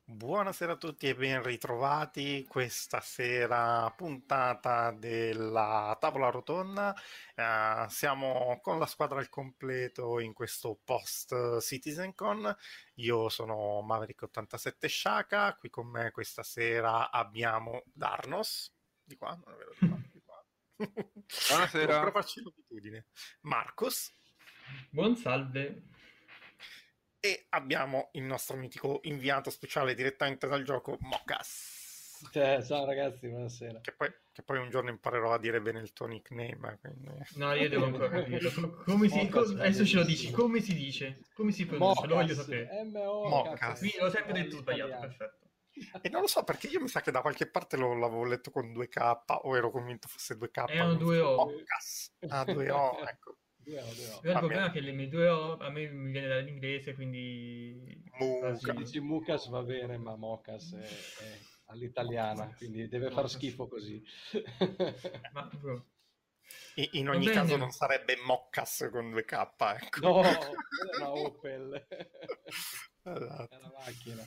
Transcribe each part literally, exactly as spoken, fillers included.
Buonasera a tutti e ben ritrovati questa sera puntata della tavola rotonda. Eh, siamo con la squadra al completo in questo post CitizenCon. Io sono Maverick ottantasette Shaka, qui con me questa sera abbiamo Darnos, di qua, non è vero, di qua, di qua. Devo ancora Buonasera. farci l'abitudine. Marcus. Buon salve. E abbiamo il nostro mitico inviato speciale direttamente dal gioco, Mokas. Cioè, ciao ragazzi, buonasera. Che poi, che poi un giorno imparerò a dire bene il tuo nickname. Quindi... No, io devo ancora capirlo. Co- Come si, co- adesso ce lo dici, come si dice? Come si pronuncia? Lo voglio Mocas, sapere. M O Mocas. Sì, l'ho sempre detto sbagliato, perfetto. E non lo so perché io mi sa che da qualche parte lo, l'avevo letto con due K o ero convinto fosse due K. Erano due O. Mocas. Ah, due O, ecco. Due O, due O. Però il Ah, problema mia. è che le mie due O a me mi viene dall'inglese, quindi... Muca. Se dici Mucas va bene, ma Mocas è, è all'italiana, quindi deve far Mocas. schifo così. Ma, bro. In, in Va ogni bene. caso non sarebbe Moccas con due K, ecco. No, quella è una Opel. Esatto. È una macchina.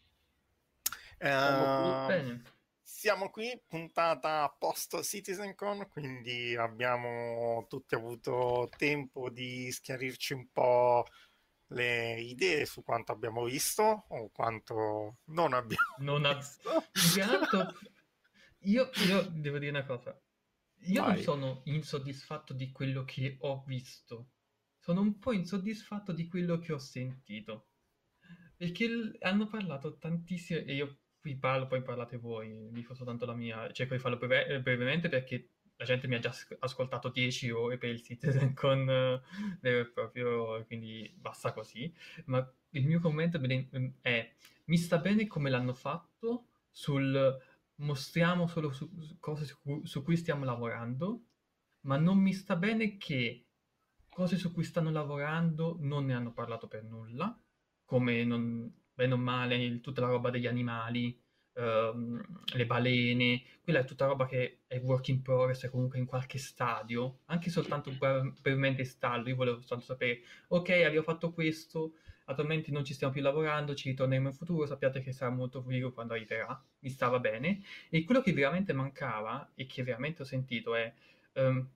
Eh, Bene. Siamo qui, puntata post CitizenCon, quindi abbiamo tutti avuto tempo di schiarirci un po' le idee su quanto abbiamo visto o quanto non abbiamo Non ha... visto. Più che altro, io, io devo dire una cosa. Io non Vai. sono insoddisfatto di quello che ho visto. Sono un po' insoddisfatto di quello che ho sentito. Perché l- hanno parlato tantissimo, e io qui parlo, poi parlate voi, dico soltanto la mia, cerco di farlo breve- eh, brevemente perché la gente mi ha già as- ascoltato dieci ore per il Citizen con eh, vero e proprio, quindi basta così. Ma il mio commento bene- è, mi sta bene come l'hanno fatto sul mostriamo solo su, su cose su cui, su cui stiamo lavorando, ma non mi sta bene che cose su cui stanno lavorando non ne hanno parlato per nulla, come non, bene o male il- tutta la roba degli animali, ehm, le balene, quella è tutta roba che è work in progress, è comunque in qualche stadio, anche soltanto bre- brevemente installo, io volevo soltanto sapere, ok, abbiamo fatto questo, attualmente non ci stiamo più lavorando, ci ritorneremo in futuro, sappiate che sarà molto figo quando arriverà, mi stava bene, e quello che veramente mancava, e che veramente ho sentito è, ehm,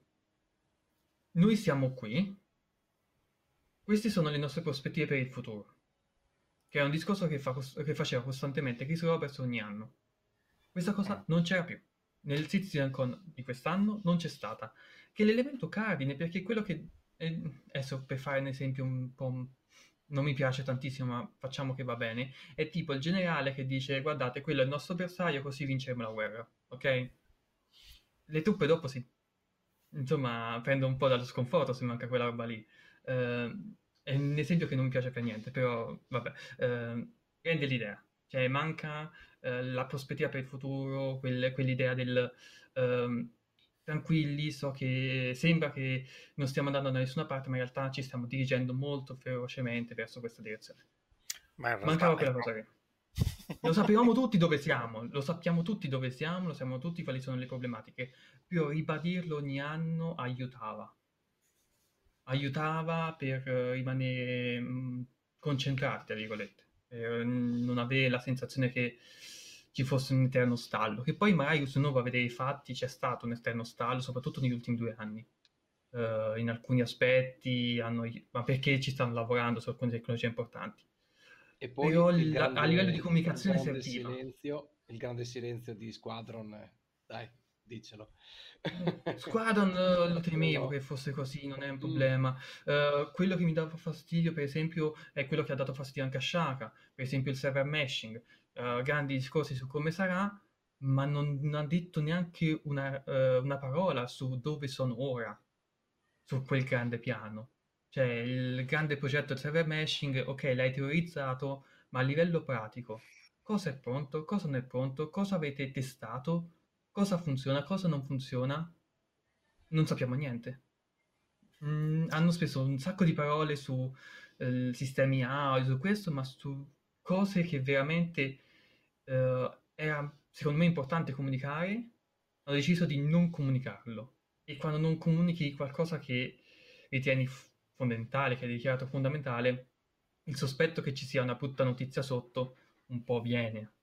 noi siamo qui, queste sono le nostre prospettive per il futuro, che è un discorso che, fa cos- che faceva costantemente Chris Roberts ogni anno. Questa cosa non c'era più. Nel CitizenCon di quest'anno non c'è stata. Che è l'elemento cardine, perché quello che... eh, adesso per fare un esempio un po'... non mi piace tantissimo, ma facciamo che va bene, è tipo il generale che dice guardate, quello è il nostro avversario, così vinceremo la guerra, ok? Le truppe dopo si... insomma, prendo un po' dallo sconforto se manca quella roba lì. Eh, è un esempio che non mi piace per niente, però vabbè, eh, rende l'idea. Cioè, manca eh, la prospettiva per il futuro, quel- quell'idea del ehm, tranquilli, so che sembra che non stiamo andando da nessuna parte, ma in realtà ci stiamo dirigendo molto ferocemente verso questa direzione. Ma in realtà Mancava è quella cosa lì. Lo sapevamo tutti dove siamo, lo sappiamo tutti dove siamo, lo sappiamo tutti quali sono le problematiche, però ribadirlo ogni anno aiutava. Aiutava per eh, rimanere mh, concentrati, tra virgolette, per non avere la sensazione che ci fosse un eterno stallo, che poi magari se uno va a vedere i fatti c'è stato un eterno stallo, soprattutto negli ultimi due anni. Eh, in alcuni aspetti hanno, ma perché ci stanno lavorando su alcune tecnologie importanti. E poi Però il il- a livello grande, di il comunicazione grande serviva. silenzio, il grande silenzio di Squadron, eh, dai, dicelo. Squadron eh, lo temevo Quello- che fosse così, non è un Mm. problema. Eh, quello che mi dava fastidio, per esempio, è quello che ha dato fastidio anche a Shaka, per esempio il server meshing. Eh, grandi discorsi su come sarà, ma non, non ha detto neanche una, eh, una parola su dove sono ora, su quel grande piano. Cioè, il grande progetto del server meshing, ok, l'hai teorizzato, ma a livello pratico, cosa è pronto, cosa non è pronto, cosa avete testato, cosa funziona, cosa non funziona? Non sappiamo niente. Mm, hanno speso un sacco di parole su eh, sistemi audio, su questo, ma su cose che veramente eh, era secondo me importante comunicare, hanno deciso di non comunicarlo. E quando non comunichi qualcosa che ritieni f- fondamentale, che hai dichiarato fondamentale, il sospetto che ci sia una brutta notizia sotto un po' viene.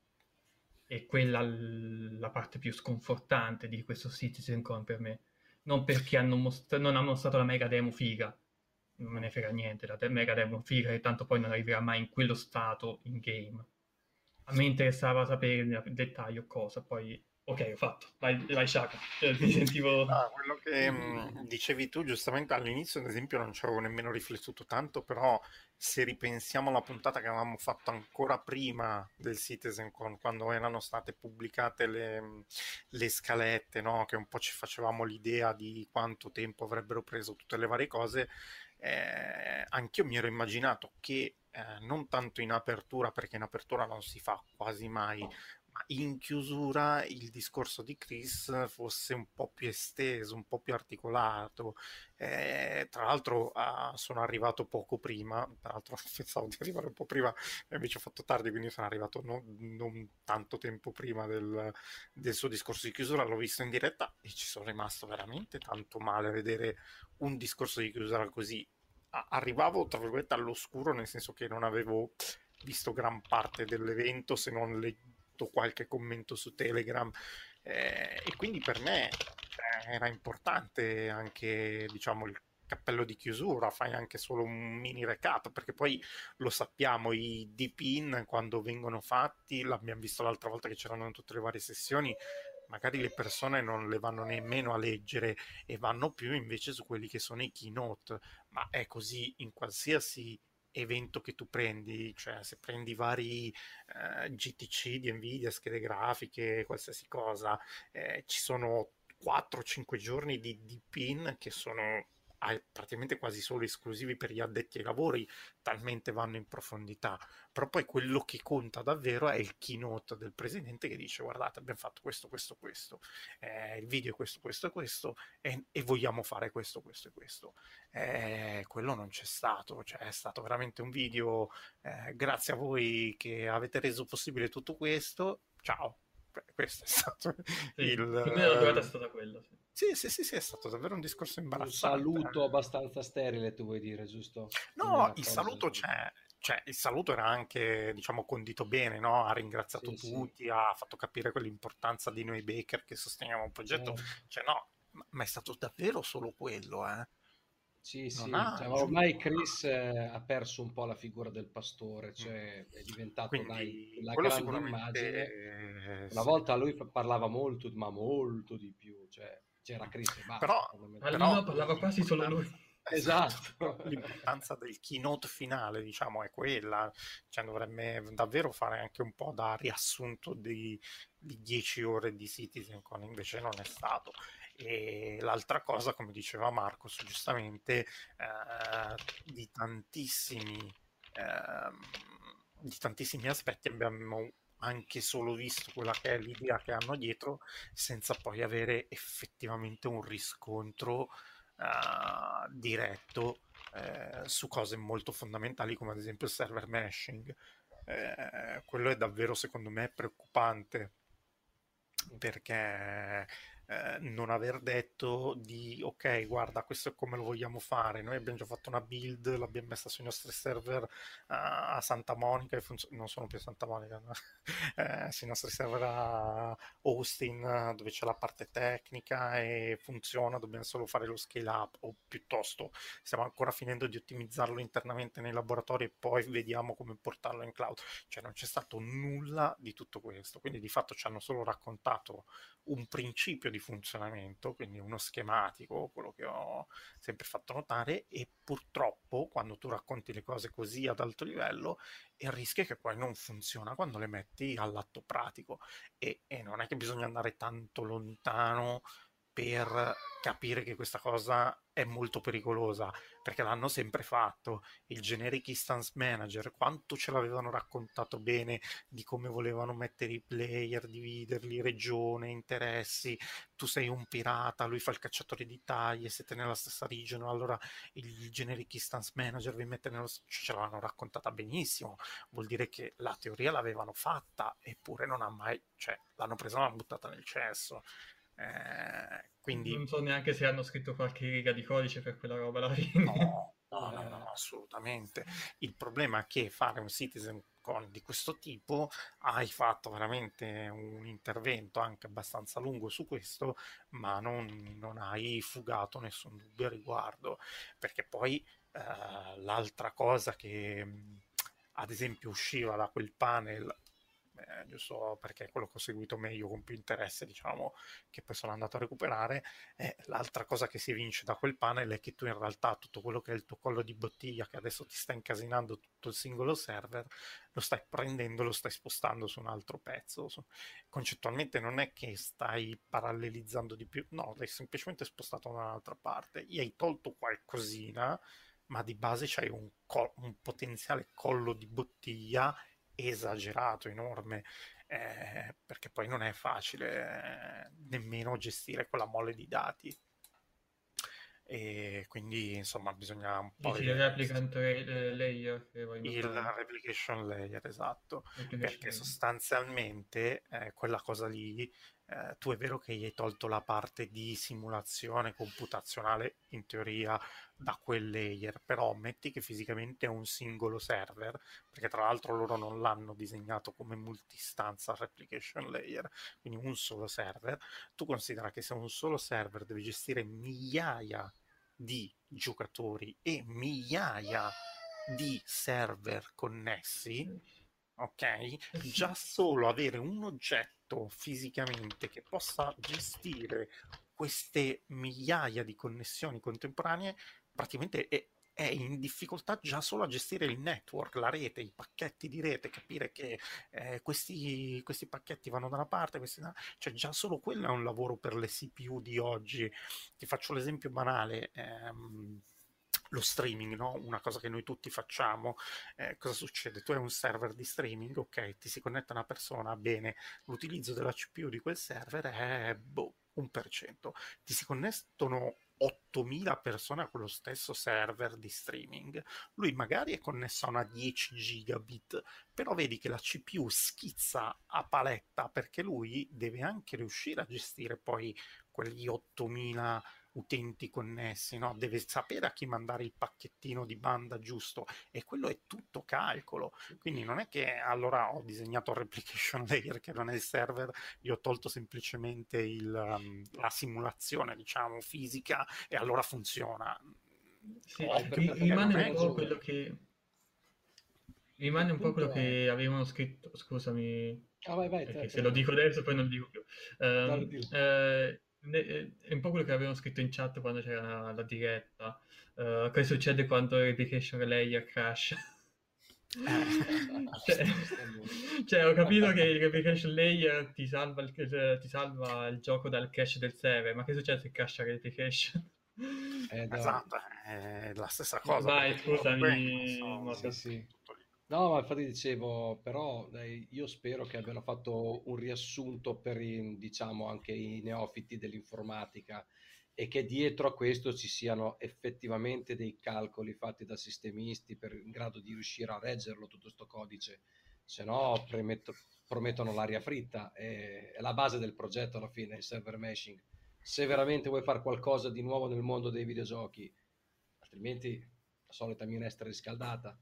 E quella l- la parte più sconfortante di questo CitizenCon per me. Non perché hanno most- non hanno mostrato la mega demo figa, non me ne frega niente, la de- mega demo figa che tanto poi non arriverà mai in quello stato in game. A me interessava sapere nel dettaglio cosa, poi ok, ho fatto. Vai, vai Shaka, eh, ti sentivo... Ah, quello che mh, dicevi tu giustamente all'inizio, ad esempio, non ci avevo nemmeno riflettuto tanto, però se ripensiamo alla puntata che avevamo fatto ancora prima del CitizenCon, quando erano state pubblicate le, mh, le scalette, no? Che un po' ci facevamo l'idea di quanto tempo avrebbero preso tutte le varie cose, eh, anch'io mi ero immaginato che eh, non tanto in apertura, perché in apertura non si fa quasi mai, ma in chiusura il discorso di Chris fosse un po' più esteso, un po' più articolato. Eh, tra l'altro ah, sono arrivato poco prima, tra l'altro pensavo di arrivare un po' prima e invece ho fatto tardi, quindi sono arrivato non, non tanto tempo prima del, del suo discorso di chiusura, l'ho visto in diretta e ci sono rimasto veramente tanto male a vedere un discorso di chiusura così. A- arrivavo, tra virgolette, all'oscuro, nel senso che non avevo visto gran parte dell'evento se non letto qualche commento su Telegram, eh, e quindi per me eh, era importante anche, diciamo, il cappello di chiusura, fai anche solo un mini recap, perché poi lo sappiamo, i D-Pin quando vengono fatti, l'abbiamo visto l'altra volta che c'erano in tutte le varie sessioni, magari le persone non le vanno nemmeno a leggere e vanno più invece su quelli che sono i keynote, ma è così in qualsiasi evento che tu prendi, cioè se prendi vari eh, G T C di Nvidia, schede grafiche, qualsiasi cosa, eh, ci sono quattro cinque giorni di, di pin che sono ah, praticamente quasi solo esclusivi per gli addetti ai lavori, talmente vanno in profondità. Però poi quello che conta davvero è il keynote del presidente che dice guardate abbiamo fatto questo, questo, questo, eh, il video è questo, questo e questo e, e vogliamo fare questo, questo e questo. Eh, quello non c'è stato, cioè è stato veramente un video, eh, grazie a voi che avete reso possibile tutto questo, ciao. Questo è stato Sì, il... più o meno la durata è stata quella, sì. Sì, sì, sì, sì, è stato davvero un discorso Un imbarazzante. saluto abbastanza sterile, tu vuoi dire, giusto? Quindi No, una il cosa... saluto c'è, cioè il saluto era anche, diciamo, condito bene, no? Ha ringraziato Sì, sì, tutti, ha fatto capire quell'importanza di noi Baker che sosteniamo un progetto, certo. cioè no, ma ma è stato davvero solo quello, eh? Sì, Non sì, ha cioè, ormai Chris aggiunto. eh, ha perso un po' la figura del pastore, Mm. cioè è diventato, dai, Quindi la quello grande sicuramente immagine. eh, Una sì. volta lui fa- parlava molto, ma molto di più, cioè c'era Chris e Però, basta, Almeno fondamentalmente. però parlava quasi solo lui. l'importanza, esatto, però Esatto. l'importanza del keynote finale, diciamo, è quella. Cioè, dovrebbe davvero fare anche un po' da riassunto di, di dieci ore di CitizenCon, invece non è stato. E l'altra cosa, come diceva Marcos, giustamente, eh, di tantissimi, ehm, di tantissimi aspetti abbiamo anche solo visto quella che è l'idea che hanno dietro senza poi avere effettivamente un riscontro uh, diretto eh, su cose molto fondamentali come ad esempio il server meshing. Eh, quello è davvero secondo me preoccupante perché eh, non aver detto di ok, guarda, questo è come lo vogliamo fare. Noi abbiamo già fatto una build, l'abbiamo messa sui nostri server uh, a Santa Monica, e funzo- non sono più a Santa Monica, no? eh, sui nostri server a Austin, dove c'è la parte tecnica e funziona, dobbiamo solo fare lo scale up, o piuttosto stiamo ancora finendo di ottimizzarlo internamente nei laboratori e poi vediamo come portarlo in cloud. Cioè non c'è stato nulla di tutto questo, quindi di fatto ci hanno solo raccontato un principio di funzionamento, quindi uno schematico, quello che ho sempre fatto notare, e purtroppo quando tu racconti le cose così ad alto livello il rischio è che poi non funziona quando le metti all'atto pratico e, e non è che bisogna andare tanto lontano per capire che questa cosa è molto pericolosa, perché l'hanno sempre fatto. Il Generic Instance Manager, quanto ce l'avevano raccontato bene di come volevano mettere i player, dividerli, regione, interessi, tu sei un pirata, lui fa il cacciatore di taglie, siete nella stessa regione, allora il Generic Instance Manager vi mette nello... ce l'hanno raccontata benissimo, vuol dire che la teoria l'avevano fatta, eppure non ha mai... cioè l'hanno presa e l'hanno buttata nel cesso. Eh, quindi Non so neanche se hanno scritto qualche riga di codice per quella roba alla fine. no, No, no, no, Eh, no, assolutamente. Il problema è che fare un citizen con di questo tipo hai fatto veramente un intervento anche abbastanza lungo su questo, ma non, non hai fugato nessun dubbio a riguardo, perché poi eh, l'altra cosa che mh, ad esempio usciva da quel panel, eh, giusto perché è quello che ho seguito meglio con più interesse, diciamo, che poi sono andato a recuperare, eh, l'altra cosa che si evince da quel panel è che tu in realtà tutto quello che è il tuo collo di bottiglia, che adesso ti sta incasinando tutto il singolo server, lo stai prendendo, lo stai spostando su un altro pezzo. Su- Concettualmente non è che stai parallelizzando di più, no, l'hai semplicemente spostato da un'altra parte. Gli hai tolto qualcosina, ma di base c'hai un, co- un potenziale collo di bottiglia esagerato, enorme, eh, perché poi non è facile eh, nemmeno gestire quella mole di dati. E quindi insomma bisogna un po' Dici il vedere replicant ra- layer che vuoi il mandare? replication layer, esatto, Replication perché layer. sostanzialmente eh, quella cosa lì, eh, tu è vero che gli hai tolto la parte di simulazione computazionale in teoria da quel layer, però metti che fisicamente è un singolo server, perché tra l'altro loro non l'hanno disegnato come multistanza replication layer, quindi un solo server, tu considera che se un solo server deve gestire migliaia di giocatori e migliaia di server connessi, ok? Eh sì, Già solo avere un oggetto fisicamente che possa gestire queste migliaia di connessioni contemporanee praticamente è, è in difficoltà già solo a gestire il network, la rete, i pacchetti di rete, capire che eh, questi, questi pacchetti vanno da una parte, questi da... cioè già solo quello è un lavoro per le C P U di oggi. Ti faccio l'esempio banale, ehm, lo streaming, no? Una cosa che noi tutti facciamo, eh, cosa succede? Tu hai un server di streaming, ok, ti si connette una persona, bene, l'utilizzo della C P U di quel server è boh, un per cento. Ti si connettono ottomila persone a quello stesso server di streaming, lui magari è connesso a una dieci gigabit, però vedi che la C P U schizza a paletta perché lui deve anche riuscire a gestire poi quegli ottomila utenti connessi, no? Deve sapere a chi mandare il pacchettino di banda giusto e quello è tutto calcolo. Quindi non è che allora ho disegnato il replication layer che non è il server, gli ho tolto semplicemente il, um, la simulazione, diciamo, fisica e allora funziona. sì, hai Occhio, ri- perché rimane non perfettamente un è po' così. quello ragione. che Il rimane un po' quello punto è... che avevano scritto, scusami, Ah, vai, vai, te, perché se lo prego. dico adesso poi non lo dico più. Dai, Ehm, dillo. eh, ne- eh, è un po' quello che avevano scritto in chat quando c'era la, la diretta. Eh, cosa succede quando il replication layer crash? Eh, Cioè, Giustamente. cioè, ho capito che il replication layer ti salva il, eh, ti salva il gioco dal cache del server, ma che succede se crasha il replication? Eh, no. esatto, è la stessa cosa Vai, perché tu comunque non scusami, Sì, Mocha. so, sì. tutto lì. No, ma infatti dicevo, però dai, io spero che abbiano fatto un riassunto per i, diciamo, anche i neofiti dell'informatica e che dietro a questo ci siano effettivamente dei calcoli fatti da sistemisti per, in grado di riuscire a reggerlo tutto sto codice, se no premetto- promettono l'aria fritta, è, è la base del progetto alla fine, il server meshing. Se veramente vuoi fare qualcosa di nuovo nel mondo dei videogiochi, altrimenti la solita minestra riscaldata,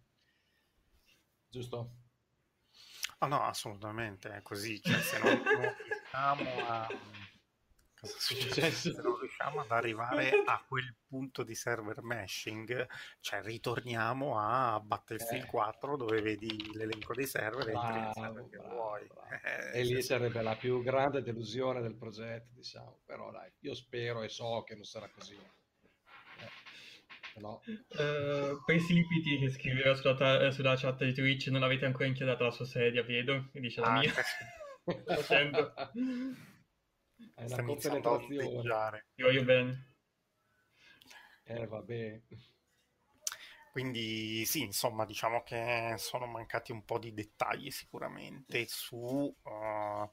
giusto? Ah no, assolutamente è così, cioè se non, non riusciamo a... Cosa Che è succede? successo? Se non riusciamo ad arrivare a quel punto di server meshing, cioè ritorniamo a Battlefield Eh, quattro dove vedi l'elenco dei server e entri nel server bravo, che bravo, vuoi. bravo. Eh, E nel lì senso, sarebbe la più grande delusione del progetto, diciamo. Però dai, io spero e so che non sarà così. Eh, se no... Eh, Precipiti che scriveva sulla, ta- sulla chat di Twitch, non avete ancora inchiodato la sua sedia, vedo, e dice la ah, mia. caspita, Sto facendo. È una sta iniziando a compenetrazione. ondeggiare. Ti voglio bene. Eh, vabbè. Quindi sì, insomma, diciamo che sono mancati un po' di dettagli sicuramente su uh,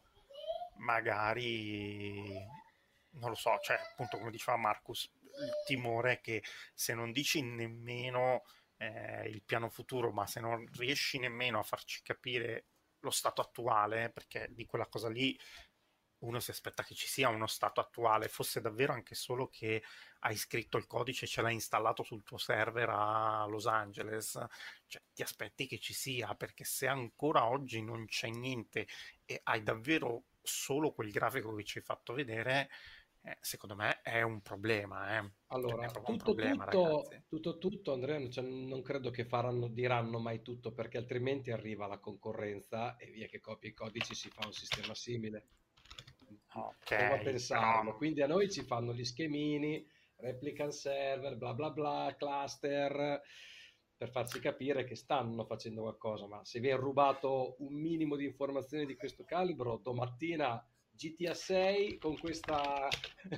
magari, non lo so, cioè appunto come diceva Marcus, il timore è che se non dici nemmeno eh, il piano futuro, ma se non riesci nemmeno a farci capire lo stato attuale, perché di quella cosa lì uno si aspetta che ci sia uno stato attuale, fosse davvero anche solo che hai scritto il codice e ce l'hai installato sul tuo server a Los Angeles, cioè ti aspetti che ci sia, perché se ancora oggi non c'è niente e hai davvero solo quel grafico che ci hai fatto vedere, eh, secondo me è un problema, eh. Cioè, è Allora, proprio un tutto problema, ragazzi. tutto, tutto tutto, Andrea, cioè, non credo che faranno, diranno mai tutto, perché altrimenti arriva la concorrenza e via che copia i codici si fa un sistema simile. Prova a Ok, però pensarlo. Quindi a noi ci fanno gli schemini, replicant server, bla bla bla, cluster, per farci capire che stanno facendo qualcosa, ma se viene rubato un minimo di informazioni di questo calibro, domattina G T A sei con questa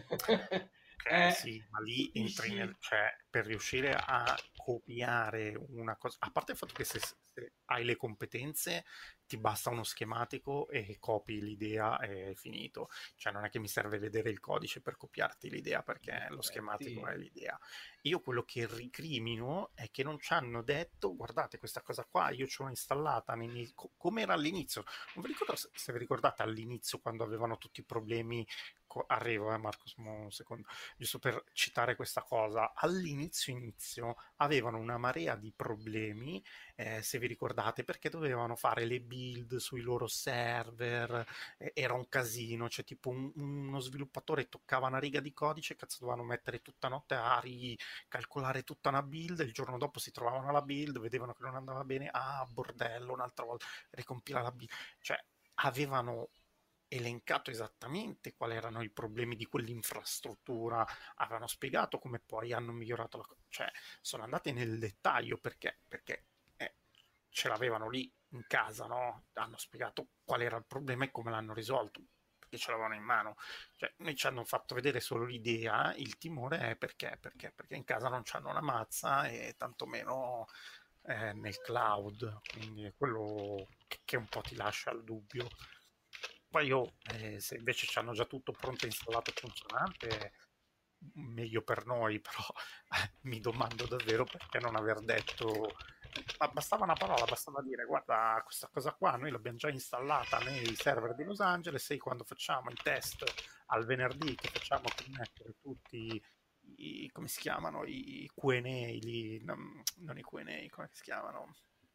eh, eh, sì, ma lì entri nel, capisci? cioè, per riuscire a copiare una cosa, a parte il fatto che se, se hai le competenze ti basta uno schematico e copi l'idea e è finito, cioè non è che mi serve vedere il codice per copiarti l'idea In perché lo schematico effetti, è l'idea. Io quello che ricrimino è che non ci hanno detto, guardate questa cosa qua, io ce l'ho installata, nei- co- come era all'inizio, non vi ricordo se, se vi ricordate all'inizio quando avevano tutti i problemi, co- arrivo eh Marcos, mo un secondo, giusto per citare questa cosa, all'inizio inizio avevano una marea di problemi, eh, se vi ricordate, perché dovevano fare le build sui loro server, eh, era un casino, cioè tipo un- uno sviluppatore toccava una riga di codice, cazzo dovevano mettere tutta notte a ricalcolare tutta una build, il giorno dopo si trovavano la build, vedevano che non andava bene, ah bordello, un'altra volta ricompila la build, cioè avevano elencato esattamente quali erano i problemi di quell'infrastruttura, avevano spiegato come poi hanno migliorato la cosa, cioè sono andati nel dettaglio perché, perché eh, ce l'avevano lì in casa, no? Hanno spiegato qual era il problema e come l'hanno risolto, perché ce l'avevano in mano. Cioè, noi ci hanno fatto vedere solo l'idea, il timore è perché, perché, perché in casa non c'hanno una mazza e tantomeno eh, nel cloud, quindi è quello che, che un po' ti lascia al dubbio. Poi io, eh, se invece ci hanno già tutto pronto, installato e funzionante, meglio per noi, però eh, mi domando davvero perché non aver detto, ma bastava una parola, bastava dire, guarda, questa cosa qua noi l'abbiamo già installata nei server di Los Angeles e quando facciamo i test al venerdì che facciamo connettere tutti i, come si chiamano, i Q and A, gli- non, non i Q and A, come si chiamano?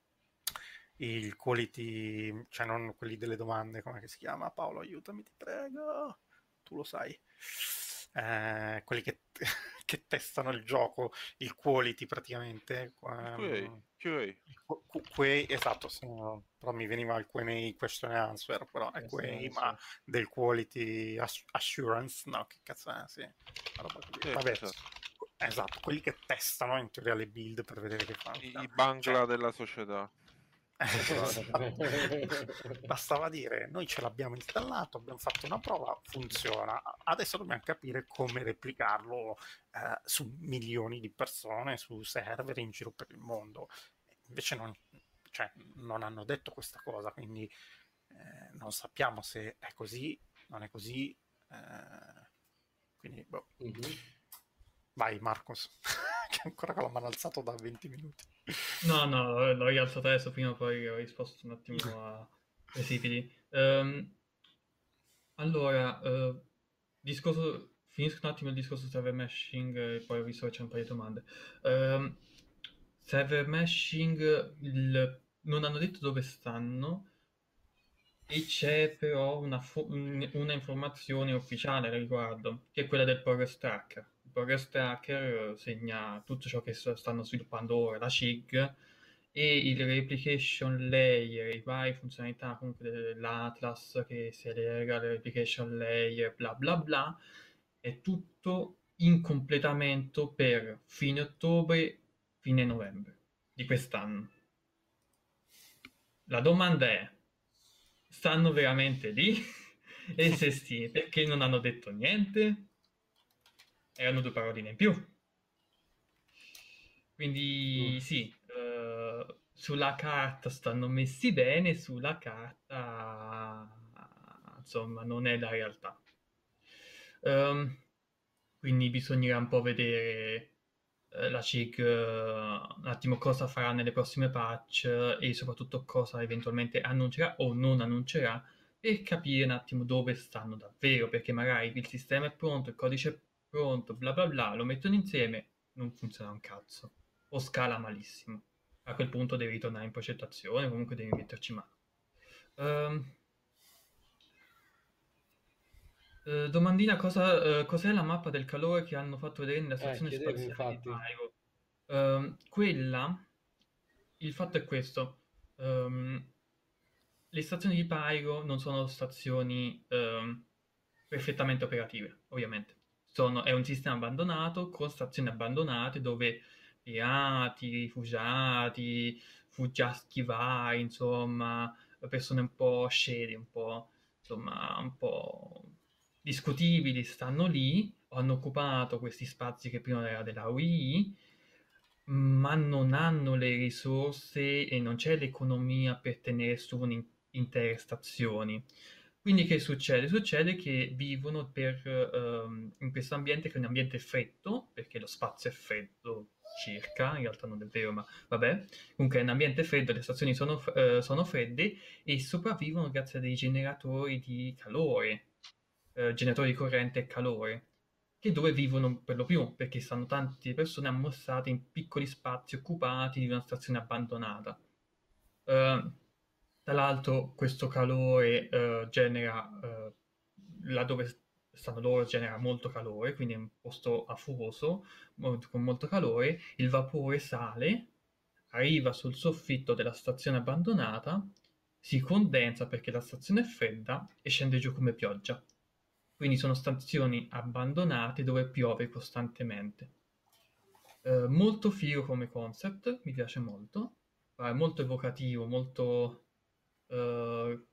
Il quality, cioè non quelli delle domande, come si chiama? Paolo, aiutami, ti prego. Tu lo sai. Eh, quelli che, che testano il gioco, il quality praticamente. Il Q A, ehm, Q A. il Q- Q- QA, esatto, sì, no, però mi veniva il Q and A, question and answer, però è questo è Q A, ma adesso. del quality ass- assurance, no, che cazzo è, sì, una roba così. Sì, Vabbè, esatto. esatto, quelli che testano in teoria le build per vedere che fanno. I, i Cioè, bangla della società. Naturali. esatto. Bastava dire, noi ce l'abbiamo installato, abbiamo fatto una prova, funziona. Adesso dobbiamo capire come replicarlo eh, su milioni di persone, su server in giro per il mondo. Invece non, cioè, non hanno detto questa cosa, quindi eh, non sappiamo se è così, non è così. eh, quindi, boh. Mhm. Vai Marcos, che ancora con la mano alzata da venti minuti. No, no, l'ho rialzato adesso, prima poi ho risposto un attimo a Resipidi. Ehm, allora, eh, discorso, finisco un attimo il discorso server meshing e poi ho visto che c'è un paio di domande. Ehm, server meshing, il- non hanno detto dove stanno e c'è però una, fo- un- una informazione ufficiale al riguardo, che è quella del progress tracker. Il progress tracker eh, segna tutto ciò che s- stanno sviluppando ora, la C I G, e il replication layer, i vari funzionalità comunque dell'Atlas che si allega al replication layer, bla bla bla, è tutto in completamento per fine ottobre, fine novembre di quest'anno. La domanda è, stanno veramente lì? E se sì, perché non hanno detto niente? Erano due paroline in più. Mm. Quindi sì, eh, sulla carta stanno messi bene, sulla carta insomma non è la realtà. Ehm, quindi bisognerà un po' vedere eh, la C I G eh, un attimo cosa farà nelle prossime patch eh, e soprattutto cosa eventualmente annuncerà o non annuncerà per capire un attimo dove stanno davvero, perché magari il sistema è pronto, il codice è pronto, bla bla bla, lo mettono insieme, non funziona un cazzo, o scala malissimo. A quel punto devi tornare in progettazione, comunque devi metterci mano. Ehm, eh, domandina, cosa, eh, cos'è la mappa del calore che hanno fatto vedere nella Eh, stazione chiedevo spaziale di infatti. Pyro? Ehm, quella, il fatto è questo, ehm, le stazioni di Pyro non sono stazioni ehm, perfettamente operative, ovviamente. Sono- è un sistema abbandonato con stazioni abbandonate dove pirati, rifugiati, fuggiaschi vari, insomma, persone un po' shady, un po', insomma, un po' discutibili stanno lì, hanno occupato questi spazi che prima era della U I, ma non hanno le risorse e non c'è l'economia per tenere su un- intere stazioni. Quindi che succede? Succede che vivono per, ehm, in questo ambiente che è un ambiente freddo, perché lo spazio è freddo circa, in realtà non è vero, ma vabbè. Comunque è un ambiente freddo, le stazioni sono, f- eh, sono fredde e sopravvivono grazie a dei generatori di calore, eh, generatori di corrente e calore, che dove vivono per lo più, perché stanno tante persone ammassate in piccoli spazi occupati di una stazione abbandonata. Eh, Tra l'altro questo calore eh, genera, eh, laddove stanno loro genera molto calore, quindi è un posto afoso, molto- con molto calore, il vapore sale, arriva sul soffitto della stazione abbandonata, si condensa perché la stazione è fredda e scende giù come pioggia. Quindi sono stazioni abbandonate dove piove costantemente. Eh, molto figo come concept, mi piace molto, è molto evocativo, molto eh,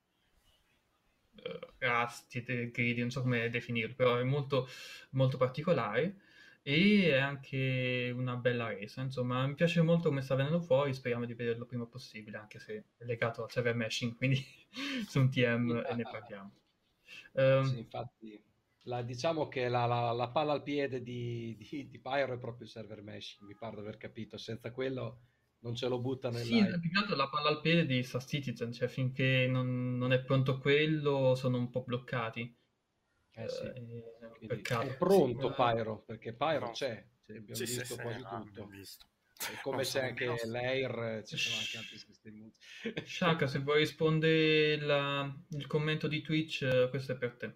eh, Rusty, de- Greedy, non so come definirlo, però è molto, molto particolare e è anche una bella resa. Insomma, mi piace molto come sta venendo fuori, speriamo di vederlo prima possibile, anche se è legato al server meshing, quindi su un T M e ne parliamo. Sì, Ehm, infatti, la- diciamo che la, la- la palla al piede di, di, di Pyro è proprio il server meshing, mi pare di aver capito. Senza quello non ce lo buttano in Sì, live. più che altro la palla al piede di Star Citizen, cioè finché non, non è pronto quello sono un po' bloccati. Eh sì, Eh, è un quindi è peccato. Sì, pronto Eh, Pyro, perché Pyro no. c'è, cioè, abbiamo Sì, sì, visto sì, quasi no, abbiamo tutto. visto. E Non come c'è so nemmeno... anche l'Air, ci sono anche altri Sh- sistemi. Shaka, se vuoi rispondere la- il commento di Twitch, eh, questo è per te.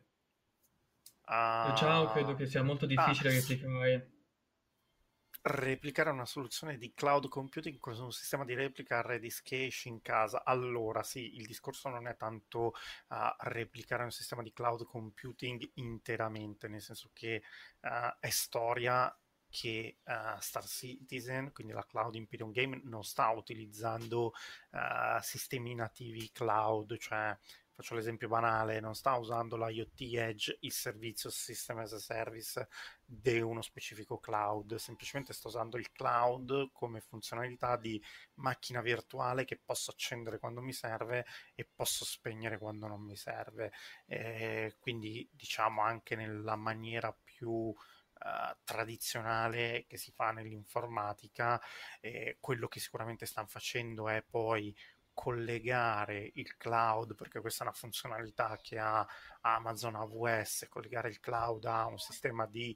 Eh, Ciao, credo Ah, che sia molto ah, difficile replicare. replicare una soluzione di cloud computing con un sistema di replica Redis Cache in casa. Allora, sì, il discorso non è tanto uh, replicare un sistema di cloud computing interamente, nel senso che uh, è storia che uh, Star Citizen, quindi la Cloud Imperium Game, non sta utilizzando uh, sistemi nativi cloud, cioè faccio l'esempio banale, non sta usando l'IoT Edge, il servizio System as a Service di uno specifico cloud, semplicemente sto usando il cloud come funzionalità di macchina virtuale che posso accendere quando mi serve e posso spegnere quando non mi serve. Eh, quindi diciamo anche nella maniera più Uh, tradizionale che si fa nell'informatica, eh, quello che sicuramente stanno facendo è poi collegare il cloud, perché questa è una funzionalità che ha Amazon A W S, collegare il cloud a un sistema di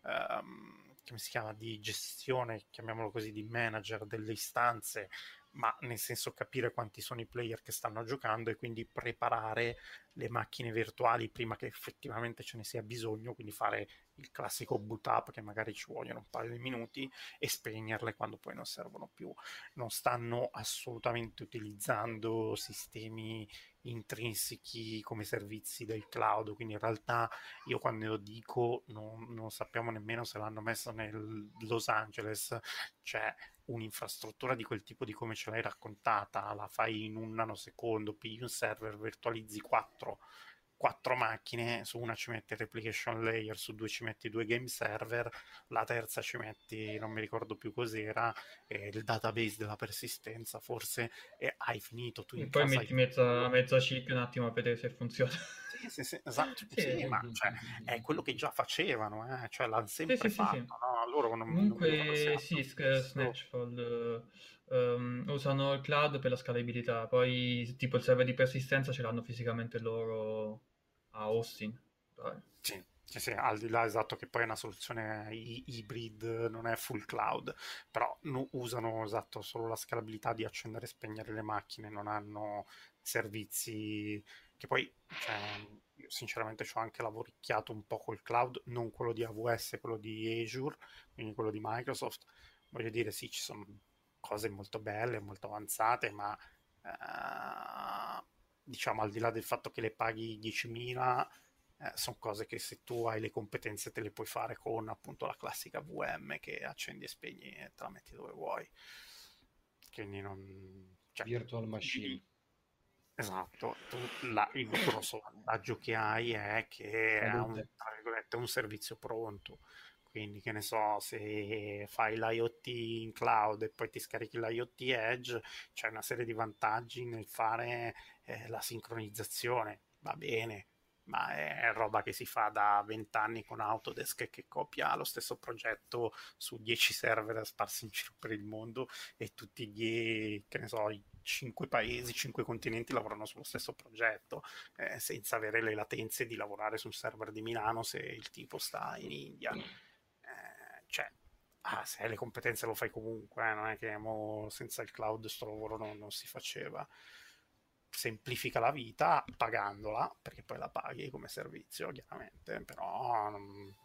ehm, come si chiama, di gestione, chiamiamolo così, di manager delle istanze, ma nel senso capire quanti sono i player che stanno giocando e quindi preparare le macchine virtuali prima che effettivamente ce ne sia bisogno, quindi fare il classico boot up che magari ci vogliono un paio di minuti e spegnerle quando poi non servono più. Non stanno assolutamente utilizzando sistemi intrinseci come servizi del cloud, quindi in realtà io quando dico non, non sappiamo nemmeno se l'hanno messo nel Los Angeles, cioè un'infrastruttura di quel tipo di come ce l'hai raccontata, la fai in un nanosecondo, pigli un server, virtualizzi quattro quattro macchine, su una ci metti il replication layer, su due ci metti due game server, la terza ci metti, non mi ricordo più cos'era, eh, il database della persistenza forse, e hai finito, tu E in poi casa hai metti mezza, tutto. mezza chip un attimo a vedere se funziona. Sì, sì, sì, esatto, Sì, sì, ma cioè, è quello che già facevano, eh, cioè l'hanno sì, sì, sempre sì, sì. fatto, no? Loro non, non mi ricordo se Comunque, hanno sì, Sc- messo... Snatchfall, Ehm, usano il cloud per la scalabilità, poi tipo il server di persistenza ce l'hanno fisicamente loro a Austin. Dai. Sì, sì, sì, al di là esatto che poi è una soluzione i- hybrid, non è full cloud, però nu- usano esatto solo la scalabilità di accendere e spegnere le macchine, non hanno servizi che poi, cioè, io sinceramente ci ho anche lavoricchiato un po' col cloud, non quello di A W S, quello di Azure, quindi quello di Microsoft. Voglio dire, sì, ci sono cose molto belle, molto avanzate, ma eh, diciamo al di là del fatto che le paghi diecimila eh, sono cose che se tu hai le competenze te le puoi fare con appunto la classica V M che accendi e spegni e te la metti dove vuoi. Quindi non... Cioè, Virtual machine. esatto, tu, la, il grosso vantaggio che hai è che è un, Salute. tra virgolette, un servizio pronto. Quindi, che ne so, se fai l'IoT in cloud e poi ti scarichi l'IoT Edge, c'è una serie di vantaggi nel fare eh, la sincronizzazione. Va bene, ma è roba che si fa da vent'anni con Autodesk che copia lo stesso progetto su dieci server sparsi in giro per il mondo e tutti gli, che ne so, i cinque paesi, cinque continenti lavorano sullo stesso progetto, eh, senza avere le latenze di lavorare su un server di Milano se il tipo sta in India. Eh, cioè, ah, se hai le competenze lo fai comunque, eh, non è che mo, senza il cloud sto lavoro non, non si faceva. Semplifica la vita pagandola, perché poi la paghi come servizio, chiaramente, però... non-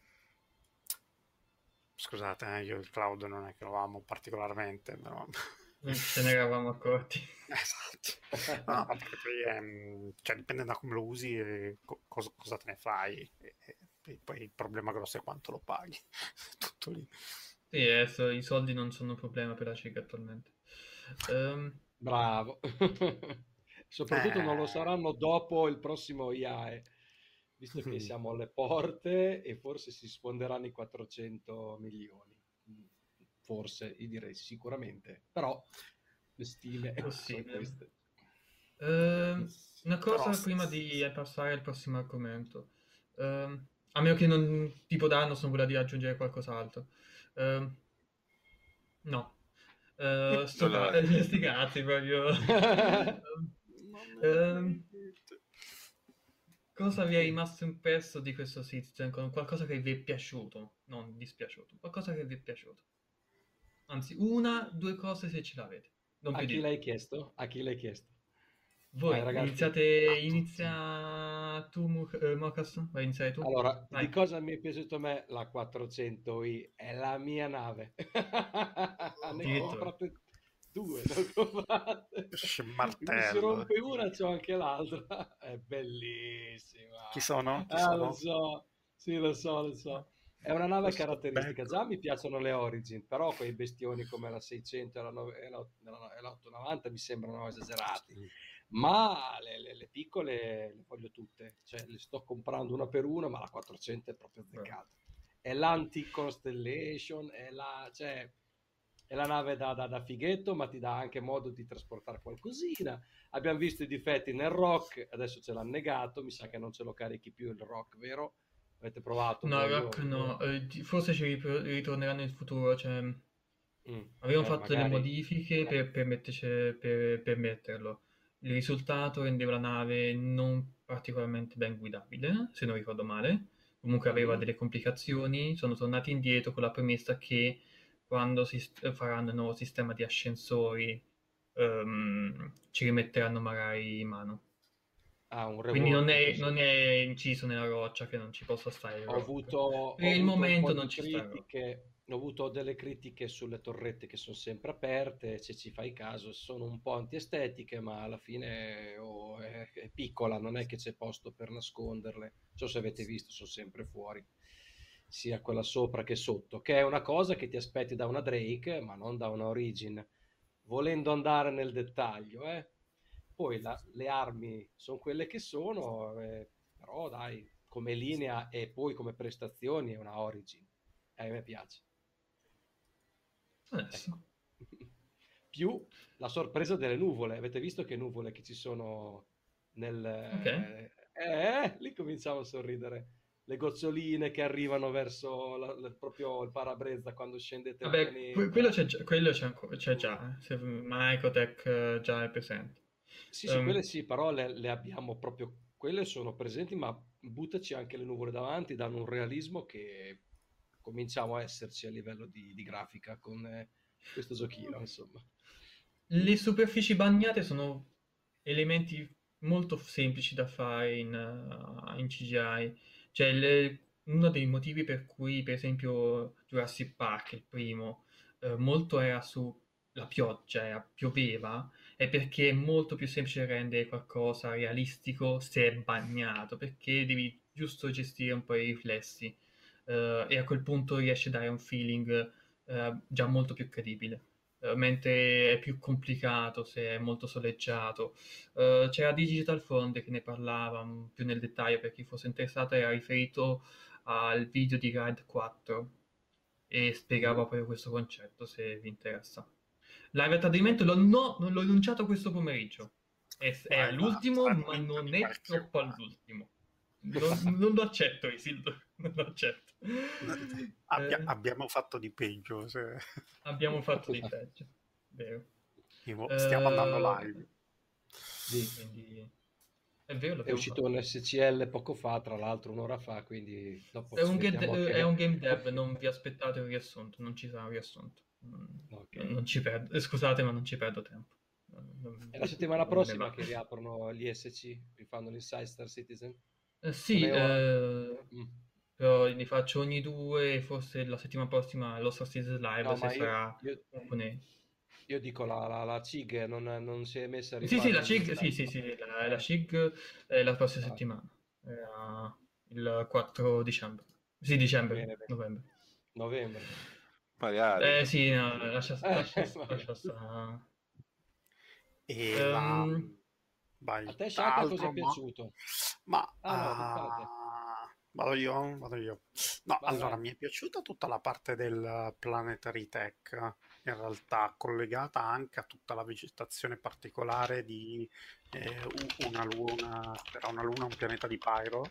Scusate, eh, io il cloud non è che lo amo particolarmente, però... Non ce ne eravamo accorti. Esatto. No, ma perché poi ehm, cioè, dipende da come lo usi e co- cosa, cosa te ne fai. E, e poi il problema grosso è quanto lo paghi. Tutto lì. Sì, adesso i soldi non sono un problema per la C I G attualmente. Ehm, Bravo. Soprattutto non lo Eh, saranno dopo il prossimo I A E, visto che siamo alle porte e forse si sfonderanno i quattrocento milioni. Forse, io direi sicuramente, però le stime sono possibile. queste. Ehm, una però cosa s- prima di passare al prossimo argomento. Ehm, a meno che non, tipo Danos non voglia di aggiungere qualcos'altro. Ehm, no. Eh, sto ca- Dai. sti cazzi proprio. non me ne frega Ehm, niente. cosa vi è rimasto impresso di questo Citizen? Con qualcosa che vi è piaciuto, non dispiaciuto, qualcosa che vi è piaciuto. Anzi, una, due cose se ce l'avete, non A più di chi due. l'hai chiesto? A chi l'hai chiesto? Ai Voi ragazzi? iniziate, A tutti. inizia tu, Mu- eh, Mocas? Vai, iniziare tu? Allora, di Vai, cosa mi è piaciuto a me la quattrocento i? È la mia nave. Ne ho addirittura. comprate due, ne ho comprate. Mi si Scimmartello. rompe una, c'ho anche l'altra. È bellissima. Chi sono? Chi Ah, lo sono? so, sì, lo so, lo so. È una nave Questo caratteristica. becco. Già mi piacciono le Origin, però quei bestioni come la seicento e la, nove- e la, e la ottocentonovanta mi sembrano esagerati. Ma le, le- le piccole le voglio tutte, cioè le sto comprando una per una, ma la quattrocento è proprio Bravo. azzeccata. È l'anti-Constellation, è la, cioè, è la nave da, da- da fighetto, ma ti dà anche modo di trasportare qualcosina. Abbiamo visto i difetti nel rock, adesso ce l'hanno negato, mi sa che non ce lo carichi più il rock, vero? Avete provato No, voi? Rock Io, no, io- eh, di- forse ci rip- ritorneranno in futuro, cioè mm, avevamo eh, fatto delle magari... modifiche eh, per, permetterci- per permetterlo. Il risultato rendeva la nave non particolarmente ben guidabile, se non ricordo male. Comunque aveva mhm. delle complicazioni. Sono tornati indietro con la premessa che quando si st- faranno il nuovo sistema di ascensori ehm, ci rimetteranno magari in mano. Ah, un Quindi non rework è, così. non è inciso nella roccia che non ci possa stare il Ho rock. avuto, Per ho il avuto un momento po' non di ci sta il rock. critiche, ho avuto delle critiche sulle torrette che sono sempre aperte, se ci fai caso, sono un po' antiestetiche, ma alla fine oh, è, è piccola, non è che c'è posto per nasconderle. Non so se avete visto, sono sempre fuori, sia quella sopra che sotto, che è una cosa che ti aspetti da una Drake, ma non da una Origin, volendo andare nel dettaglio, eh. Poi la- le armi sono quelle che sono, eh, però dai, come linea e poi come prestazioni è una Origin. E a me piace. Adesso. Ecco. Più la sorpresa delle nuvole. Avete visto che nuvole che ci sono nel... Ok. Eh, eh, lì cominciamo a sorridere. le goccioline che arrivano verso la- la- proprio il parabrezza quando scendete il Vabbè, que- pianeta. quello c'è già, quello c'è ancora- c'è già, eh, se Microtech eh, già è presente. Sì, sì, Ehm, quelle sì, però le, le abbiamo proprio, quelle sono presenti, ma buttaci anche le nuvole davanti, danno un realismo che cominciamo a esserci a livello di, di grafica con eh, questo giochino, insomma. Le superfici bagnate sono elementi molto semplici da fare in, uh, in C G I. Cioè, le- uno dei motivi per cui, per esempio, Jurassic Park, il primo, eh, molto era sulla pioggia, era- pioveva, è perché è molto più semplice rendere qualcosa realistico se è bagnato, perché devi giusto gestire un po' i riflessi, eh, e a quel punto riesci a dare un feeling, eh, già molto più credibile. Eh, mentre è più complicato se è molto soleggiato. Eh, c'era Digital Front che ne parlava mm, più nel dettaglio per chi fosse interessato, era riferito al video di Ride quattro e spiegava Mhm. proprio questo concetto se vi interessa. Live a tradimento l'ho, no, non l'ho annunciato questo pomeriggio. È, è Guarda, all'ultimo, ma frammento di non è qualche troppo all'ultimo. Non, non lo accetto, Isildo, non lo accetto. Abbia- Eh, abbiamo fatto di peggio. Se... abbiamo fatto di peggio, vero. Stiamo andando Eh, live. Sì. quindi è vero, È l'abbiamo uscito fatto. un S C L poco fa, tra l'altro un'ora fa, quindi dopo È ci un, ge- mettiamo è anche... un game dev, non vi aspettate un riassunto, non ci sarà un riassunto. Non, Ok. non ci perdo, eh, scusate, ma non ci perdo tempo. Non, non- È la settimana non me ne prossima va. che riaprono gli I S C, rifanno l'Inside Star Citizen? Eh, Non sì, è ora? eh, Mm. però li faccio ogni due e forse la settimana prossima lo Star Citizen Live No, se ma io, sarà io, un. io dico la, la, la C I G non, non si è messa a Sì, sì, la rifare C I G, l'Inside. sì, sì, sì, la, la Eh, C I G è la prossima ah, settimana, era il quattro dicembre. Sì, dicembre, bene, bene. novembre. Novembre. Magari. Eh sì, no, lascia, Eh, lascia, vabbè. lascia stare. E la... Ehm, A Vai, te Shaka cosa è altro, ma... piaciuto? ma Ah no, fate te. ah, vado io, vado io. No, Vai, allora vai. mi è piaciuta tutta la parte del Planetary Tech, in realtà collegata anche a tutta la vegetazione particolare di eh, u- una luna, era una luna, un pianeta di Pyro,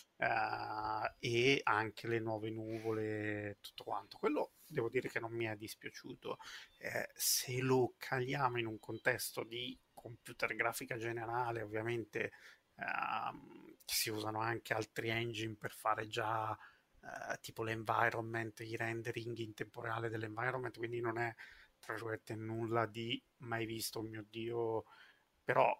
eh, e anche le nuove nuvole, tutto quanto. Quello devo dire che non mi è dispiaciuto. Eh, se lo caliamo in un contesto di computer grafica generale, ovviamente ehm, si usano anche altri engine per fare già eh, tipo l'environment, i rendering in tempo reale dell'environment, quindi non è tra virgolette nulla di mai visto, oh mio Dio, però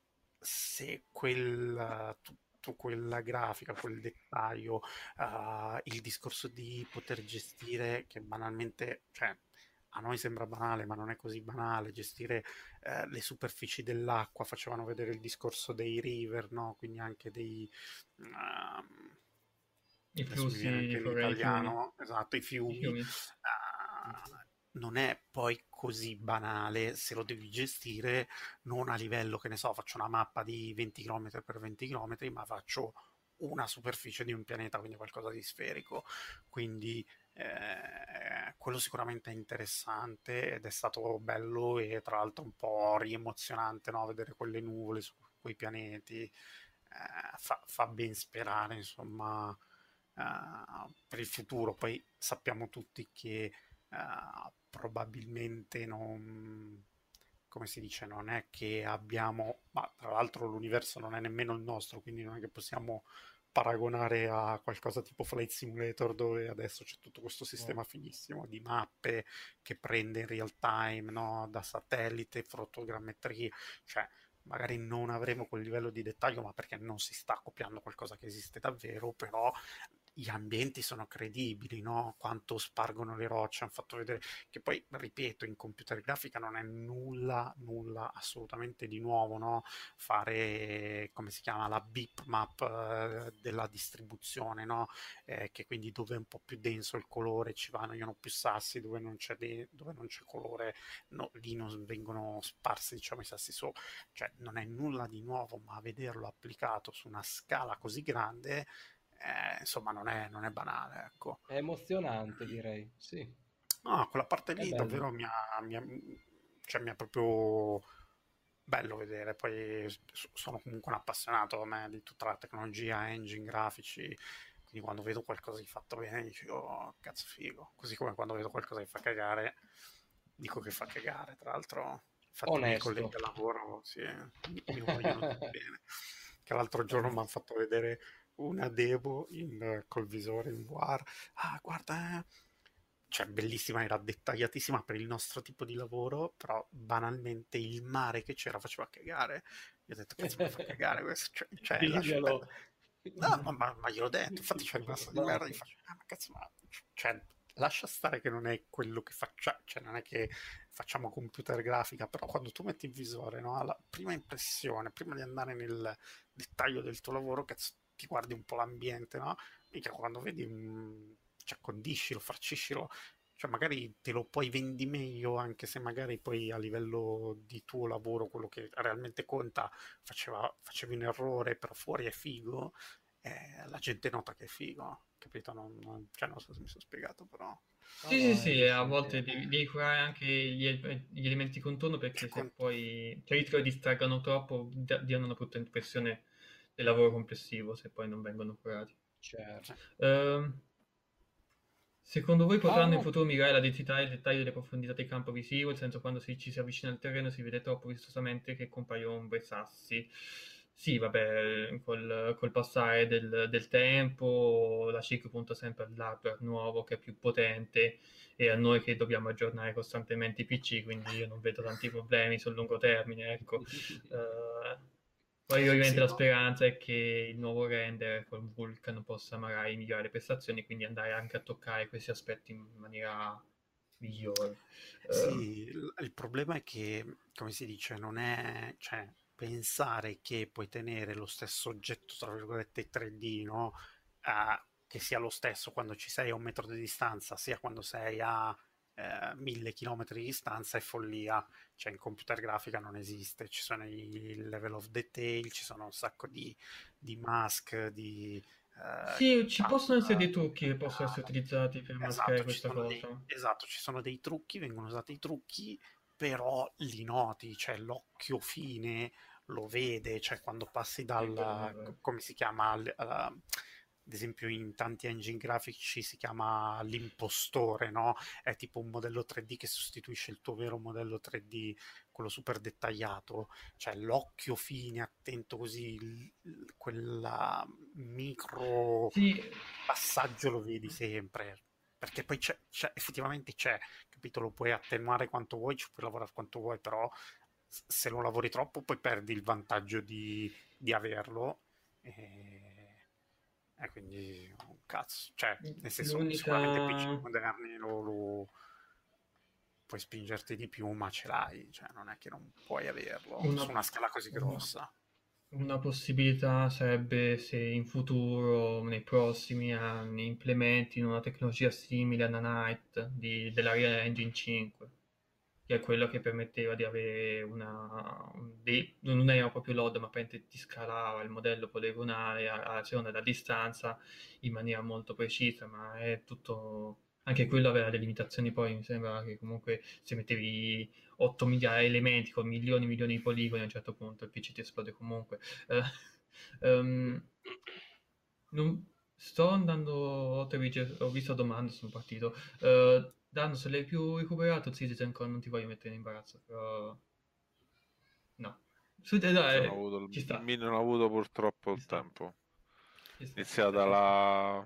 se quel, tutto quella grafica, quel dettaglio, uh, il discorso di poter gestire, che banalmente, cioè, a noi sembra banale, ma non è così banale, gestire eh, le superfici dell'acqua, facevano vedere il discorso dei river, no? Quindi anche dei... ehm, I adesso mi viene flussi anche di in fuori, i fiumi, italiano, esatto, i i fiumi, fiumi. eh, non è poi così banale se lo devi gestire non a livello, che ne so, faccio una mappa di venti chilometri per venti chilometri, ma faccio una superficie di un pianeta, quindi qualcosa di sferico. Quindi eh, quello sicuramente è interessante ed è stato bello e tra l'altro un po' riemozionante, no? Vedere quelle nuvole su quei pianeti. Eh, fa, fa ben sperare, insomma, eh, per il futuro. Poi sappiamo tutti che eh, probabilmente non, come si dice, non è che abbiamo, ma tra l'altro l'universo non è nemmeno il nostro, quindi non è che possiamo paragonare a qualcosa tipo Flight Simulator dove adesso c'è tutto questo No. sistema finissimo di mappe che prende in real time, no? Da satellite, fotogrammetria, cioè magari non avremo quel livello di dettaglio, ma perché non si sta copiando qualcosa che esiste davvero, però gli ambienti sono credibili, no? Quanto spargono le rocce, hanno fatto vedere che poi, ripeto, in computer grafica non è nulla, nulla assolutamente di nuovo, no? Fare, come si chiama, la bitmap eh, della distribuzione, no? Eh, che quindi dove è un po' più denso il colore ci vanno più sassi, dove non c'è, de- dove non c'è colore, no, lì non vengono sparsi, diciamo, i sassi sopra. Cioè, non è nulla di nuovo, ma vederlo applicato su una scala così grande eh, insomma non è, non è banale, ecco. È emozionante, direi. Sì, No, quella parte è lì bello. davvero mi ha, mi ha- cioè, mi ha proprio bello vedere. Poi s- sono comunque un appassionato a me di tutta la tecnologia, engine grafici, quindi quando vedo qualcosa di fatto bene dico oh cazzo figo, così come quando vedo qualcosa che fa cagare dico che fa cagare. Tra l'altro infatti i miei Onesto. colleghi al lavoro sì, mi, mi vogliono tutti bene, che l'altro giorno mi hanno fatto vedere una demo in, col visore in V R, ah guarda, eh. Cioè bellissima, era dettagliatissima per il nostro tipo di lavoro, però banalmente il mare che c'era faceva cagare. Io ho detto cazzo mi fa cagare questo, cioè, cioè lascia Diglielo. no, ma, ma, ma gliel'ho detto, infatti c'è rimasto di merda, gli faccio, ah, ma cazzo, ma cioè, lascia stare che non è quello che facciamo, cioè non è che facciamo computer grafica, però quando tu metti il visore, no, alla prima impressione, prima di andare nel dettaglio del tuo lavoro, cazzo, ti guardi un po' l'ambiente, no? Mica quando vedi un... cioè condiscilo, farciscilo, cioè magari te lo puoi vendi meglio, anche se magari poi a livello di tuo lavoro quello che realmente conta faceva, facevi un errore, però fuori è figo, eh, la gente nota che è figo, capito? Non, non, cioè, non so se mi sono spiegato, però... Sì, sì, sì, a volte devi, devi curare anche gli, gli elementi contorno perché se Con... poi cioè, rischio che distraggano troppo, da- diano una brutta impressione del lavoro complessivo se poi non vengono curati. Certo. Ehm, secondo voi potranno in Ah, futuro migliorare la densità e il dettaglio delle profondità del campo visivo, nel senso quando si- ci si avvicina al terreno si vede troppo vistosamente che compaiono ombre e sassi? Sì, vabbè, col, col passare del, del tempo la C I C punta sempre all'hardware nuovo che è più potente e a noi che dobbiamo aggiornare costantemente i P C, quindi io non vedo tanti problemi sul lungo termine, ecco. Eh, poi ovviamente Sì, la no? speranza è che il nuovo render con Vulkan possa magari migliorare le prestazioni, quindi andare anche a toccare questi aspetti in maniera migliore. Eh, Sì, il, il problema è che, come si dice, non è, cioè, pensare che puoi tenere lo stesso oggetto, tra virgolette, tre D, no? Ah, che sia lo stesso quando ci sei a un metro di distanza, sia quando sei a eh, mille chilometri di distanza, è follia. Cioè, in computer grafica non esiste, ci sono i level of detail, ci sono un sacco di, di mask, di eh, sì, ci possono essere dei cut, trucchi che possono essere utilizzati per mascherare esatto, ci questa sono dei, cosa. esatto, ci sono dei trucchi, vengono usati i trucchi, però li noti, cioè l'occhio fine lo vede, cioè quando passi Sì, quello non è dal, vero. come si chiama, al- alla- ad esempio in tanti engine grafici si chiama l'impostore, no? È tipo un modello tre D che sostituisce il tuo vero modello tre D, quello super dettagliato, cioè l'occhio fine, attento così, il- il- quella micro Sì, passaggio lo vedi sempre, perché poi c'è, c'è- effettivamente c'è, capito? Lo puoi attenuare quanto vuoi, ci puoi lavorare quanto vuoi, però s- se lo lavori troppo poi perdi il vantaggio di, di averlo e, e quindi un cazzo, cioè nel senso sicuramente P C l'unica moderni lo, lo- puoi spingerti di più, ma ce l'hai, cioè non è che non puoi averlo una, su una scala così una- grossa. una possibilità sarebbe se in futuro, nei prossimi anni, implementino una tecnologia simile a Nanite di, della Unreal Engine cinque, che è quello che permetteva di avere una... un- dei- non era proprio L O D, ma praticamente ti scalava il modello poligonale a, a seconda della distanza in maniera molto precisa, ma è tutto... Anche quello aveva delle limitazioni, poi mi sembra che comunque se mettevi otto migliaia di elementi con milioni e milioni di poligoni, a un certo punto il P C ti esplode comunque. Eh, ehm, non- sto andando oltre, vice- ho visto la domanda, sono partito. Eh, Danno, se l'hai più recuperato, Citizen ancora non ti voglio mettere in imbarazzo, però... No. Su, eh, no, Non ho eh, avuto il, ci il sta, mio non ho avuto purtroppo ci il sta, tempo. ci sta, ci sta, Iniziata ci sta. la...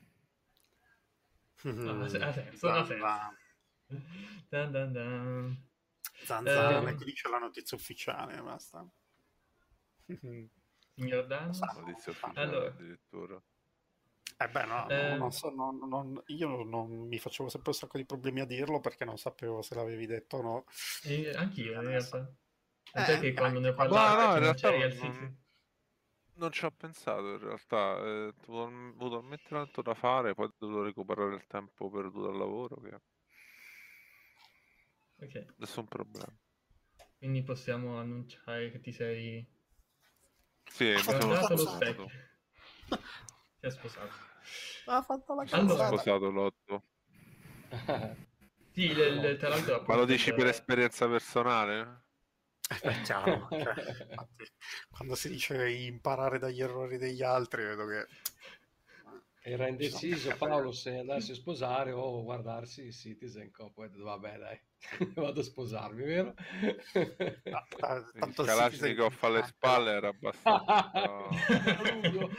No, ha, se- ha senso, ha Zan, senso. zan, Dan, dan, dan. zan, zan, Ehm, ecco dice la notizia ufficiale, basta. signor Lo Danno? sanno, lo notizia sanno. ufficiale Allora, addirittura. Eh beh, no, no, eh, non so, non- non- io non mi facevo sempre un sacco di problemi a dirlo perché non sapevo se l'avevi detto o no. eh, anch'io E in adesso... realtà. Tant'è Eh, che quando ne anche ho quando No, parlato magari no, che in ti non realtà c'eri al non, sito. non- non ci ho pensato, in realtà. Eh, ho tal- avuto talmente tanto da fare, poi ho dovuto recuperare il tempo perduto al lavoro, che Ok, nessun problema. quindi possiamo annunciare che ti sei Sì, ha mi fatto sono la guardato allo cazzata. specchio. sposato. Ti hai sposato. Ha fatto la Mi sono Allora, cazzata. sposato l'otto. sì, il- il- tra l'altro Ma lo appunto dici per il... esperienza personale? Eh, beh, è chiaro, cioè, infatti, quando si dice imparare dagli errori degli altri, vedo che... Era Ci sono indeciso delle Paolo ragazze. se andarsi a sposare o guardarsi Citizen Cop. Poi ho detto, vabbè, dai, vado a sposarmi, vero? Ah, ta- Il tanto il Citizen Kalashnikov Cop alle neanche lo... spalle era abbastanza... Era lungo.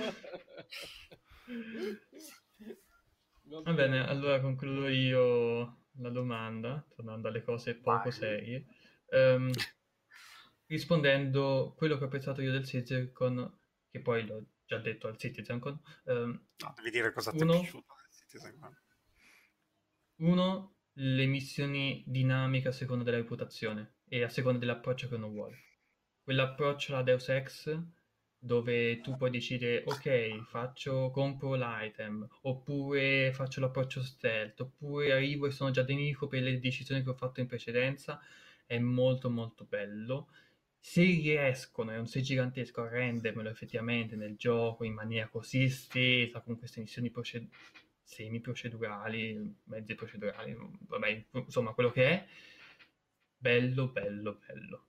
Va Va bene, bene. allora concludo io la domanda, tornando alle cose poco Vai. serie. Ehm, rispondendo quello che ho pensato io del Citizen, che poi l'ho già detto al Citizen, ehm, No, devi dire cosa ti è uno, piaciuto del Citizen Cop. uno, le missioni dinamiche a seconda della reputazione e a seconda dell'approccio che uno vuole. Quell'approccio alla Deus Ex dove tu puoi decidere, ok, faccio, compro l'item, oppure faccio l'approccio stealth, oppure arrivo e sono già nemico per le decisioni che ho fatto in precedenza, è molto molto bello. Se riescono, e non sei gigantesco, a rendermelo effettivamente nel gioco in maniera così estesa, con queste missioni proced- semi-procedurali, mezzi procedurali, vabbè, insomma, quello che è, bello, bello, bello.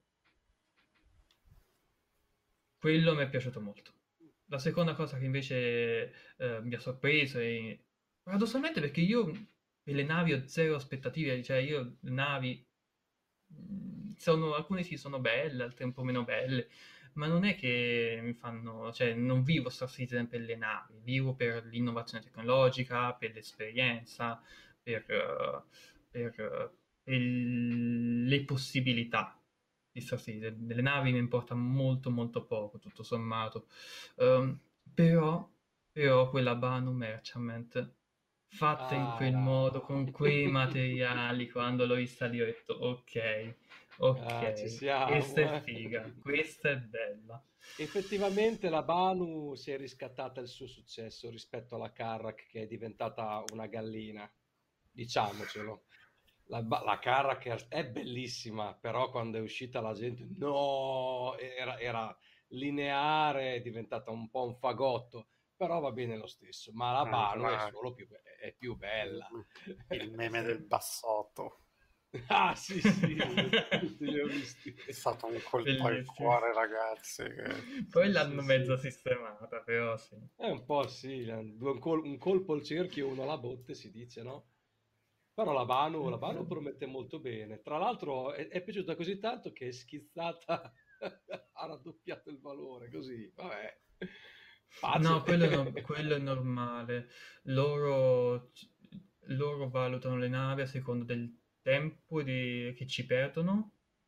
Quello mi è piaciuto molto. La seconda cosa che invece eh, mi ha sorpreso è paradossalmente perché io per le navi ho zero aspettative, cioè io le navi mh, sono, alcune sì sono belle, altre un po' meno belle, ma non è che mi fanno, cioè non vivo Star Citizen per le navi, vivo per l'innovazione tecnologica, per l'esperienza, per, eh, per, eh, per le possibilità di Star Citizen. Delle navi mi importa molto molto poco, tutto sommato. Ehm, però, però quella Banu Merchant fatta in quel Ah, modo, con quei materiali, quando l'ho vista lì ho detto ok, ah, ci ok, questa siamo. è eh. figa, questa è bella. Effettivamente la Banu si è riscattata il suo successo rispetto alla Carrack che è diventata una gallina, diciamocelo. La, ba- la Carrack è bellissima, però quando è uscita la gente no, era, era lineare, è diventata un po' un fagotto, però va bene lo stesso. Ma la Eh, Banu è quella- solo più, be- è più il, bella. il meme del bassotto. Ah, sì, sì, tutti li ho visti. È stato un colpo al Bellissimo. cuore, ragazzi. Che... Poi Sì, sì, l'hanno mezzo sì. sistemata, però sì. È un po' sì, due- un, col- un colpo al cerchio, uno alla botte, si dice, no? Però la Banu, la Banu promette molto bene. Tra l'altro è, è piaciuta così tanto che è schizzata, ha raddoppiato il valore, così, vabbè. Pace. No, quello è, no- quello è normale. Loro, loro valutano le navi a seconda del tempo di- che ci perdono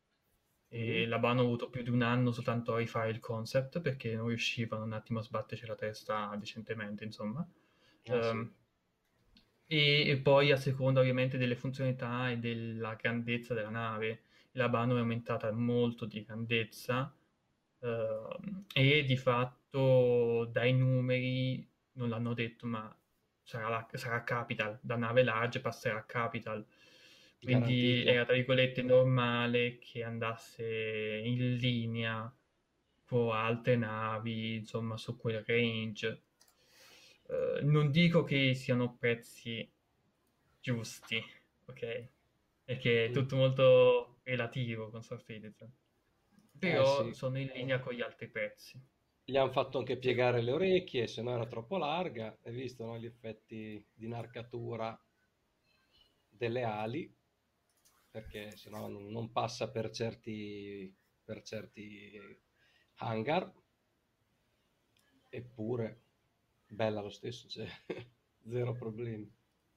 e Mhm. la Bano ha avuto più di un anno soltanto a rifare il concept perché non riuscivano un attimo a sbatterci la testa decentemente, insomma. Ah, sì. Ehm, e, e poi a seconda ovviamente delle funzionalità e della grandezza della nave. La Bano è aumentata molto di grandezza ehm, e di fatto dai numeri non l'hanno detto, ma sarà, la- sarà Capital, da nave large passerà a Capital. Quindi Garantito. era tra virgolette normale che andasse in linea con altre navi, insomma, su quel range. Eh, non dico che siano prezzi giusti, ok? Perché è Mm. tutto molto relativo con Star Citizen. Eh Però sì. sono in linea con gli altri prezzi. Gli hanno fatto anche Sì. piegare le orecchie, se no era troppo larga. Hai visto, no, gli effetti di narcatura delle ali, perché se no non non passa per certi, per certi hangar. Eppure, bella lo stesso, cioè, zero problemi.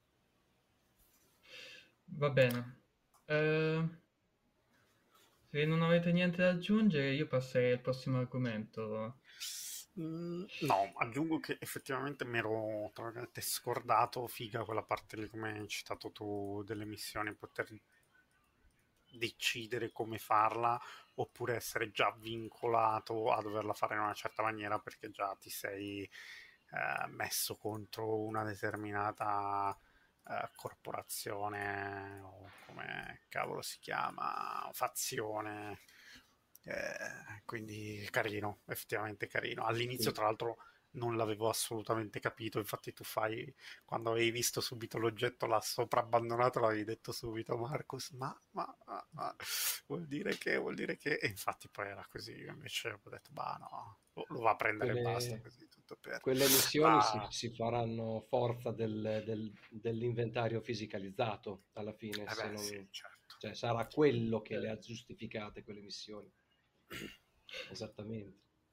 Va bene. Eh, se non avete niente da aggiungere, io passerei al prossimo argomento. Mm, no, aggiungo che effettivamente mi ero tra virgolette scordato, figa quella parte lì come hai citato tu delle missioni, poter decidere come farla oppure essere già vincolato a doverla fare in una certa maniera perché già ti sei eh, messo contro una determinata eh, corporazione o come cavolo si chiama, fazione. Eh, quindi carino, effettivamente carino. All'inizio, Sì. tra l'altro, non l'avevo assolutamente capito. Infatti, tu fai quando avevi visto subito l'oggetto là sopra abbandonato, l'avevi detto subito, Marcus. Ma, ma, ma, ma, vuol dire che, vuol dire che. E infatti, poi era così. Io invece ho detto, bah, no, lo, lo va a prendere e basta Quelle, così. Tutto per Quelle missioni si, la... si faranno forza del- del- dell'inventario fisicalizzato alla fine, Eh se beh, non, sì, certo. cioè sarà quello che le ha giustificate quelle missioni. Esattamente.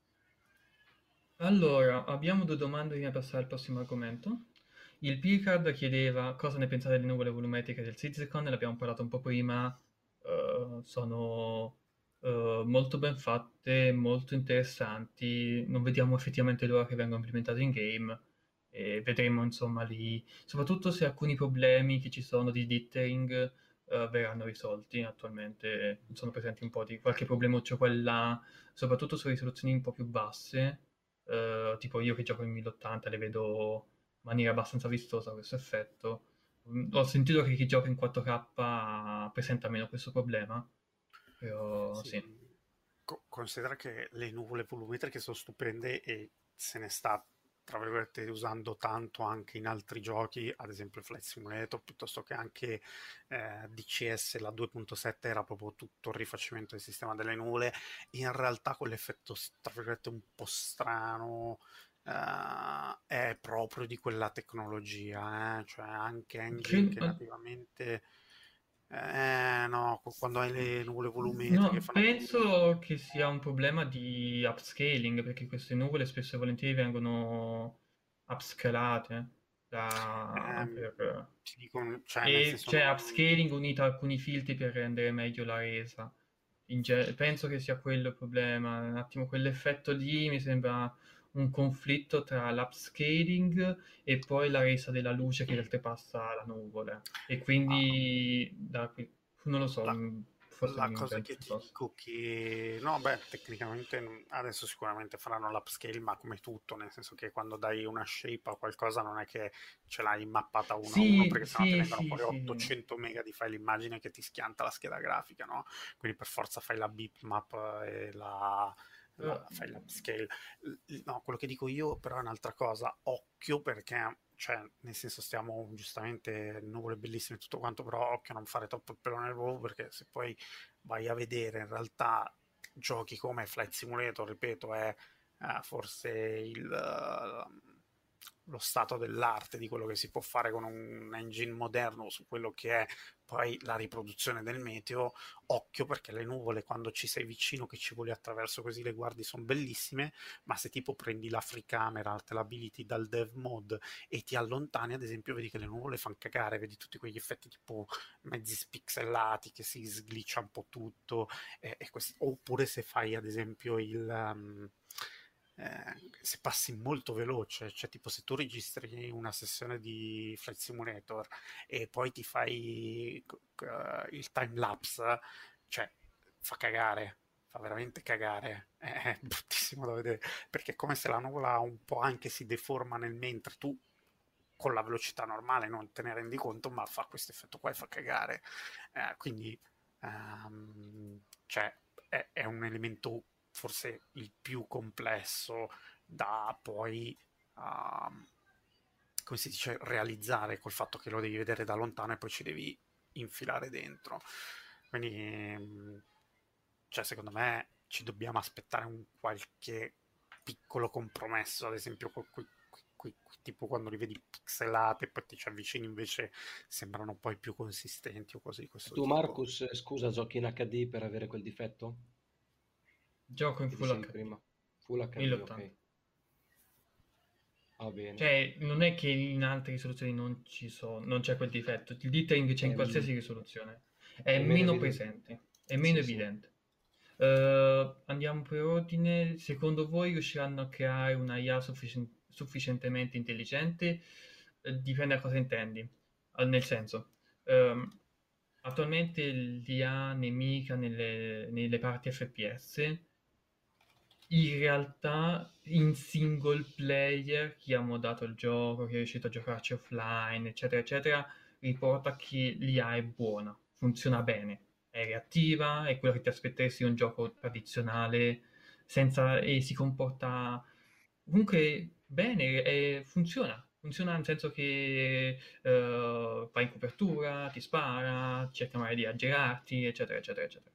Allora, abbiamo due domande prima di passare al prossimo argomento. Il Picard chiedeva cosa ne pensate delle nuvole volumetriche del Citizen, ne abbiamo parlato un po' prima, eh, sono eh, molto ben fatte, molto interessanti, non vediamo effettivamente l'ora che vengano implementate in game e vedremo insomma lì, soprattutto se alcuni problemi che ci sono di dithering eh, verranno risolti. Attualmente sono presenti un po' di qualche problemuccio qua e là, soprattutto su risoluzioni un po' più basse. Eh, tipo io che gioco in mille ottanta le vedo in maniera abbastanza vistosa questo effetto. Mm, Ho sentito che chi gioca in quattro K presenta meno questo problema, però Sì. sì. Co- considera che le nuvole volumetriche sono stupende e se ne sta, tra virgolette, usando tanto anche in altri giochi, ad esempio Flight Simulator, piuttosto che anche eh, D C S, la due punto sette era proprio tutto il rifacimento del sistema delle nuvole. In realtà quell'effetto, s- tra virgolette, un po' strano eh, è proprio di quella tecnologia, eh, cioè anche engine Che- che ma- nativamente... Eh no, qu- quando hai le nuvole volumetriche No, fanno proprio... penso che sia un problema di upscaling, perché queste nuvole spesso e volentieri vengono upscalate da, Ehm, per- ti dico, cioè nel e senso c'è non... upscaling unito a alcuni filtri per rendere meglio la resa. In ge- penso che sia quello il problema. Un attimo, quell'effetto lì mi sembra un conflitto tra l'upscaling e poi la resa della luce che oltrepassa la nuvola. E ah, quindi da qui, non lo so, la, mh, forse la mi cosa invento che ti qualcosa. dico che... No, beh, tecnicamente non- adesso sicuramente faranno l'upscale, ma come tutto, nel senso che quando dai una shape a qualcosa non è che ce l'hai mappata uno a uno, Sì, perché sennò ti sì, vengono sì, fuori sì. ottocento mega di file immagine che ti schianta la scheda grafica, no? Quindi per forza fai la bitmap e la... Eh, la- fai l'upscale. L- No, quello che dico io però è un'altra cosa. Occhio perché, cioè, nel senso stiamo giustamente nuvole bellissime e tutto quanto, però occhio a non fare troppo il pelo nell'uovo perché se poi vai a vedere in realtà giochi come Flight Simulator, ripeto, è eh, forse il, eh, lo stato dell'arte di quello che si può fare con un engine moderno su quello che è poi la riproduzione del meteo. Occhio perché le nuvole quando ci sei vicino che ci voli attraverso così le guardi sono bellissime, ma se tipo prendi la free camera, te l'ability dal dev mode e ti allontani, ad esempio, vedi che le nuvole fanno cagare, vedi tutti quegli effetti tipo mezzi spixellati che si sglicia un po' tutto, e, e quest- oppure se fai ad esempio il... um, eh, se passi molto veloce, cioè tipo se tu registri una sessione di Flight Simulator e poi ti fai uh, il time lapse, cioè fa cagare, fa veramente cagare, è bruttissimo da vedere, perché è come se la nuvola un po' anche si deforma nel mentre tu con la velocità normale non te ne rendi conto, ma fa questo effetto qua e fa cagare. Eh, quindi um, cioè, è, è un elemento forse il più complesso da poi um, come si dice, realizzare col fatto che lo devi vedere da lontano e poi ci devi infilare dentro. Quindi, cioè, secondo me ci dobbiamo aspettare un qualche piccolo compromesso, ad esempio, con quei, quei, quei, tipo quando li vedi pixelati e poi ti ci avvicini invece sembrano poi più consistenti o cose di questo Tu, tipo. Marcus, scusa, giochi in H D per avere quel difetto Gioco in che Full dicevi H D, prima? Full H D, mille ottanta. ok. Va bene. Cioè, non è che in altre risoluzioni non ci sono, non c'è quel difetto. Il dithering c'è in È, qualsiasi risoluzione. È è meno meno evidente. presente, è meno Sì, sì. evidente. Eh, andiamo per ordine. Secondo voi riusciranno a creare una I A sufficien- sufficientemente intelligente? Eh, dipende da cosa intendi. Eh, nel senso, ehm, attualmente l'I A nemica nelle, nelle parti F P S in realtà in single player chi ha modato il gioco, chi è riuscito a giocarci offline, eccetera, eccetera, riporta che l'I A è buona, funziona bene, è reattiva, è quello che ti aspetteresti in un gioco tradizionale, senza, e si comporta comunque bene, e funziona. Funziona nel senso che eh, va in copertura, ti spara, cerca magari di aggirarti, eccetera, eccetera, eccetera.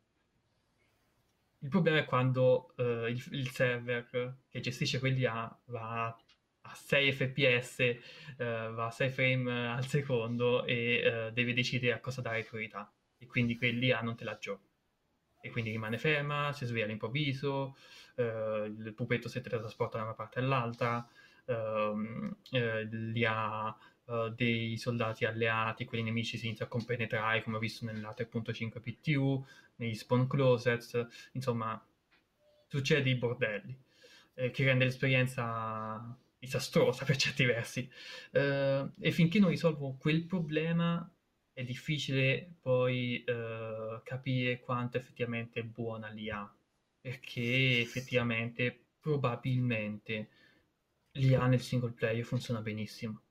Il problema è quando eh, il, il server che gestisce quell'I A va a sei F P S, eh, va a sei frame al secondo e eh, deve decidere a cosa dare priorità. E quindi quelli A non te la giochi. E quindi rimane ferma, si sveglia all'improvviso, eh, il pupetto si teletrasporta da una parte all'altra, ehm, eh, li ha eh, dei soldati alleati, quelli nemici si iniziano a compenetrare, come ho visto nella tre punto cinque P T U, negli spawn closets, insomma, succede i bordelli, eh, che rende l'esperienza disastrosa per certi versi. Eh, e finché non risolvo quel problema è difficile poi eh, capire quanto effettivamente è buona l'I A, perché effettivamente probabilmente l'I A nel single player funziona benissimo.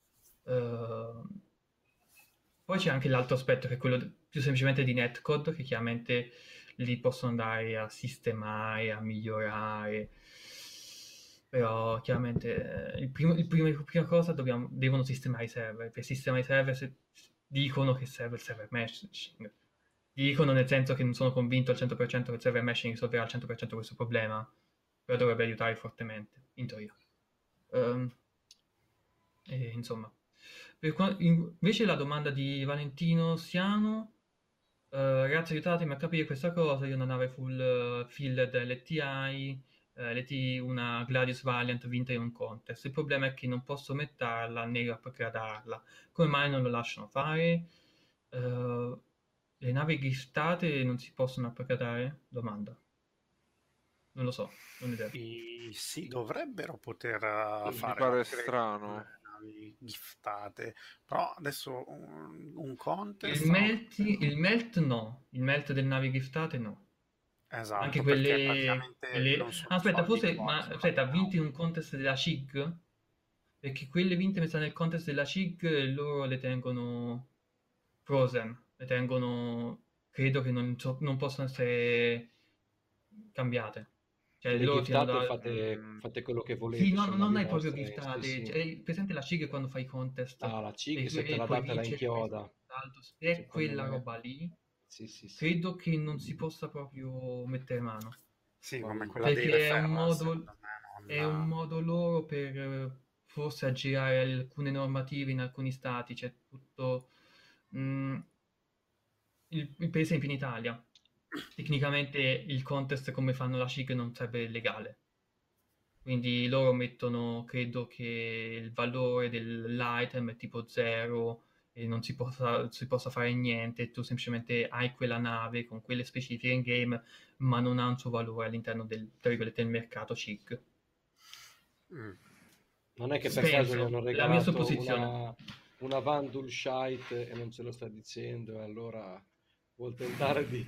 Uh, poi c'è anche l'altro aspetto che è quello de- più semplicemente di netcode, che chiaramente lì possono andare a sistemare, a migliorare, però chiaramente eh, il primo, il primo- la prima cosa dobbiamo, devono sistemare i server. Per sistemare i server se- dicono che serve il server meshing, dicono nel senso che non sono convinto al cento per cento che il server meshing risolverà al cento per cento questo problema, però dovrebbe aiutare fortemente, in teoria. Ehm, e, insomma, per qua- invece la domanda di Valentino Siano, eh, ragazzi aiutatemi a capire questa cosa, io ho una nave full eh, filled L T I, eh, L T I, una Gladius Valiant vinta in un contest, il problema è che non posso metterla né upgradarla, come mai non lo lasciano fare? Eh, le navi giftate non si possono upgradare? Domanda. Non lo so, non ho idea. I- sì, dovrebbero poter uh, Mi fare pare l'upgrade strano. sulle navi giftate, però adesso un, un Il contest non lo melt, il melt no, il melt delle navi giftate no. Anche esatto, perché quelle, praticamente quelle... non sono ah, aspetta, soldi che forse, vuoi ma sulla aspetta, ha vinto in un nave. contest della C I G? Perché quelle vinte messe nel contest della C I G loro le tengono frozen, le tengono, credo che non, so- non possano essere cambiate. E Cioè le loro ti hanno giftate dato... fate, Mm, fate quello che Sì, volete, no, sono non navi hai proprio vostre. Sì, giftate, sì. cioè, hai presente la C I G quando fai contest Ah, la e, C I G se te e la puoi date la vincere questo inchioda. saldo, se è Secondo quella me. roba lì, Sì, sì, sì. credo che non si possa proprio mettere mano. Sì, come Non- quella dei Perché è un referral, modo, secondo me è un non... modo loro per eh, forse aggirare alcune normative in alcuni stati, c'è tutto... mm, il- il- per esempio in Italia, tecnicamente il contest come fanno la C I G non sarebbe legale. Quindi loro mettono, credo che il valore dell'item è tipo zero e non si possa, si possa fare niente, tu semplicemente hai quella nave con quelle specifiche in game, ma non ha un suo valore all'interno del, tra virgolette, del mercato C I G. Mm. Non è che per caso gli Penso, hanno la mia regalato supposizione. una, una Vandal Shite e non ce lo sta dicendo, e allora vuol tentare di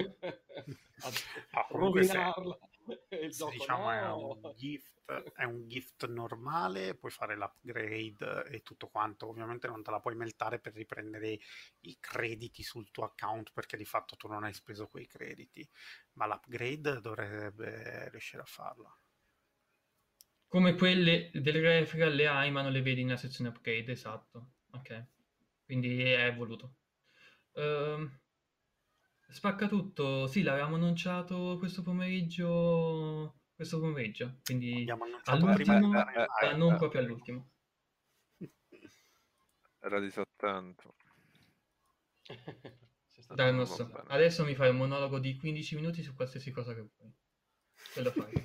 Ah, comunque se, rovinarla. E il se gioco diciamo è no. un gift, è un gift normale, puoi fare l'upgrade e tutto quanto. Ovviamente non te la puoi meltare per riprendere i crediti sul tuo account perché di fatto tu non hai speso quei crediti, ma l'upgrade dovrebbe riuscire a farlo. Come quelle del referral le hai, ma non le vedi nella sezione upgrade, esatto. Ok, quindi è voluto. Ehm, spacca tutto, sì, l'avevamo annunciato questo pomeriggio, questo pomeriggio, quindi Abbiamo annunciato prima di eh, all'ultimo, andare in eh, ma eh, non live. eh, proprio all'ultimo. era disattento. Sei stato Dai, Ma va Mossa, utilizzato. bene. adesso mi fai un monologo di quindici minuti su qualsiasi cosa che vuoi. Ce lo fai.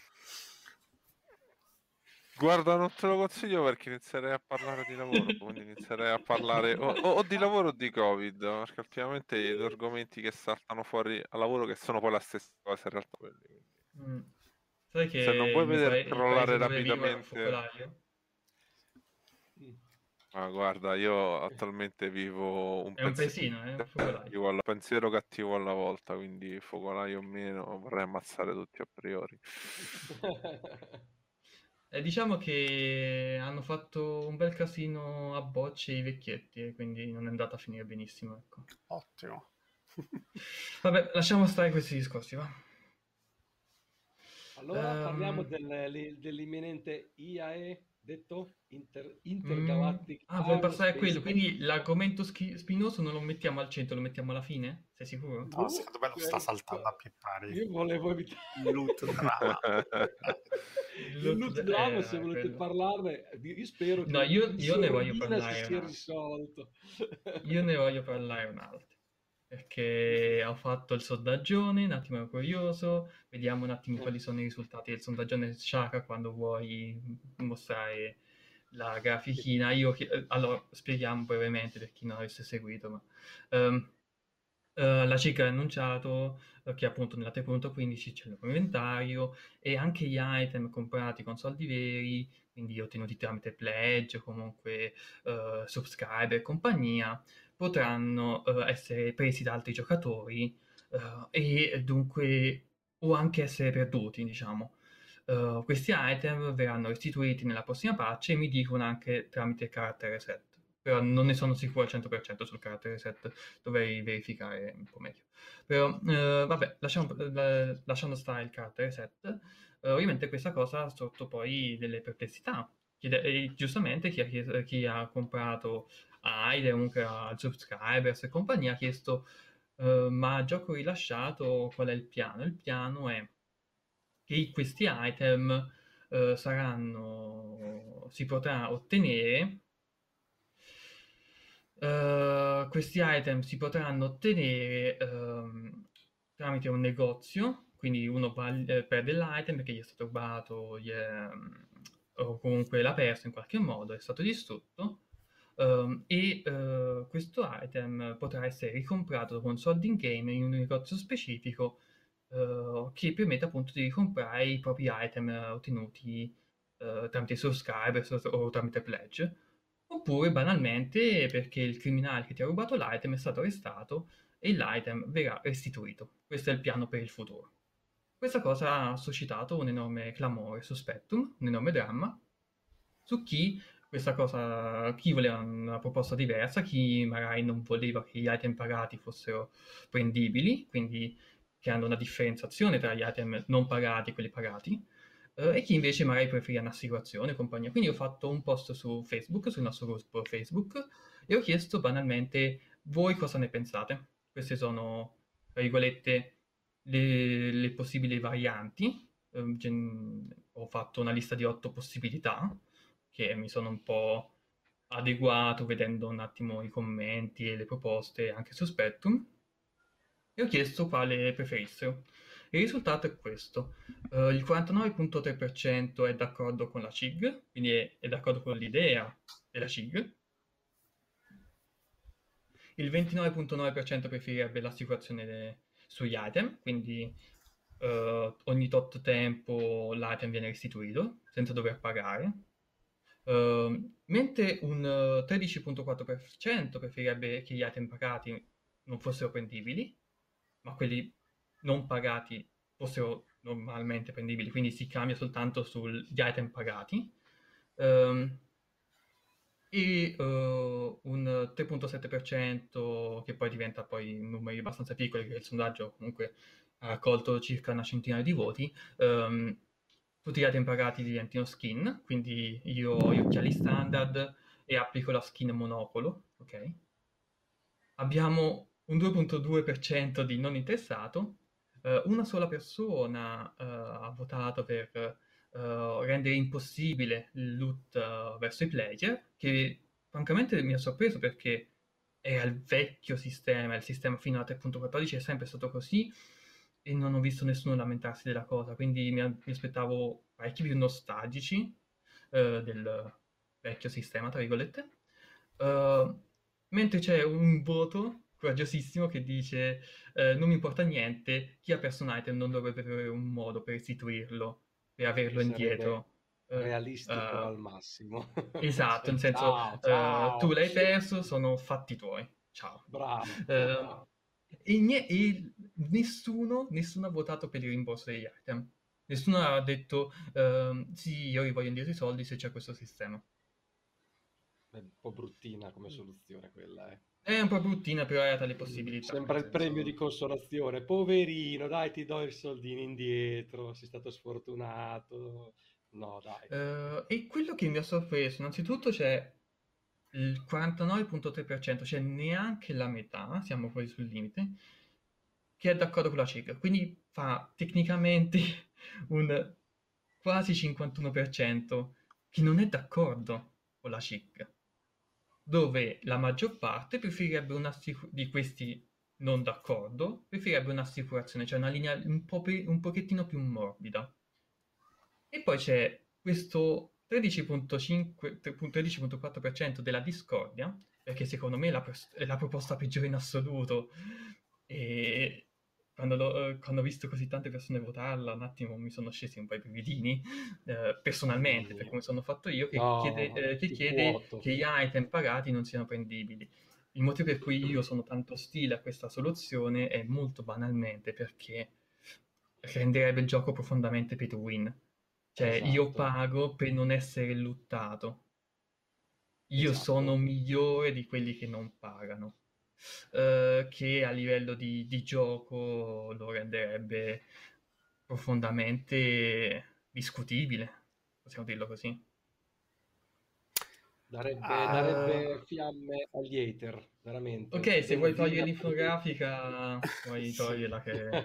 Guarda, non te lo consiglio perché inizierei a parlare di lavoro, quindi inizierei a parlare o, o- o di lavoro o di Covid, perché ultimamente gli argomenti che saltano fuori al lavoro che sono poi la stessa cosa in realtà quelli, quindi. Mm. Sai che Se non vuoi il mio veder pa- il crollare paese dove vivo è un rapidamente, focolaio? Mm. ma guarda, io attualmente vivo un È un pensiero paesino, è un focolaio. cattivo alla, pensiero cattivo alla volta, quindi focolaio o meno vorrei ammazzare tutti a priori. E diciamo che hanno fatto un bel casino a bocce i vecchietti, e quindi non è andata a finire benissimo, ecco. Ottimo. Vabbè, lasciamo stare questi discorsi, va. Allora parliamo Ehm, del- li- dell'imminente I A E detto? Inter, Mm, Intergalactic ah, vuoi Aerospace passare a quello? Agency. Quindi l'argomento schi- spinoso non lo mettiamo al centro, lo mettiamo alla fine? Sei sicuro? No, Boh, secondo me lo sta eh, saltando a pippari. io volevo evitare Il loot drama. Il il loot loot d- drama, eh, se volete quello. parlarne, io spero che No, in, io, in io ne voglio sordina si parlare un sia altro. risolto. Io ne voglio parlare un altro. Perché ho fatto il sondaggione, un attimo ero curioso, vediamo un attimo Eh, quali sono i risultati del sondaggione Shaka quando vuoi mostrare la grafichina. Io, chi- eh, allora, spieghiamo brevemente per chi non avesse seguito, ma ehm, eh, la C I C ha annunciato eh, che appunto nella tre punto quindici c'è il nuovo inventario e anche gli item comprati con soldi veri, quindi ottenuti tramite pledge o comunque eh, subscribe e compagnia, potranno eh, essere presi da altri giocatori eh, e dunque o anche essere perduti, diciamo. Eh, questi item verranno restituiti nella prossima patch e mi dicono anche tramite character reset. Però non ne sono sicuro al cento per cento sul character reset, dovrei verificare un po' meglio. Però, eh, vabbè, lasciamo, la- lasciando stare il character reset, eh, ovviamente questa cosa ha sorto poi delle perplessità. Chiede- e giustamente chi ha, chies- chi ha comprato Aide, comunque al subscribers e compagnia, ha chiesto eh, ma a gioco rilasciato qual è il piano? Il piano è che questi item eh, saranno, si potrà ottenere, eh, questi item si potranno ottenere ehm, tramite un negozio, quindi uno val- eh, perde l'item perché gli è stato rubato, gli è- o comunque l'ha perso in qualche modo, è stato distrutto. Ehm, e eh, questo item potrà essere ricomprato con soldi in game in un negozio specifico eh, che permette appunto di ricomprare i propri item eh, ottenuti eh, tramite subscribers o, o tramite pledge, oppure banalmente perché il criminale che ti ha rubato l'item è stato arrestato e l'item verrà restituito. Questo è il piano per il futuro. Questa cosa ha suscitato un enorme clamore su Spectrum, un enorme dramma, su chi questa cosa, chi voleva una proposta diversa, chi magari non voleva che gli item pagati fossero prendibili, quindi creando una differenziazione tra gli item non pagati e quelli pagati, eh, e chi invece magari preferiva un'assicurazione e compagnia. Quindi ho fatto un post su Facebook, sul nostro gruppo Facebook, e ho chiesto banalmente voi cosa ne pensate. Queste sono, tra virgolette, le, le possibili varianti. Eh, gen- ho fatto una lista di otto possibilità che mi sono un po' adeguato vedendo un attimo i commenti e le proposte anche su Spectrum e ho chiesto quale preferissero. Il risultato è questo. Eh, il quarantanove virgola tre per cento è d'accordo con la C I G, quindi è, è d'accordo con l'idea della C I G. Il ventinove virgola nove per cento preferirebbe l'assicurazione de- sugli item, quindi eh, ogni tot tempo l'item viene restituito senza dover pagare. Uh, mentre un uh, tredici virgola quattro per cento preferirebbe che gli item pagati non fossero prendibili, ma quelli non pagati fossero normalmente prendibili, quindi si cambia soltanto sugli item pagati. Um, e uh, un tre virgola sette per cento che poi diventa poi numeri abbastanza piccoli, perché il sondaggio comunque ha raccolto circa una centinaia di voti. Um, tutti gli item pagati diventino skin, quindi io ho gli occhiali standard e applico la skin monocolo, ok? Abbiamo un due virgola due per cento di non interessato, eh, una sola persona eh, ha votato per eh, rendere impossibile il loot eh, verso i player, che francamente mi ha sorpreso perché era il vecchio sistema, il sistema fino alla tre punto quattordici è sempre stato così e non ho visto nessuno lamentarsi della cosa, quindi mi, mi aspettavo parecchi più nostalgici eh, del vecchio sistema, tra virgolette. Uh, mentre c'è un voto coraggiosissimo che dice eh, non mi importa niente, chi ha perso un item non dovrebbe avere un modo per restituirlo, per averlo che sarebbe indietro. Eh, realistico eh, al massimo. esatto, Cioè, nel senso ciao, eh, tu ciao. l'hai perso, sono fatti tuoi. Ciao. Bravo, Eh, bravo. e, nie- e nessuno, nessuno ha votato per il rimborso degli item. Nessuno ha detto ehm, sì, io rivoglio indietro i soldi se c'è questo sistema. È un po' bruttina come soluzione quella, eh. È un po' bruttina, però era tale possibilità, Sembra nel il premio di senso... consolazione. Poverino, dai, ti do i soldini indietro, sei stato sfortunato. No, dai. Eh, e quello che mi ha sorpreso, innanzitutto c'è il quarantanove virgola tre per cento, cioè neanche la metà, siamo fuori sul limite, che è d'accordo con la C I G. Quindi fa tecnicamente un quasi cinquantuno per cento che non è d'accordo con la C I G, dove la maggior parte preferirebbe un'assicu- di questi non d'accordo, preferirebbe un'assicurazione, cioè una linea un po' pe- un pochettino più morbida. E poi c'è questo tredici virgola cinque, tredici virgola quattro per cento della discordia, perché secondo me è la, pers- è la proposta peggiore in assoluto. E quando, l'ho- eh, quando ho visto così tante persone votarla, un attimo mi sono scesi un po' i brividini, eh, Mamma personalmente, per mia. come sono fatto io, che chiede, No, eh, che il chiede vuoto. che gli item pagati non siano prendibili. Il motivo per cui io sono tanto ostile a questa soluzione è molto banalmente perché renderebbe il gioco profondamente pay to win. Cioè, io Esatto, pago per non essere luttato. Io sono esatto. migliore di quelli che non pagano. Eh, che a livello di, di gioco lo renderebbe profondamente discutibile, possiamo dirlo così. Darebbe, Ah, Eh, darebbe fiamme agli hater, veramente. ok, se vuoi togliere Benzina per tutti. l'infografica, puoi sì. toglierla che...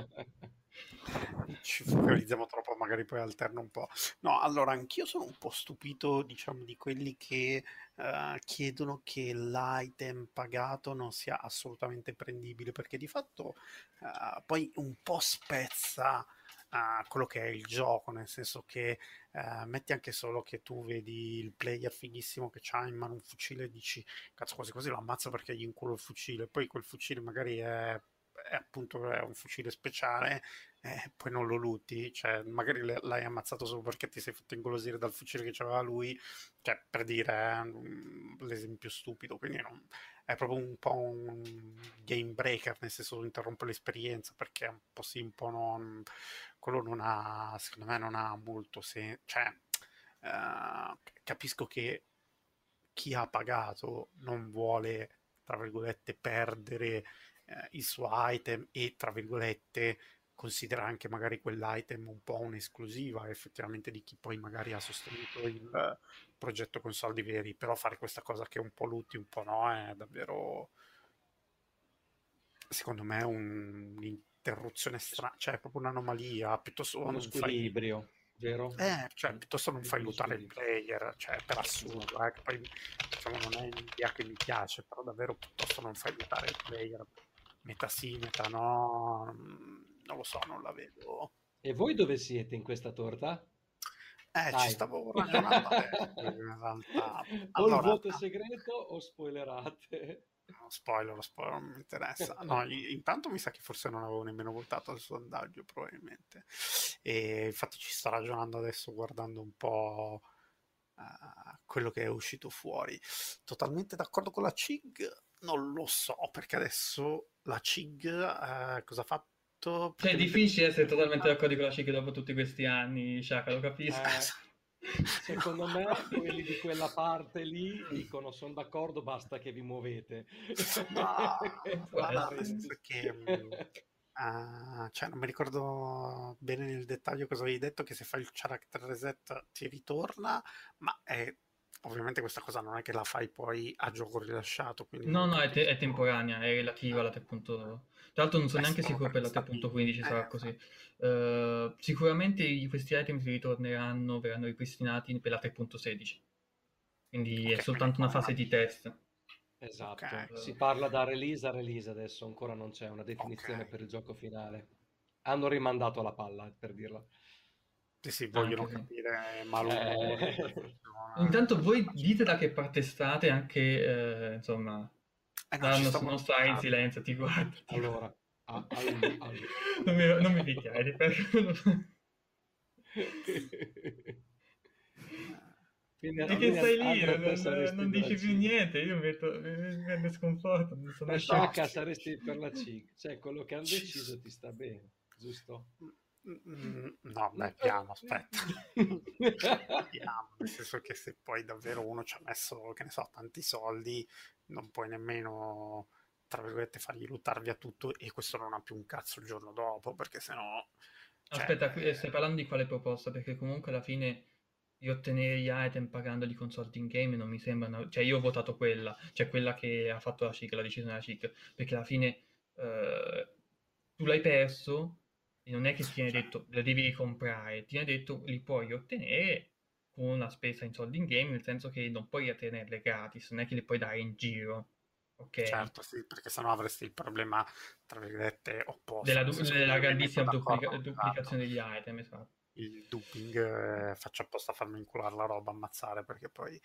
Ci focalizziamo troppo, magari poi alterno un po'. No, allora anch'io sono un po' stupito, diciamo, di quelli che eh, chiedono che l'item pagato non sia assolutamente prendibile, perché di fatto eh, poi un po' spezza eh, quello che è il gioco, nel senso che eh, metti anche solo che tu vedi il player fighissimo che ha in mano un fucile e dici, cazzo, quasi quasi lo ammazzo perché gli inculo il fucile, poi quel fucile magari è è appunto è un fucile speciale, eh, poi non lo lutti, cioè magari le- l'hai ammazzato solo perché ti sei fatto ingolosire dal fucile che c'aveva lui, cioè per dire eh, un- l'esempio stupido, quindi non- è proprio un po' un game breaker, nel senso interrompe l'esperienza perché un po' sì, un po' non, quello non ha, secondo me non ha molto senso, cioè eh, capisco che chi ha pagato non vuole, tra virgolette, perdere eh, il suo item e, tra virgolette, considera anche magari quell'item un po' un'esclusiva effettivamente di chi poi magari ha sostenuto il eh, progetto con soldi veri, però fare questa cosa che un po' lutti, un po' no, è davvero, secondo me, un- un'interruzione strana, cioè è proprio un'anomalia, piuttosto Uno non fai... squilibrio, vero? Eh, cioè, Mm, piuttosto non fai uno lottare il squilibrio. player, cioè, per assurdo, Esatto. eh, che poi, diciamo, non è un'idea che mi piace, però davvero piuttosto non fai lottare il player, metà sì, metà no, mm, non lo so, non la vedo. E voi dove siete in questa torta? Eh, ci Dai. stavo ragionando adesso, in realtà. O il Allora, voto segreto o spoilerate. no, spoiler, lo spoiler non mi interessa. No, i- intanto mi sa che forse non avevo nemmeno votato al sondaggio, probabilmente. E infatti ci sto ragionando adesso, guardando un po' eh, quello che è uscito fuori. Totalmente d'accordo con la C I G? Non lo so, perché adesso la C I G eh, cosa ha fatto? Cioè, è Praticamente difficile essere totalmente d'accordo con la C I G dopo tutti questi anni, Shaka, lo capisco. Eh, secondo me quelli di quella parte lì dicono sono d'accordo, basta che vi muovete. No, Può no, no, nel essere. Altrimenti... senso che mh, ah, cioè, non mi ricordo bene nel dettaglio cosa avevi detto, che se fai il character reset ti ritorna, ma è, ovviamente questa cosa non è che la fai poi a gioco rilasciato, quindi No, non no, è, te- è capisco. temporanea, è relativa alla tre. Tra l'altro non sono Beh, neanche solo sicuro perché per la sta lì. tre punto quindici sarà Eh, così. esatto. Eh, sicuramente i- questi item si ritorneranno, verranno ripristinati per la tre punto sedici, quindi è Ok, quindi soltanto una ancora un fase di attimo. test. Ok, Esatto, si Eh, parla da release a release adesso, ancora non c'è una ok. definizione per il gioco finale. Hanno rimandato la palla, per dirla. Sì, sì, vogliono anche sì. capire malumore come Eh, funziona. Intanto voi Ma ci dite da sta. che parte state, anche, eh, insomma, Eh no, no, ci non, stavo non stai in ragionando. silenzio, ti guardo, ti guardo. allora, a- allu- allu- Non mi, non mi picchiare, ti prego. Vieni, È che vieni stai a- lì, Andrea, te non, non- saresti non per la dici più C I G. niente, io mi, metto, mi mi prende sconforto, non sono Da No, uscito. Sciacca ci, saresti per la C I G, cioè quello che hanno ci deciso ti sta bene, giusto? Mm, no, beh, piano, aspetta. Piano, nel senso che se poi davvero uno ci ha messo, che ne so, tanti soldi, non puoi nemmeno, tra virgolette, fargli lottare via tutto e questo non ha più un cazzo il giorno dopo, perché sennò Cioè, Aspetta, qui- eh, stai parlando di quale proposta? Perché comunque alla fine di ottenere gli item pagandoli con soldi in game non mi sembra una... Cioè io ho votato quella, cioè quella che ha fatto la C I C, la decisione della C I C, perché alla fine eh, tu l'hai perso e non è che ti viene cioè, detto la devi ricomprare, ti viene detto li puoi ottenere con una spesa in soldi in game, nel senso che non puoi tenerle gratis, non è che le puoi dare in giro, ok? certo, sì, perché sennò avresti il problema, tra virgolette, opposto, Della, nel du- senso che della io mi metto grandissima duplica- d'accordo, esatto, duplicazione degli item, esatto. il duping, eh, faccio apposta a farmi inculare la roba, ammazzare, perché poi...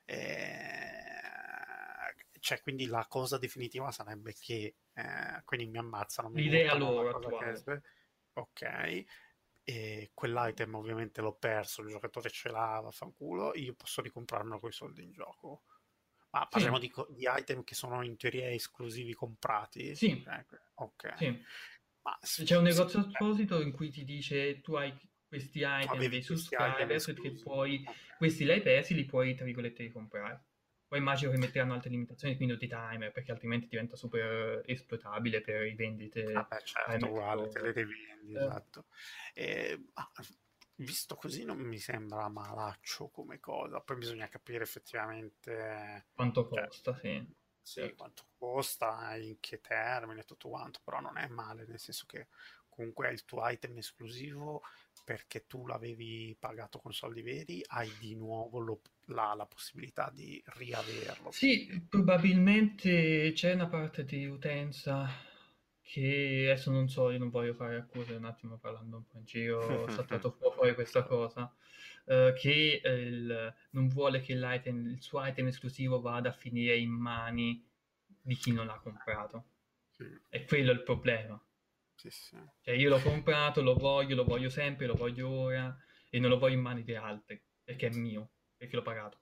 eh, cioè, quindi la cosa definitiva sarebbe che, eh, quindi mi ammazzano, mi L'idea buttano la loro cosa che... attuale. è... Ok, e quell'item ovviamente l'ho perso, il giocatore ce l'ha, vaffanculo, io posso ricomprarmelo con i soldi in gioco. Ma parliamo Sì, di, co- di item che sono in teoria esclusivi comprati? sì, Cioè, ok, sì. ma s- C'è un sì, negozio eh, apposito in cui ti dice tu hai questi tu item avevi dei questi item subscribers che esclusivi, puoi, ok. questi li hai persi, li puoi, tra virgolette, ricomprare. Poi immagino che metteranno altre limitazioni, quindi di timer, perché altrimenti diventa super esploitabile per i Ah vendite beh, certo, uguale, te le A M T O. rivendi, Eh, esatto. E, ma, visto così non mi sembra malaccio come cosa, poi bisogna capire effettivamente, quanto cioè, costa, sì, sì, certo. quanto costa, in che termini e tutto quanto, però non è male, nel senso che comunque è il tuo item esclusivo perché tu l'avevi pagato con soldi veri, hai di nuovo lo- la, la possibilità di riaverlo, quindi... Sì, probabilmente c'è una parte di utenza che adesso non so, io non voglio fare accuse, un attimo parlando un po' in giro, ho saltato fu- fuori questa cosa, eh, che eh, il- non vuole che l'item, il suo item esclusivo vada a finire in mani di chi non l'ha comprato. Sì, E quello è il problema. sì, sì. Cioè io l'ho comprato, lo voglio, lo voglio sempre, lo voglio ora e non lo voglio in mani di altri, perché è mio, perché l'ho pagato.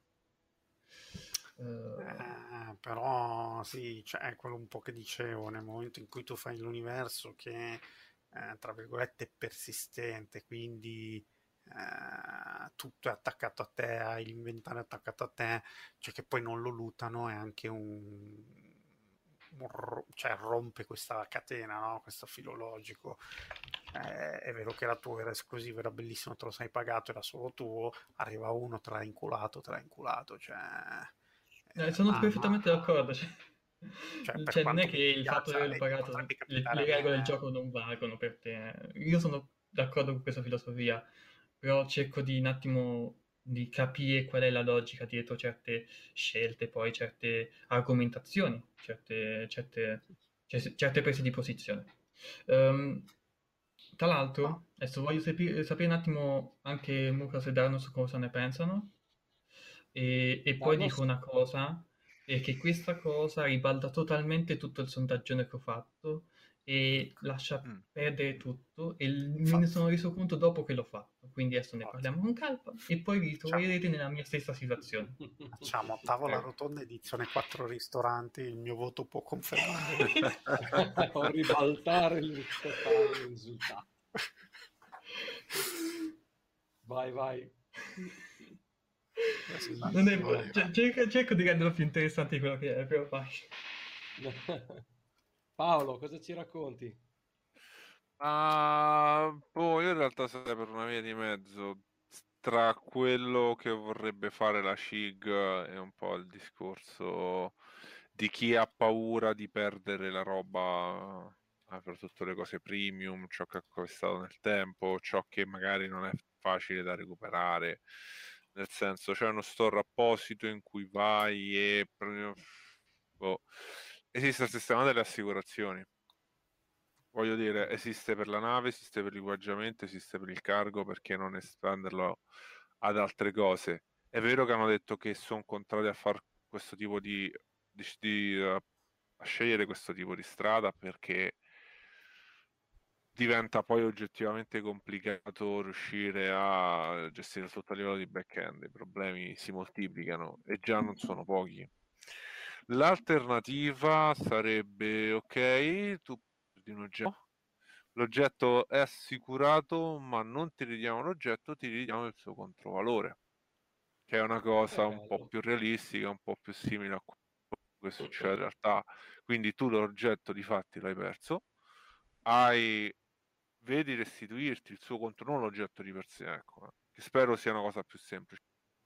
Eh, Eh, però sì, cioè, è quello un po' che dicevo, nel momento in cui tu fai l'universo che, eh, tra virgolette, è persistente, quindi eh, tutto è attaccato a te, hai l'inventario attaccato a te, cioè che poi non lo lootano è anche un... un ro- cioè rompe questa catena, no? Questo filo logico. Eh, è vero che la tua era esclusiva, era bellissimo, te lo sei pagato, era solo tuo, arriva uno, te l'ha inculato, te l'ha inculato, cioè... Eh, Eh, sono ma, ma- perfettamente d'accordo. Cioè, cioè, per cioè, non è quanto che mi il fatto di dispiaccia, averlo e mi pagato, potrebbe le, capitare a le regole del me, gioco non valgono per te. Io sono d'accordo con questa filosofia, però cerco di un attimo di capire qual è la logica dietro certe scelte, poi certe argomentazioni, certe, certe, cioè, certe prese di posizione. Ehm, Tra ma l'altro, adesso voglio sapi- sapere un attimo anche Mucas e Darnos cosa ne pensano. E, e poi dico Darnos? una cosa, è che questa cosa ribalta totalmente tutto il sondaggio che ho fatto e lascia Mm. perdere tutto e l- me fa- ne sono reso conto dopo che l'ho fatto. Quindi adesso ne parliamo ottimo. con calma e poi vi Facciamo, ritroverete nella mia stessa situazione. facciamo tavola Ecco. rotonda edizione quattro ristoranti, il mio voto può confermare. O ribaltare il totale risultato. Vai, vai. Non è- Vai, cioè, vai. cerco, cerco di renderlo più interessante di quello che è, però vai. Paolo, cosa ci racconti? Ah, boh, io in realtà sarei per una via di mezzo tra quello che vorrebbe fare la C I G e un po' il discorso di chi ha paura di perdere la roba, eh, soprattutto le cose premium, ciò che ha acquistato nel tempo, ciò che magari non è facile da recuperare. Nel senso, c'è uno store apposito in cui vai e boh. Esiste il sistema delle assicurazioni. Voglio dire, esiste per la nave, esiste per l'equipaggiamento, esiste per il cargo, perché non espanderlo ad altre cose? È vero che hanno detto che sono contrari a fare questo tipo di, di, di, eh, a scegliere questo tipo di strada perché diventa poi oggettivamente complicato riuscire a gestire tutto a livello di back-end, i problemi si moltiplicano e già non sono pochi. L'alternativa sarebbe, ok, tu perdi un oggetto, l'oggetto è assicurato, ma non ti ridiamo l'oggetto, ti ridiamo il suo controvalore, che è una È cosa un po' bello. più realistica, un po' più simile a quello che succede in realtà. Quindi tu l'oggetto di fatti l'hai perso, hai vedi restituirti il suo controllo, non l'oggetto di per sé, ecco, eh, che spero sia una cosa più semplice,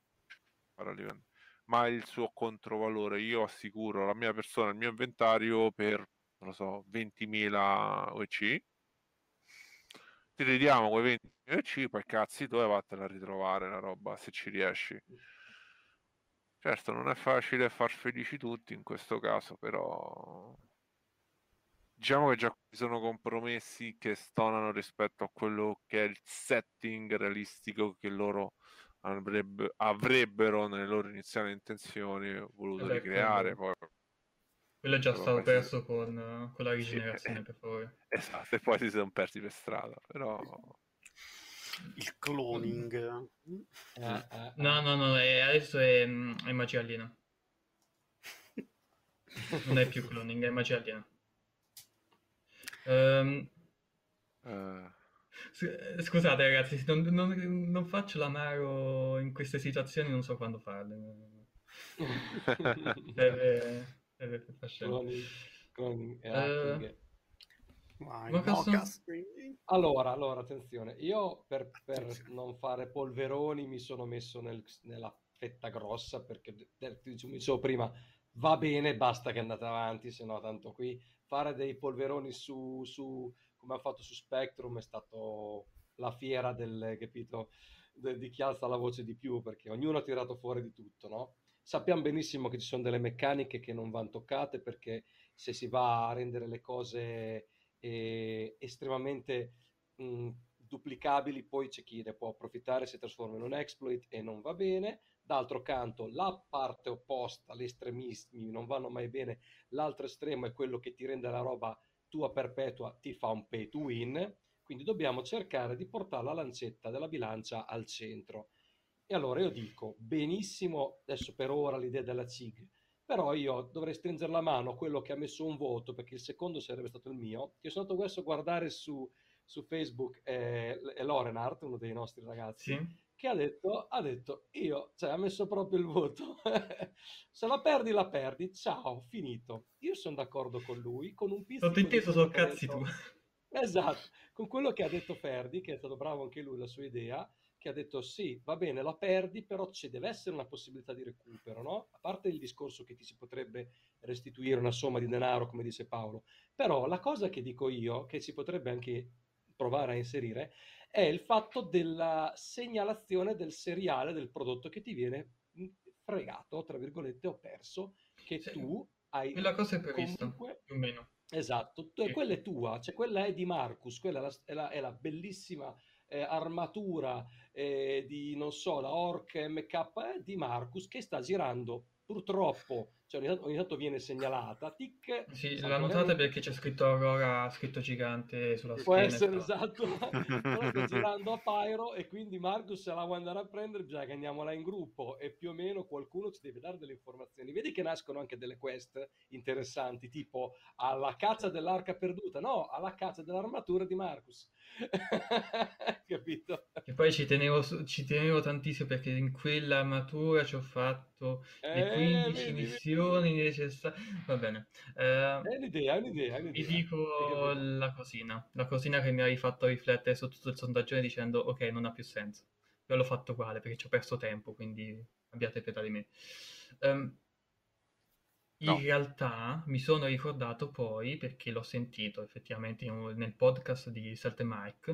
ma il suo controvalore. Io assicuro la mia persona, il mio inventario per, non lo so, ventimila O E C, ti ridiamo quei ventimila O E C, poi cazzi tu e vattene a ritrovare la roba se ci riesci. Certo, non è facile far felici tutti in questo caso, però diciamo che già ci sono compromessi che stonano rispetto a quello che è il setting realistico che loro avrebbe- avrebbero nelle loro iniziali intenzioni voluto Vabbè, ricreare. quello, Poi, quello è già poi stato si- perso con, eh, con la sì, rigenerazione, eh, per favore. esatto, e poi si sono persi per strada, però Il cloning. Eh, eh, No, eh. no, no, è- adesso è, mm, è magia aliena. Non è più cloning, è magia aliena. Ehm, eh, s- scusate ragazzi, non, non- non faccio l'amaro in queste situazioni, non so quando farle. Deve, deve far scena. Cloning, cloning e Eh, hacking. Vai, ma cosa... Nocas, quindi. Allora, allora, attenzione, io per, per Attenzione. non fare polveroni mi sono messo nel- nella fetta grossa perché, de- de- ti dicevo dicevo prima, va bene, basta che andate avanti, se no tanto qui fare dei polveroni su, su come ha fatto su Spectrum è stato la fiera del, capito, de- di chi alza la voce di più perché ognuno ha tirato fuori di tutto, no? Sappiamo benissimo che ci sono delle meccaniche che non vanno toccate perché se si va a rendere le cose eh, estremamente mh, duplicabili, poi c'è chi ne può approfittare, si trasforma in un exploit e non va bene. D'altro canto, la parte opposta, gli estremismi non vanno mai bene, l'altro estremo è quello che ti rende la roba tua perpetua, ti fa un pay to win, quindi dobbiamo cercare di portare la lancetta della bilancia al centro. E allora io dico, benissimo, adesso per ora l'idea della C I G, però io dovrei stringere la mano a quello che ha messo un voto, perché il secondo sarebbe stato il mio, che sono andato adesso a guardare su, su Facebook, è, è Lorenart, uno dei nostri ragazzi, Sì? che ha detto, ha detto, io, cioè ha messo proprio il voto, se la perdi la perdi, ciao, finito. Io sono d'accordo con lui, con un pizzico di Sottinteso quello sono che ha cazzi tu. detto, esatto, con quello che ha detto Ferdi, che è stato bravo anche lui, la sua idea, che ha detto sì, va bene, la perdi, però ci deve essere una possibilità di recupero, no? A parte il discorso che ti si potrebbe restituire una somma di denaro, come dice Paolo, però la cosa che dico io, che si potrebbe anche provare a inserire, è il fatto della segnalazione del seriale del prodotto che ti viene fregato, tra virgolette, o perso, che Sì, tu hai quella cosa è prevista, comunque. più o meno. Esatto, tu- Sì, quella è sì. tua, cioè quella è di Marcus, quella è la, è la- è la bellissima eh, armatura eh, di, non so, la Orc M K eh, di Marcus che sta girando purtroppo, cioè ogni tanto, ogni tanto viene segnalata, tic, Sì, la notate saltuariamente, perché c'è scritto Aurora, scritto gigante sulla può schiena e essere fa... esatto, però sta girando a Pyro e quindi Marcus se la vuoi andare a prendere bisogna che andiamola in gruppo e più o meno qualcuno ci deve dare delle informazioni. Vedi che nascono anche delle quest interessanti, tipo alla caccia dell'arca perduta, no, alla caccia dell'armatura di Marcus. Capito? E poi ci tenevo, su- ci tenevo tantissimo perché in quell'armatura ci ho fatto le Eh, quindici vedi, vedi, vedi. missioni necessarie. Va bene. Eh, È un'idea, è un'idea, è vi un'idea. Hai dico capito? la cosina. La cosina che mi ha rifatto riflettere su tutto il sondaggio dicendo ok, non ha più senso. Io l'ho fatto uguale perché ci ho perso tempo, quindi abbiate pietà di me. Ehm, In no, realtà mi sono ricordato poi, perché l'ho sentito effettivamente in un- nel podcast di Stealth Mike,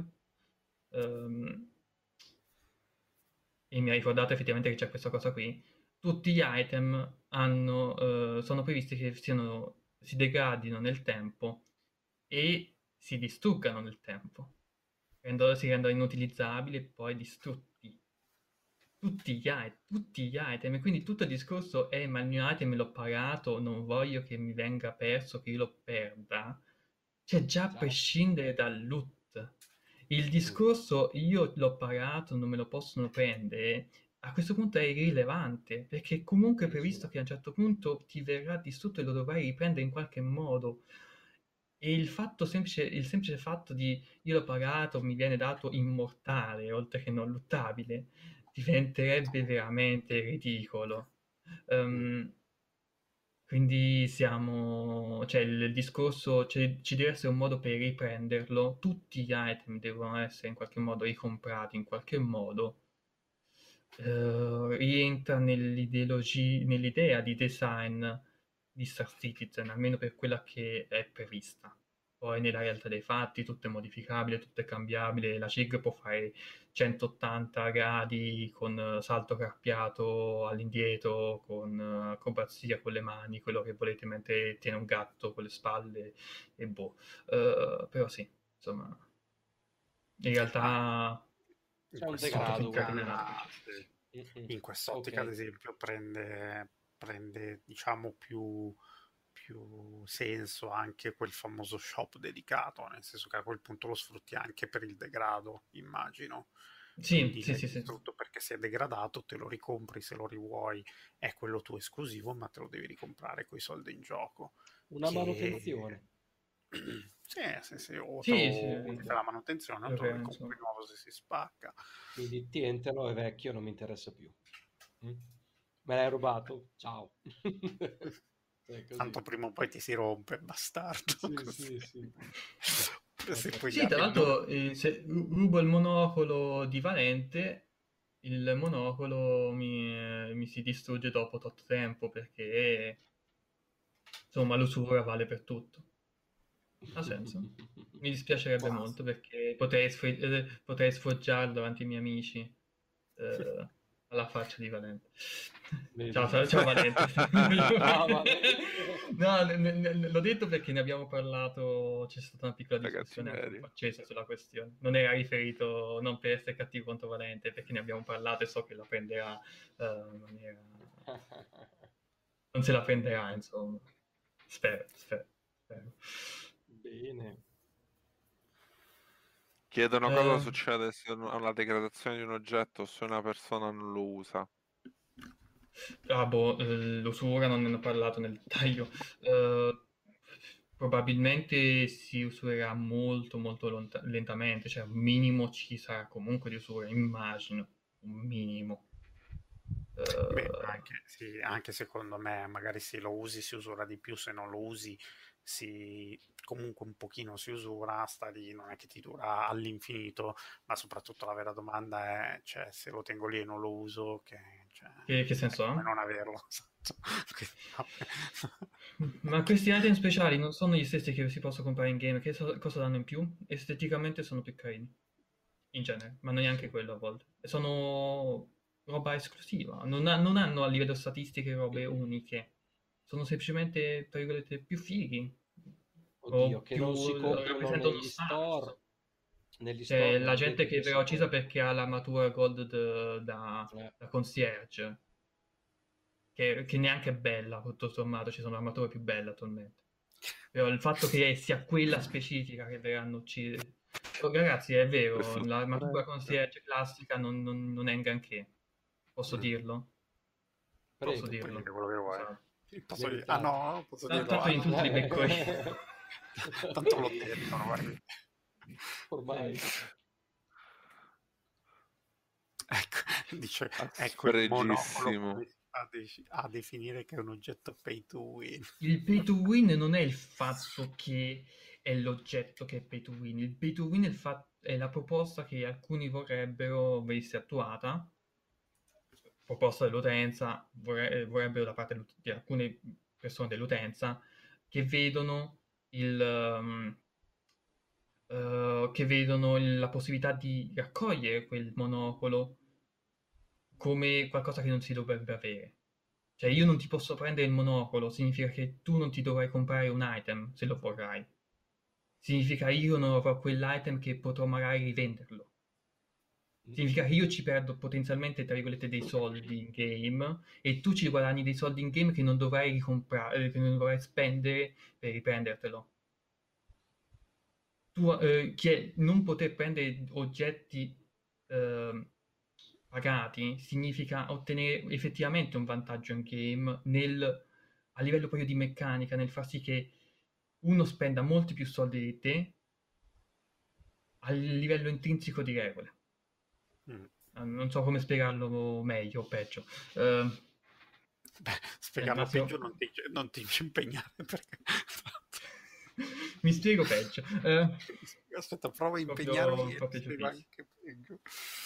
ehm, e mi ha ricordato effettivamente che c'è questa cosa qui, tutti gli item hanno, eh, sono previsti che siano, si degradino nel tempo e si distruggano nel tempo, Rendo- si rendono inutilizzabili e poi distrutti. Tutti gli, i- tutti gli item, e quindi tutto il discorso è ma il mio item l'ho pagato, non voglio che mi venga perso, che io lo perda, cioè già a Esatto. prescindere dal loot. Il Mm. discorso io l'ho pagato, non me lo possono prendere, a questo punto è irrilevante, perché comunque è Sì, sì. previsto che a un certo punto ti verrà distrutto e lo dovrai riprendere in qualche modo. E il fatto semplice, il semplice fatto di io l'ho pagato, mi viene dato immortale, oltre che non luttabile, diventerebbe veramente ridicolo. Mm. Ehm, Quindi siamo, cioè il discorso, cioè, ci deve essere un modo per riprenderlo, tutti gli item devono essere in qualche modo ricomprati in qualche modo. Eh, rientra nell'ideologia, nell'idea di design di Star Citizen, almeno per quella che è prevista. Poi nella realtà dei fatti tutto è modificabile, tutto è cambiabile, la C I G può fare centottanta gradi con eh, salto carpiato all'indietro, con eh, acrobazia con le mani, quello che volete, mentre tiene un gatto con le spalle e boh. Eh, però sì, insomma, in Ah, realtà in C'è un è tutto degrado, quest'ottica, incatenato. quindi... sì, Mm-mm. in quest'ottica, ad Ok. esempio, prende, prende diciamo più, più senso anche quel famoso shop dedicato, nel senso che a quel punto lo sfrutti anche per il degrado, immagino. Sì, Quindi sì, l'hai sì, sì. distrutto perché si è degradato, te lo ricompri se lo rivuoi, è quello tuo esclusivo, ma te lo devi ricomprare con i soldi in gioco. Una Che manutenzione. sì, sì, sì, o te Sì, sì, lo, o ti fai la manutenzione o lo te lo penso. ricompri nuovo se si spacca. Quindi tientelo, è vecchio, non mi interessa più. Mm? Me l'hai rubato? Ciao. È Tanto così. prima o poi ti si rompe, bastardo, Sì, così. sì, sì. Se Ho poi gli Sì, tra apri il loro... l'altro, eh, se ru- rubo il monocolo di Valente, il monocolo mi, eh, mi si distrugge dopo tot tempo perché, insomma, l'usura vale per tutto. Ha senso? Mi dispiacerebbe Può molto perché potrei, sfri- eh, potrei sfoggiarlo davanti ai miei amici eh, alla faccia di Valente. Ciao, Vedi? ciao, ciao Valente. Ciao, Valente. No, ne- ne- ne- l'ho detto perché ne abbiamo parlato, c'è stata una piccola Da discussione anche un po' cattiveria. accesa sulla questione. Non era riferito non per essere cattivo contro Valente, perché ne abbiamo parlato e so che la prenderà eh, in maniera... non se la prenderà, insomma. Spero, spero, spero. Bene. Chiedono cosa Eh, succede se un- alla degradazione di un oggetto o se una persona non lo usa. ah, boh, eh, l'usura non ne ho parlato nel dettaglio. Eh, probabilmente si usurerà molto, molto lonta- lentamente, cioè un minimo ci sarà comunque di usura, immagino, un minimo. Beh, Eh, anche, sì, anche secondo me, magari se lo usi si usura di più, se non lo usi si, comunque un pochino si usura, sta lì, non è che ti dura all'infinito, ma soprattutto la vera domanda è, cioè, se lo tengo lì e non lo uso, che, cioè, che, che è senso come ha? non averlo. Esatto. Quindi, no. Ma questi item speciali non sono gli stessi che si possono comprare in game, che so- cosa danno in più? Esteticamente sono più carini, in genere, ma non neanche quello a volte. E sono roba esclusiva, non, ha- non hanno a livello statistiche robe uniche, sono semplicemente, tra virgolette, più fighi, Oddio, o che più non si eh, comprano rappresentano uno negli store. status. Negli store C'è la non gente vedo che che verrà si uccisa compri. perché ha l'armatura gold d- da, Eh. da concierge, che, che neanche è bella, tutto sommato, ci sono armature più belle attualmente. Però il fatto che sia quella specifica che verranno uccisi... Oh, ragazzi, è vero, Questo l'armatura sicuramente. concierge classica non, non- non è un granché. Posso Mm. dirlo? Posso Prego, Puoi dire dirlo. quello che vuoi. Scusate. Posso dire... Ah meritato. no, non posso Ta- dirlo. Tanto Ah, in no. tutti li becco io. Tanto l'ho detto, no, guarda. Ormai. Ecco, dice, Ah, ecco il monocolo sfregissimo. come si fa a, de- a definire che è un oggetto pay to win. Il pay to win non è il fatto che è l'oggetto che è pay to win. Il pay to win è, il fa- è la proposta che alcuni vorrebbero venisse attuata, proposta dell'utenza, vorre- eh, vorrebbero da parte dell'ut- di alcune persone dell'utenza che vedono il, um, eh, che vedono il- la possibilità di raccogliere quel monocolo come qualcosa che non si dovrebbe avere. Cioè, io non ti posso prendere il monocolo, significa che tu non ti dovrai comprare un item se lo vorrai. Significa io non avrò quell'item che potrò magari rivenderlo. Significa che io ci perdo potenzialmente, tra virgolette, dei soldi in game e tu ci guadagni dei soldi in game che non dovrai ricomprare, che non dovrai spendere per riprendertelo. Tu, eh, che non poter prendere oggetti ehm, pagati significa ottenere effettivamente un vantaggio in game nel, a livello proprio di meccanica, nel far sì che uno spenda molti più soldi di te a livello intrinseco di regole. Mm. Eh, Non so come spiegarlo meglio o peggio. Eh, Beh, Eh, spiegarlo Massimo, peggio non ti, non ti impegnare perché... mi spiego peggio. Eh, Aspetta, prova a impegnarmi proprio, e ti proprio spiego giustissimo. anche peggio.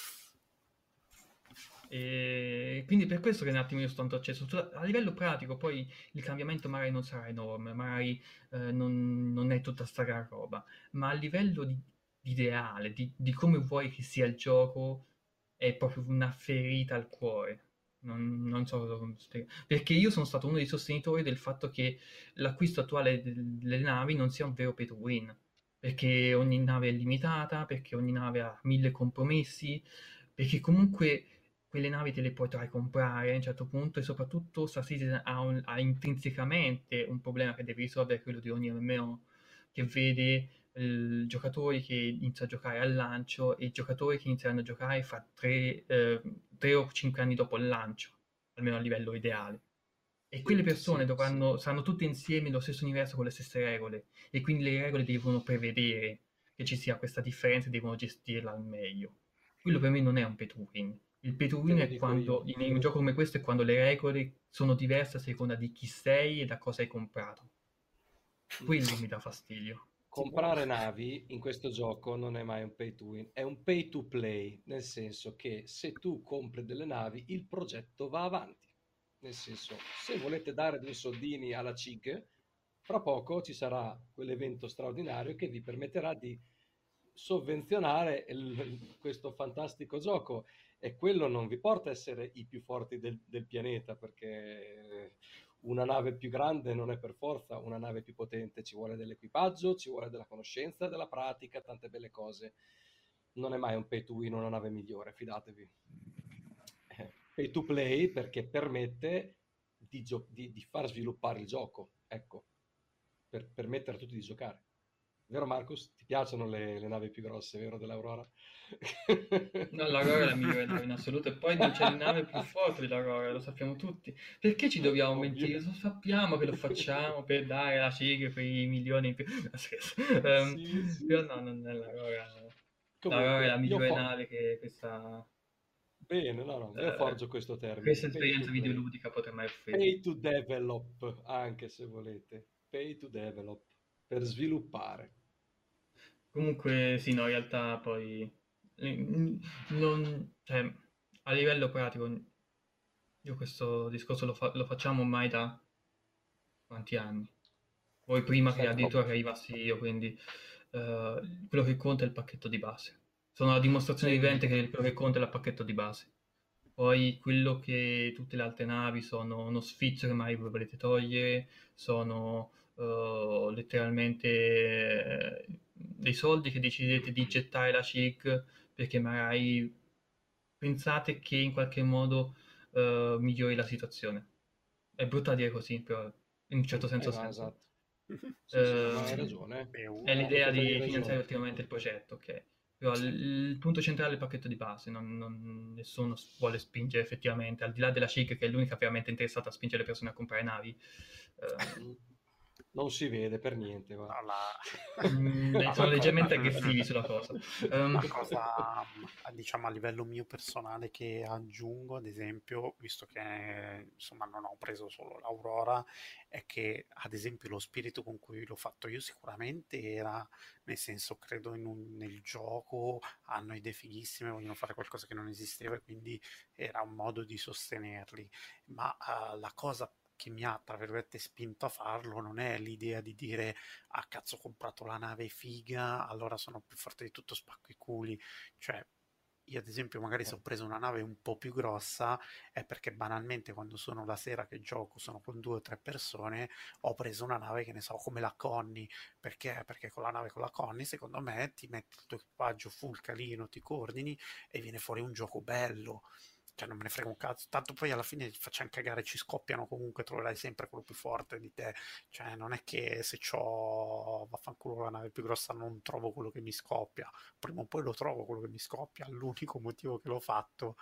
E quindi per questo che un attimo io sto tanto acceso. Su- A livello pratico, poi il cambiamento magari non sarà enorme, magari eh, non, non è tutta sta gran roba, ma a livello di, di ideale, di, di come vuoi che sia il gioco, è proprio una ferita al cuore. Non, non so cosa come spiegare. Perché io sono stato uno dei sostenitori del fatto che l'acquisto attuale del- delle navi non sia un vero pay to win. Perché ogni nave è limitata, perché ogni nave ha mille compromessi, perché comunque quelle navi te le potrai comprare a un certo punto e soprattutto Star Citizen ha, un- ha intrinsecamente un problema che devi risolvere, quello di ogni M M O, che vede eh, giocatori che iniziano a giocare al lancio e giocatori che iniziano a giocare fra tre o cinque anni dopo il lancio, almeno a livello ideale. E quelle persone Sì, sì. dovranno, saranno tutte insieme nello stesso universo con le stesse regole e quindi le regole devono prevedere che ci sia questa differenza e devono gestirla al meglio. Quello per me non è un pay to win. Il pay to Te win lo è dico quando, io. in un gioco come questo, è quando le regole sono diverse a seconda di chi sei e da cosa hai comprato. Mm. Quello mi dà fastidio. Tipo, Comprare navi in questo gioco non è mai un pay to win, è un pay to play, nel senso che se tu compri delle navi, il progetto va avanti. Nel senso, se volete dare dei soldini alla C I G, fra poco ci sarà quell'evento straordinario che vi permetterà di sovvenzionare il- questo fantastico gioco e quello non vi porta a essere i più forti del, del pianeta, perché una nave più grande non è per forza una nave più potente, ci vuole dell'equipaggio, ci vuole della conoscenza, della pratica, tante belle cose. Non è mai un pay to win una nave migliore, fidatevi. Eh, Pay to play perché permette di, gio- di- di far sviluppare il gioco, ecco, per permettere a tutti di giocare. Vero Marcus? Ti piacciono le, le navi più grosse, vero, dell'Aurora? No, l'Aurora è la migliore nave in assoluto e poi non c'è nave più forte dell'Aurora, lo sappiamo tutti. Perché ci dobbiamo Ovvio. mentire? Lo sappiamo che lo facciamo per dare la sigla per i milioni in più. No, scherzo. Ehm, Sì, sì, però no, sì. non è l'Aurora. L'Aurora è la Comunque, io migliore fo- nave che questa, bene, no, no, io eh, forgio questo termine, questa pay esperienza to play, videoludica potrà mai offrire. pay to develop, anche se volete, pay to develop, per sviluppare. Comunque, sì, no, in realtà poi eh, non, cioè, a livello pratico, io questo discorso lo, fa- lo facciamo ormai da quanti anni? Voi prima che È addirittura che troppo. arrivassi io, quindi eh, quello che conta è il pacchetto di base. Sono la dimostrazione Bene, vivente che quello che conta è il pacchetto di base. Poi quello che tutte le altre navi sono uno sfizio che mai voi volete togliere, sono eh, letteralmente eh, dei soldi che decidete di gettare la C I G perché magari pensate che in qualche modo eh, migliori la situazione. È brutto da dire così, però in un certo eh senso ha no, senso. esatto. Sì, sì, no, ma hai Ehm, ragione, è è uno. hai l'idea totale di finanziare ragione. ottimamente il progetto, ok? Però il, il punto centrale è il pacchetto di base, non, non- nessuno s- vuole spingere effettivamente, al di là della C I G che è l'unica veramente interessata a spingere le persone a comprare navi. ehm, Mm. Non si vede per niente, No, guarda. la... mm, no, sono la, co- leggermente aggressivi sulla cosa. Ehm, la cosa, mm, diciamo, a livello mio personale che aggiungo, ad esempio, visto che insomma non ho preso solo l'Aurora, è che ad esempio lo spirito con cui l'ho fatto io sicuramente era, nel senso, credo in un- nel gioco, hanno idee fighissime, vogliono fare qualcosa che non esisteva e quindi era un modo di sostenerli. Ma eh, la cosa che mi ha, tra virgolette, spinto a farlo non è l'idea di dire ah cazzo ho comprato la nave figa, allora sono più forte di tutto, spacco i culi, cioè io ad esempio magari se ho preso una nave un po' più grossa è perché banalmente quando sono la sera che gioco, sono con due o tre persone, ho preso una nave che ne so come la Conny, perché? Perché con la nave con la Conny secondo me ti metti il tuo equipaggio full calino, ti coordini e viene fuori un gioco bello. Cioè non me ne frega un cazzo, tanto poi alla fine facciamo cagare, ci scoppiano comunque, troverai sempre quello più forte di te. Cioè, non è che se c'ho, vaffanculo, la nave più grossa non trovo quello che mi scoppia. Prima o poi lo trovo quello che mi scoppia. L'unico motivo che l'ho fatto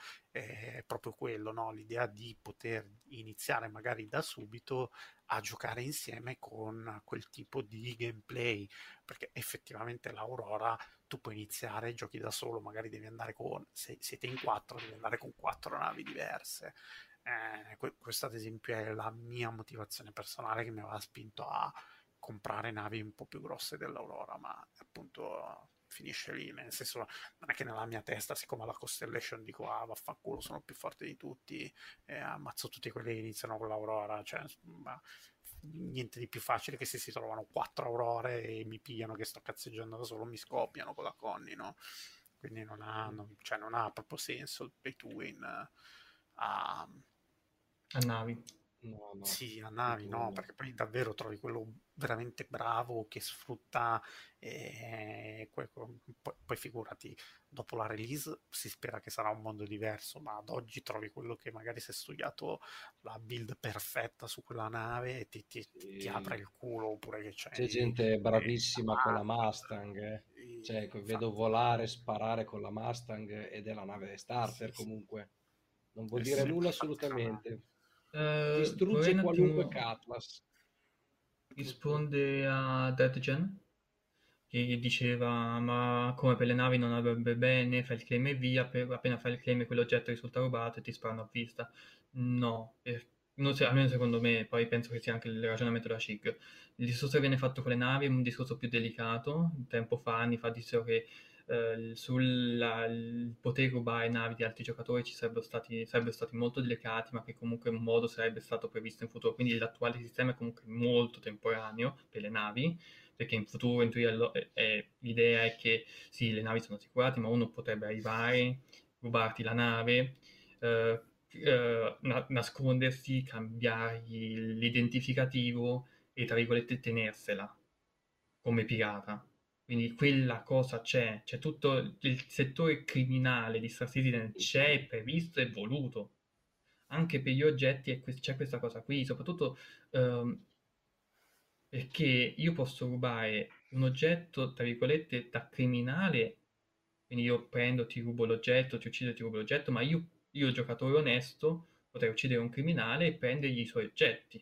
è proprio quello, no? L'idea di poter iniziare magari da subito a giocare insieme con quel tipo di gameplay. Perché effettivamente l'Aurora tu puoi iniziare, giochi da solo, magari devi andare con, se siete in quattro, devi andare con quattro navi diverse. Eh, que- questa ad esempio è la mia motivazione personale che mi aveva spinto a comprare navi un po' più grosse dell'Aurora, ma appunto finisce lì, nel senso non è che nella mia testa, siccome la Constellation dico ah vaffanculo sono più forte di tutti e ammazzo tutti quelli che iniziano con l'Aurora, cioè ma niente di più facile che se si trovano quattro Aurore e mi pigliano che sto cazzeggiando da solo, mi scoppiano con la Conny, no? Quindi non ha, non, cioè non ha proprio senso il pay to win eh, a, A navi. No, no, sì, a navi, tu no, no. perché poi davvero trovi quello veramente bravo che sfrutta eh, que- poi, poi figurati, dopo la release si spera che sarà un mondo diverso, ma ad oggi trovi quello che magari si è studiato la build perfetta su quella nave e ti, ti- ti apre Sì. il culo, oppure che c'è C'è i, gente i bravissima con la Commander, Mustang, eh. i- Cioè, co- vedo infatti, volare, sparare con la Mustang ed è la nave sì, starter sì, comunque. Non eh vuol dire sì, nulla infatti non- assolutamente. Eh, vorrei Distrugge un qualunque attimo Cutlass. risponde a Deadgen che diceva ma come per le navi non avrebbe bene, fai il claim e via, per- appena fai il claim e quell'oggetto risulta rubato e ti sparano a vista. No, per- non so, almeno secondo me, poi penso che sia anche il ragionamento della C I G. Il discorso che viene fatto con le navi è un discorso più delicato. Tempo fa, anni fa, dissero che eh, sul poter rubare navi di altri giocatori ci sarebbero stati, sarebbero stati molto delicati, ma che comunque un modo sarebbe stato previsto in futuro. Quindi l'attuale sistema è comunque molto temporaneo per le navi, perché in futuro in teoria lo- eh, eh, l'idea è che sì, le navi sono assicurate, ma uno potrebbe arrivare, rubarti la nave, eh, eh, na- nascondersi, cambiargli l'identificativo e tra virgolette tenersela come pirata. Quindi quella cosa c'è, c'è tutto il settore criminale di Star Citizen c'è, è previsto e voluto. Anche per gli oggetti è que- c'è questa cosa qui, soprattutto ehm, perché io posso rubare un oggetto, tra virgolette, da criminale, quindi io prendo, ti rubo l'oggetto, ti uccido, ti rubo l'oggetto, ma io, io giocatore onesto, potrei uccidere un criminale e prendergli i suoi oggetti.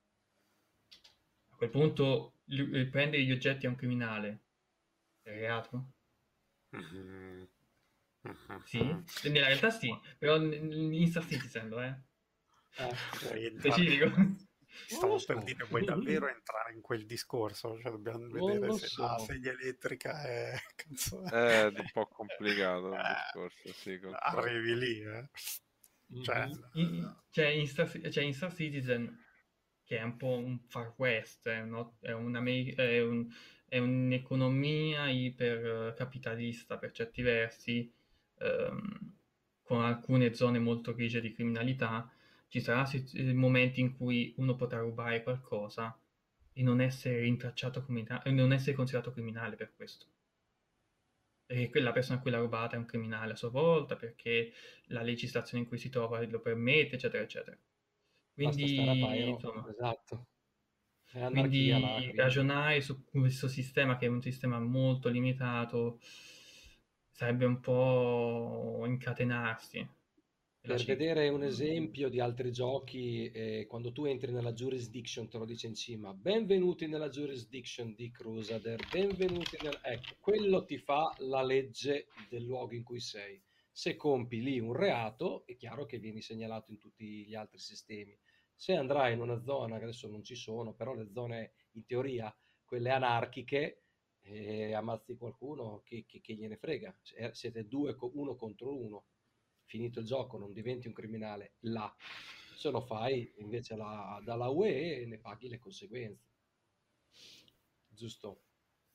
A quel punto, l- eh, prendere gli oggetti a un criminale è reato? Mhm, mhm, Sì, nella realtà sì, però n- in Star Citizen lo è. Eh, vuoi entrare Specifico. ti non lo stavo per so. dire, vuoi davvero entrare in quel discorso? Cioè, dobbiamo Non vedere lo se la so. sedia elettrica è... cazzo, È un po' complicato il eh, discorso, sì, concordo. arrivi lì, eh. Cioè, Mhm. In- C'è in, Star, c'è in Star Citizen, che è un po' un Far West, è, un- è un'Ameri- è un- è un'economia ipercapitalista per certi versi, ehm, con alcune zone molto grigie di criminalità. Ci saranno sit- momenti in cui uno potrà rubare qualcosa e non essere rintracciato come, e non essere considerato criminale per questo. Perché quella persona a cui l'ha rubata è un criminale a sua volta, perché la legislazione in cui si trova lo permette, eccetera, eccetera. Basta stare a Quindi, Pyro. insomma, Esatto. È anarchia là, quindi quindi. ragionare su questo sistema, che è un sistema molto limitato, sarebbe un po' incatenarsi. La Per C I G. vedere un esempio di altri giochi, eh, quando tu entri nella jurisdiction, te lo dice in cima, benvenuti nella jurisdiction di Crusader, benvenuti nel... Ecco, quello ti fa la legge del luogo in cui sei. Se compi lì un reato, è chiaro che vieni segnalato in tutti gli altri sistemi. Se andrai in una zona, che adesso non ci sono, però le zone, in teoria, quelle anarchiche, e ammazzi qualcuno, che, che, che gliene frega. Siete due, uno contro uno. Finito il gioco, non diventi un criminale là. Se lo fai invece la, dalla U E ne paghi le conseguenze. Giusto?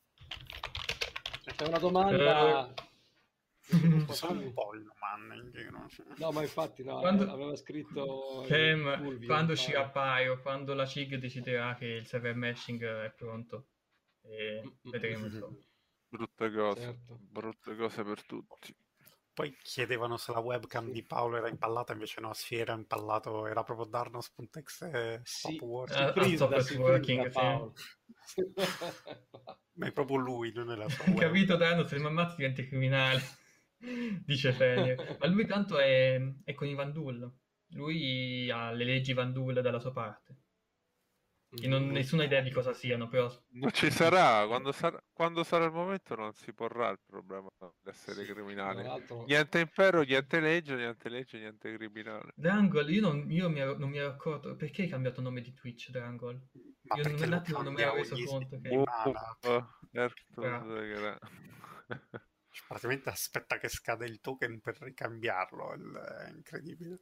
C'è una domanda. Vedevo qua sono un su. po' il manning, io non so. No, ma infatti no, Quando, aveva scritto eh, Cam, Fulvio, mi quando uscirà pare. Pyro, quando la C I G deciderà che il server meshing è pronto, e Mm, mm, vedremo mm. insomma. Brutte cose, Certo. brutte cose per tutti. Poi chiedevano se la webcam Sì. di Paolo era impallata, invece no, si era impallato, era proprio Darnos.exe stop Si, working. si A, a frizda, stop si working, frizda sì. Paolo. Ma è proprio lui, non è la sua Capito, webcam. Dano, se mi ammazzi diventi criminale, dice Fenrir. Ma lui tanto è, è con i Vandul. Lui ha le leggi Vandul dalla sua parte. Io non ho nessuna idea di cosa siano, però Non ci sarà, quando sarà, quando sarà il momento non si porrà il problema dell'essere Tra criminale. l'altro, Niente impero, niente legge, niente legge, niente criminale. Drangol, io, non, io mi ero- non mi ero accorto perché hai cambiato nome di Twitch, Drangol. Ma Io non- perché un lo attimo non mi cambia ero reso ogni conto che... settimana? Oh, certo, Bravo. che- Cioè, praticamente aspetta che scada il token per ricambiarlo, il- è incredibile.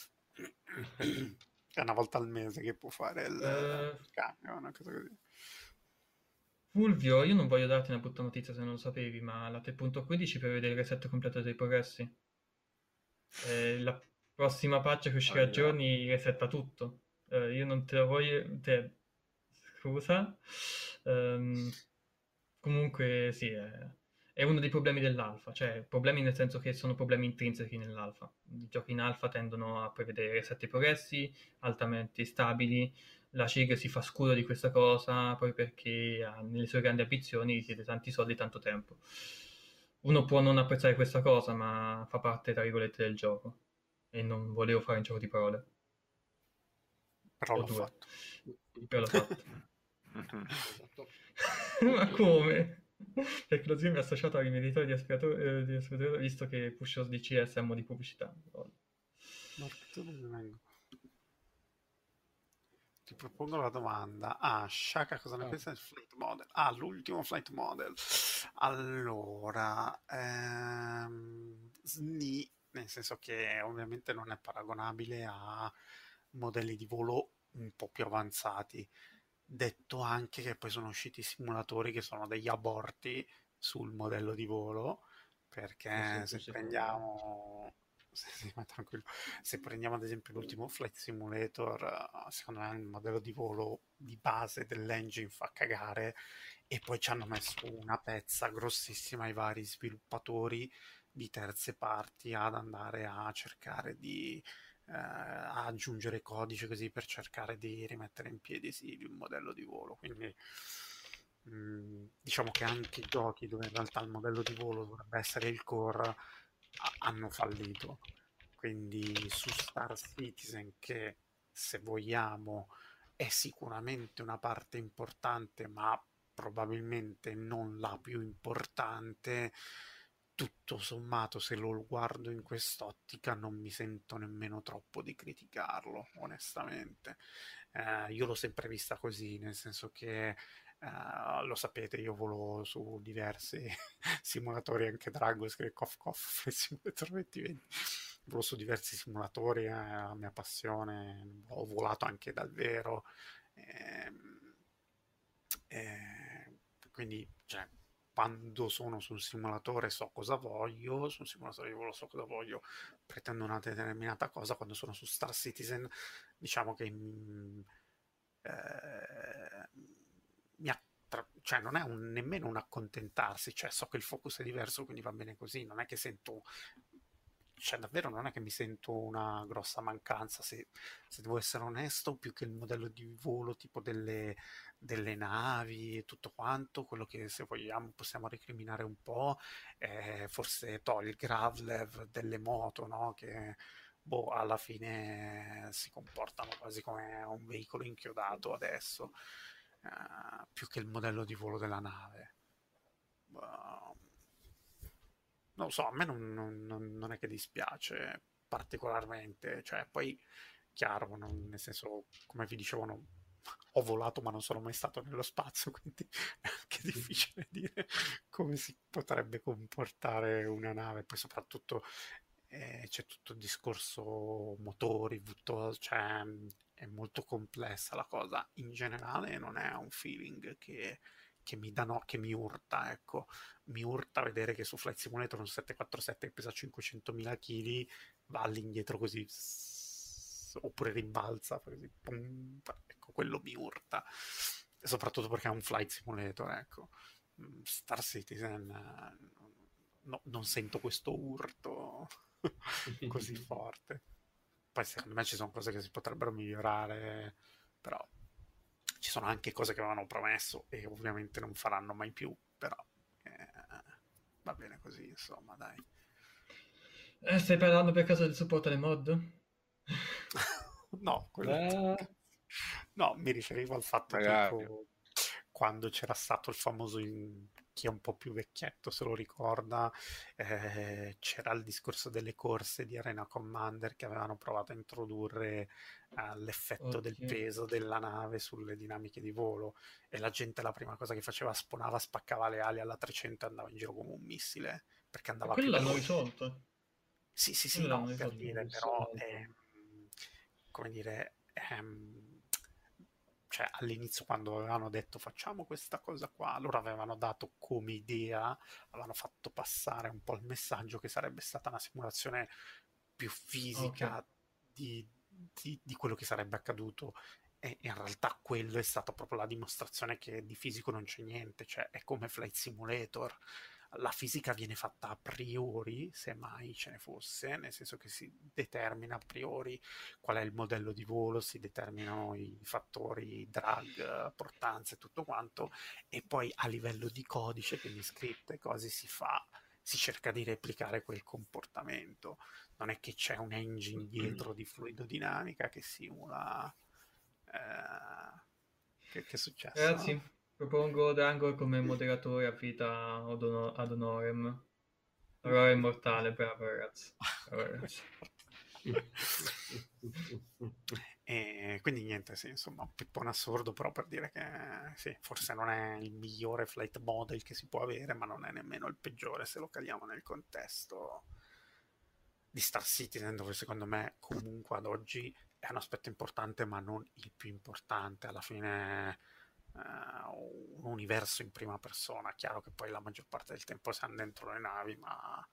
È una volta al mese che può fare il, Eh, il cambio, una cosa così. Fulvio, io non voglio darti una brutta notizia se non lo sapevi, ma la tre punto quindici prevede il reset completo dei progressi. Eh, la prossima patch che uscirà a Aia. giorni resetta tutto. Eh, io non te lo voglio... te- Scusa. Ehm, comunque sì, è, è uno dei problemi dell'alfa, cioè problemi nel senso che sono problemi intrinseci nell'alfa. I giochi in alfa tendono a prevedere reset progressi altamente stabili. La C I G si fa scuro di questa cosa poi perché ha, nelle sue grandi ambizioni richiede tanti soldi e tanto tempo. Uno può non apprezzare questa cosa, ma fa parte, tra virgolette, del gioco. E non volevo fare un gioco di parole. Però O l'ho due. fatto. Però l'ho fatto. esatto. Ma come? Perché lo zio mi ha associato al rivenditore di aspiratore, eh, di aspiratore visto che pusho di C S a mo' di pubblicità. Marco, dove vengo? Ti propongo la domanda. Ah, Shaka, cosa ne Ah. pensa del flight model? Ah, l'ultimo flight model. Allora, ehm, S N I, nel senso che ovviamente non è paragonabile a modelli di volo un po' più avanzati. Detto anche che poi sono usciti simulatori che sono degli aborti sul modello di volo, perché Ma sei se tu prendiamo... Sì, sì, ma tranquillo. Se prendiamo ad esempio l'ultimo Flight Simulator, eh, secondo me il modello di volo di base dell'engine fa cagare e poi ci hanno messo una pezza grossissima ai vari sviluppatori di terze parti ad andare a cercare di eh, a aggiungere codice così per cercare di rimettere in piedi sì, un modello di volo. Quindi mh, diciamo che anche i giochi dove in realtà il modello di volo dovrebbe essere il core a- hanno fallito. Quindi su Star Citizen, che se vogliamo è sicuramente una parte importante, ma probabilmente non la più importante, tutto sommato, se lo guardo in quest'ottica, non mi sento nemmeno troppo di criticarlo, onestamente. Eh, io l'ho sempre vista così, nel senso che Uh, lo sapete, io volo su diversi simulatori, anche Dragos, che Coff Coff, Simulator duemilaventi. Volo su diversi simulatori, è la mia passione, ho volato anche dal vero. ehm, eh, quindi, cioè, quando sono sul simulatore so cosa voglio, sul simulatore di volo so cosa voglio, pretendo una determinata cosa. Quando sono su Star Citizen, diciamo che mm, eh, mi attra- cioè non è un- nemmeno un accontentarsi, cioè so che il focus è diverso, quindi va bene così, non è che sento, cioè davvero non è che mi sento una grossa mancanza, se, se devo essere onesto, più che il modello di volo tipo delle, delle navi e tutto quanto, quello che se vogliamo possiamo recriminare un po', è forse to, il Gravlev delle moto, no? Che boh, alla fine si comportano quasi come un veicolo inchiodato adesso, eh, più che il modello di volo della nave. Uh, non lo so, a me non, non- non- non è che dispiace particolarmente, cioè poi chiaro, non- nel senso, come vi dicevo, non- ho volato ma non sono mai stato nello spazio, quindi è anche difficile dire come si potrebbe comportare una nave, poi soprattutto eh, c'è tutto il discorso motori, tutto, cioè è molto complessa la cosa, in generale non è un feeling che, che mi dà, no, che mi urta, ecco, mi urta vedere che su Flight Simulator un settecentoquarantasette che pesa cinquecentomila chili va all'indietro così, s- oppure rimbalza, così, pum, ecco, quello mi urta, e soprattutto perché è un Flight Simulator, ecco. Mm, Star Citizen, eh, no- non sento questo urto così forte. Poi secondo me ci sono cose che si potrebbero migliorare, però ci sono anche cose che avevano promesso e ovviamente non faranno mai più, però eh, va bene così, insomma, dai. Eh, stai parlando per caso del supporto alle mod? No, quello Eh, No, mi riferivo al fatto Magari. tipo quando c'era stato il famoso, in- chi è un po' più vecchietto se lo ricorda, eh, c'era il discorso delle corse di Arena Commander che avevano provato a introdurre eh, l'effetto del Oddio. peso della nave sulle dinamiche di volo e la gente la prima cosa che faceva sponava, spaccava le ali alla trecento e andava in giro come un missile perché E andava quello più l'hanno veloce. risolto. Sì, sì, sì, Quello no, l'hanno per risolto. dire, però, ehm, come dire, ehm, cioè all'inizio quando avevano detto facciamo questa cosa qua, loro avevano dato come idea, avevano fatto passare un po' il messaggio che sarebbe stata una simulazione più Ok. fisica di, di- di quello che sarebbe accaduto. E in realtà quello è stata proprio la dimostrazione che di fisico non c'è niente, cioè è come Flight Simulator. La fisica viene fatta a priori, se mai ce ne fosse, nel senso che si determina a priori qual è il modello di volo, si determinano i fattori drag, portanze e tutto quanto, e poi a livello di codice, quindi scritto e cose, si fa, si cerca di replicare quel comportamento. Non è che c'è un engine dietro di fluidodinamica che simula. Eh, che, che è successo? Ragazzi, propongo Drangor come moderatore a vita ad, ono- ad honorem. Aurora immortale, bravo ragazzi. Bravo, ragazzi. E quindi niente, sì, insomma, un pippone assurdo, però per dire che sì, forse non è il migliore flight model che si può avere, ma non è nemmeno il peggiore se lo caliamo nel contesto di Star Citizen, dove secondo me comunque ad oggi è un aspetto importante, ma non il più importante. Alla fine eh, un universo in prima persona, chiaro che poi la maggior parte del tempo siamo dentro le navi, ma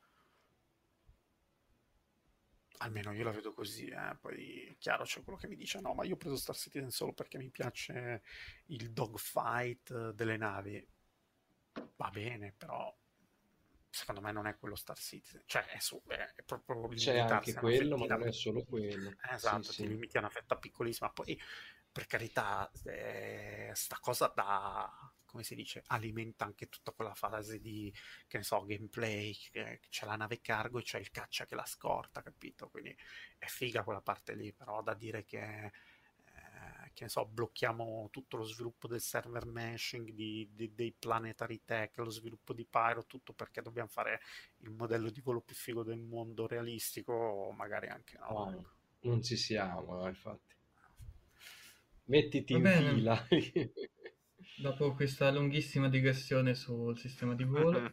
almeno io la vedo così, eh. Poi chiaro c'è quello che mi dice no, ma io ho preso Star Citizen solo perché mi piace il dogfight delle navi. Va bene, però secondo me non è quello Star Citizen, cioè è, su- è- è proprio C'è anche limitarsi a una quello, ma fettina non è solo piccolissima. quello. Eh, Sì, esatto, ti sì. limiti a una fetta piccolissima, poi per carità, eh, sta cosa da, come si dice, alimenta anche tutta quella fase di, che ne so, gameplay, che c'è la nave cargo e c'è il caccia che la scorta, capito? Quindi è figa quella parte lì, però da dire che, eh, che ne so, blocchiamo tutto lo sviluppo del server meshing, di, di- dei planetary tech, lo sviluppo di Pyro, tutto perché dobbiamo fare il modello di volo più figo del mondo realistico, o magari anche no, No, ecco. non ci siamo, no, infatti. Mettiti Va in bene, fila. dopo questa lunghissima digressione sul sistema di volo,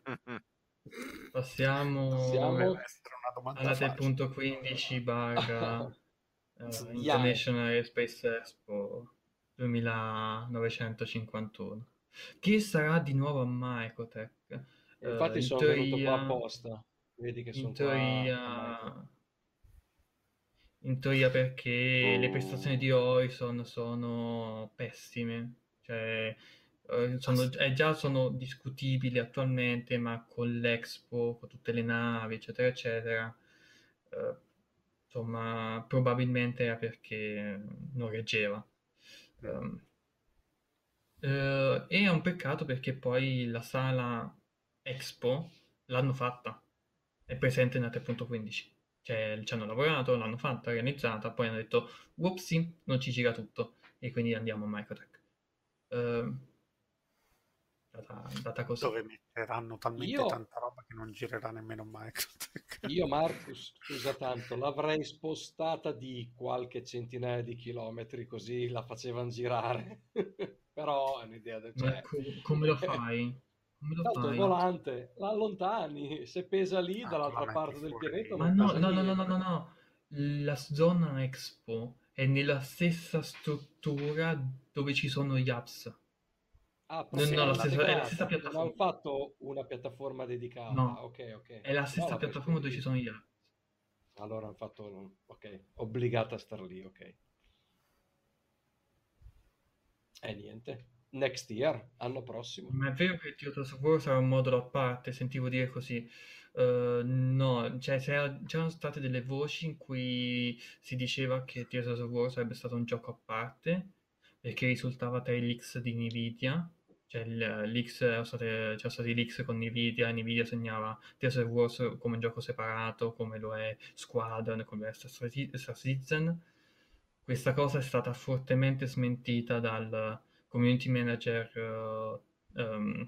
passiamo Doveva Siamo essere una domanda alla facile. tre punto quindici barra eh, Sbianco. International Airspace Expo duemilanovecentocinquantuno, che sarà di nuovo a Microtech. Eh, Infatti in sono venuto qua teoria, apposta. Vedi che in sono qua a Micro. teoria, in teoria perché le prestazioni di Oh. Horizon sono pessime, cioè eh, Ah, sono, sì. eh, già sono discutibili attualmente, ma con l'Expo, con tutte le navi, eccetera, eccetera, eh, insomma, probabilmente era perché non reggeva. Mm. Um, eh, e è un peccato perché poi la sala Expo l'hanno fatta, è presente nella tre punto quindici. Cioè, ci hanno lavorato, l'hanno fatta, realizzata, poi hanno detto, whoopsie, non ci gira tutto, e quindi andiamo a Microtech. Eh, data, data così. Dove metteranno talmente Io, tanta roba che non girerà nemmeno Microtech. io Marcus, scusa tanto, l'avrei spostata di qualche centinaia di chilometri così la facevano girare. Però è un'idea del Ma cioè, co- come lo fai? Come lo tanto il fai? volante, la allontani, se pesa lì Ah, tu la dall'altra metti parte del pianeta Ma non fuori. no, pesa no, no, no, no, no, niente. no. La zona Expo è nella stessa struttura dove ci sono gli apps. Ah, No, Sì, no, proprio la stessa, è la integrata, stessa non hanno piattaforma. fatto una piattaforma dedicata. No, Ok, ok. è la Se no stessa l'avrei piattaforma dove ci spedita. sono gli apps. Allora hanno fatto, ok, obbligata a star lì, ok. E niente. Next year, anno prossimo. Ma è vero che Theaters of War sarà un modulo a parte, sentivo dire così. Eh, no, cioè c'era- c'erano state delle voci in cui si diceva che Theaters of War sarebbe stato un gioco a parte, perché risultava tra i leaks di Nvidia, cioè il, leaks, erano state- c'erano stati leaks con Nvidia, e Nvidia segnava Theaters of War come un gioco separato, come lo è Squadron, come lo è Star Citi- Star Citizen. questa cosa è stata fortemente smentita dal community manager uh, um,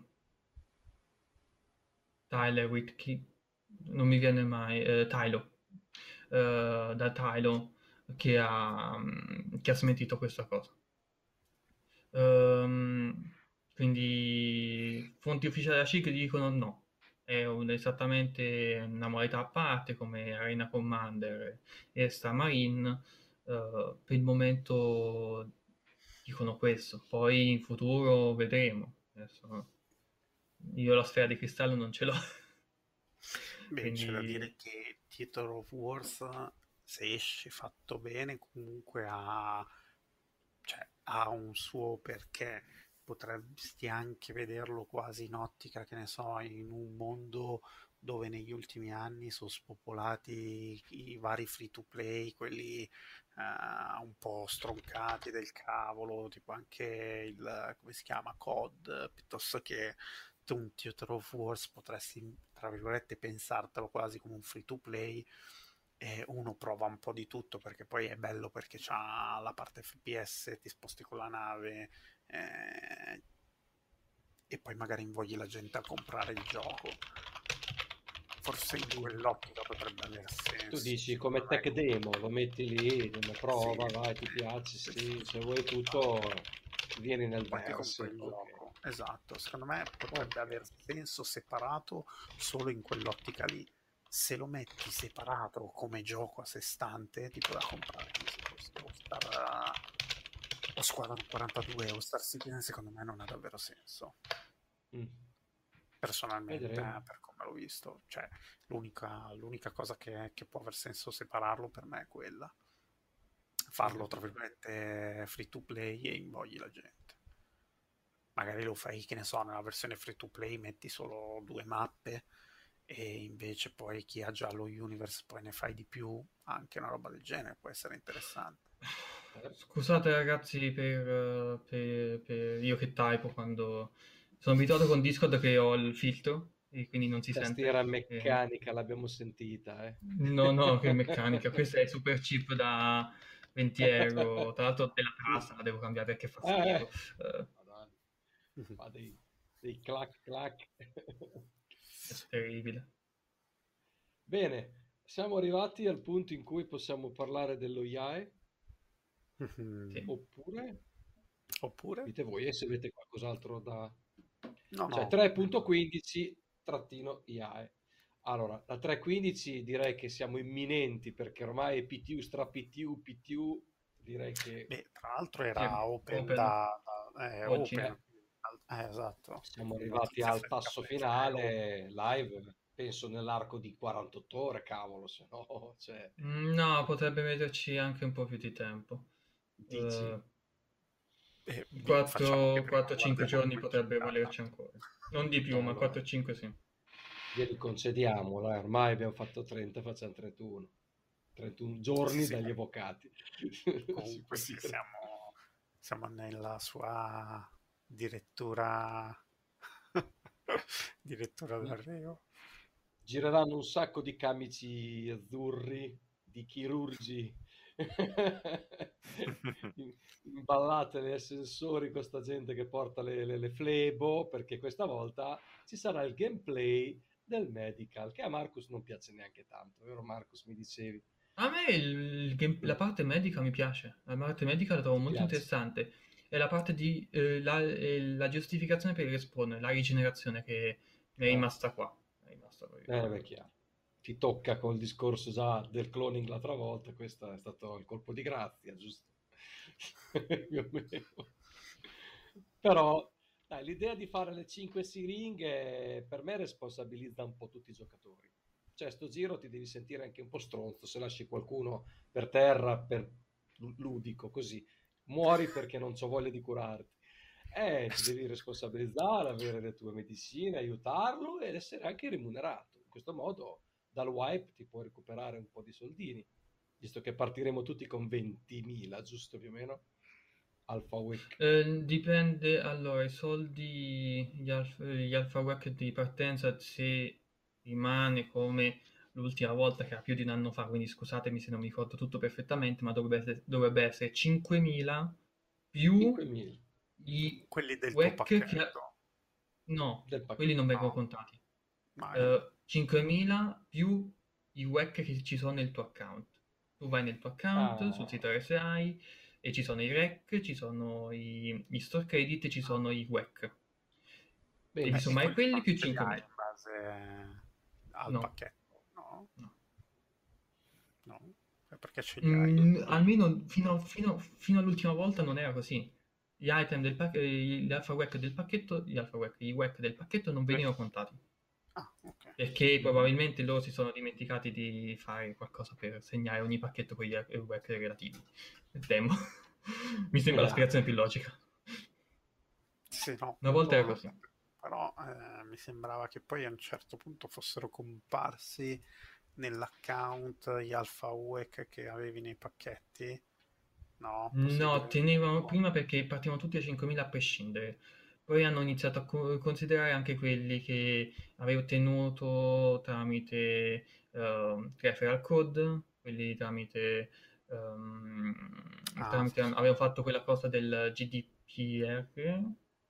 Tyler Whitkey, non mi viene mai, eh, Tylo, eh, da Tylo che ha, um, che ha smentito questa cosa. Um, quindi fonti ufficiali della C I G dicono no, è un, esattamente una modalità a parte come Arena Commander e Star Marine. Uh, per il momento dicono questo, poi in futuro vedremo. Adesso, io la sfera di cristallo non ce l'ho. Beh, Quindi... c'è da dire che Theater of Wars, se esce fatto bene, comunque ha, cioè, ha un suo perché. Potresti anche vederlo quasi in ottica, che ne so, in un mondo dove negli ultimi anni sono spopolati i vari free to play, quelli eh, un po' stroncati del cavolo, tipo anche il, come si chiama, C O D, piuttosto che un Theater of Wars potresti, tra virgolette, pensartelo quasi come un free to play, e uno prova un po' di tutto, perché poi è bello perché c'ha la parte F P S, ti sposti con la nave, eh, e poi magari invogli la gente a comprare il gioco. Forse in quell'ottica potrebbe aver senso. Tu dici come tech demo, lo metti lì, una prova, Sì. vai, ti piace, Sì, sì, sì, se vuoi tutto vieni nel poi ti compri verso. il Ok. gioco. Esatto, secondo me potrebbe Ok. aver senso separato solo in quell'ottica lì. Se lo metti separato come gioco a sé stante, tipo da comprare come se fosse o Star o Squadron quarantadue o Star Citizen, secondo me non ha davvero senso. Mm. Personalmente, Vedremo. eh, per come l'ho visto, cioè l'unica, l'unica cosa che, che può aver senso separarlo per me è quella. Farlo, tra virgolette, free to play e invogli la gente. Magari lo fai, che ne so, nella versione free to play metti solo due mappe e invece poi chi ha già lo universe poi ne fai di più, anche una roba del genere può essere interessante. Scusate ragazzi per, per, per io che typo quando sono abituato con Discord che ho il filtro e quindi non si Tastiera sente. meccanica, l'abbiamo sentita, eh. No, no, che meccanica, questa è super cheap da venti euro, tra l'altro della tassa la devo cambiare perché fa schifo. Eh. Uh, fa dei, dei clac clac. È terribile. Bene, siamo arrivati al punto in cui possiamo parlare dello I A E. Sì. Oppure? Oppure? Dite voi, e se avete qualcos'altro da... No, cioè no. tre punto quindici trattino I A E. Allora, la tre punto quindici direi che siamo imminenti perché ormai P T U, stra P T U, P T U, direi che... Beh, tra l'altro era Sì, open, open. da, da eh, Oggi. open. Eh, esatto. Siamo Quindi arrivati notizia al fresca, tasso fresca, finale live, penso nell'arco di quarantotto ore, cavolo, se no, cioè... No, potrebbe metterci anche un po' più di tempo. Dici? Uh, Eh, vi- facciamo che prima quattro cinque guardiamo giorni il potrebbe risultato. volerci ancora. Non di più, Eh, ma allora, quattro cinque sì. glieli concediamo, dai, ormai abbiamo fatto trenta, facciamo trentuno. trentuno giorni Sì, dagli sì. avvocati. Si Comunque può sì, dire. siamo, siamo nella sua direttura direttura del reo. Gireranno un sacco di camici azzurri, di chirurgi imballate nei ascensori con sta gente che porta le, le, le flebo, perché questa volta ci sarà il gameplay del medical, che a Marcus non piace neanche tanto, vero Marcus, mi dicevi? A me il game- la parte medica mi piace, la parte medica la trovo Ti molto piace? interessante. E la parte di eh, la, eh, la giustificazione per il respawn, la rigenerazione che mi è Eh, rimasta qua. È rimasta proprio. eh, beh, chiaro. Ti tocca col discorso già del cloning l'altra volta, questo è stato il colpo di grazia, giusto? Più o meno. Però dai, l'idea di fare le cinque siringhe per me responsabilizza un po' tutti i giocatori. Cioè, sto giro ti devi sentire anche un po' stronzo se lasci qualcuno per terra, per ludico, così. Muori perché non c'ho voglia di curarti. Eh, ti devi responsabilizzare, avere le tue medicine, aiutarlo ed essere anche remunerato. In questo modo, dal wipe ti puoi recuperare un po' di soldini, visto che partiremo tutti con ventimila, giusto più o meno? Alpha Week. Eh, dipende, allora, i soldi, gli, alf- gli alpha work di partenza, se rimane come l'ultima volta, che era più di un anno fa, quindi scusatemi se non mi ricordo tutto perfettamente, ma dovrebbe essere, dovrebbe essere cinquemila più cinquemila i Quelli del W tuo E C che... pacchetto. No, del pacchetto. quelli non vengono No. contati. Mai. Eh, cinquemila più i W E C che ci sono nel tuo account. Tu vai nel tuo account, Ah. sul sito R S I, e ci sono i R E C, ci sono i, i store credit e ci sono i W E C. Bene. Devi Eh, sommare e quelli non più ce li hai cinquemila. in base al No. pacchetto, no? No. No? Eh, Perché ce li hai? Mm, almeno fino, fino- fino all'ultima volta non era così. Gli item del pacchetto, gli alpha W E C del pacchetto, gli alpha W E C, i W E C del pacchetto non venivano contati. Ah, ok. Perché probabilmente loro si sono dimenticati di fare qualcosa per segnare ogni pacchetto con gli W E C relativi. Temo. Mi sembra la spiegazione più logica. Sì, no, Una volta era quello- così. Però eh, mi sembrava che poi a un certo punto fossero comparsi nell'account gli alpha W E C che avevi nei pacchetti. No, No, possibile. tenevano prima perché partivano tutti a cinquemila a prescindere. Poi hanno iniziato a co- considerare anche quelli che avevi ottenuto tramite ehm, referral code, quelli tramite, ehm, Ah, tramite sì, sì. avevo fatto quella cosa del G D P R,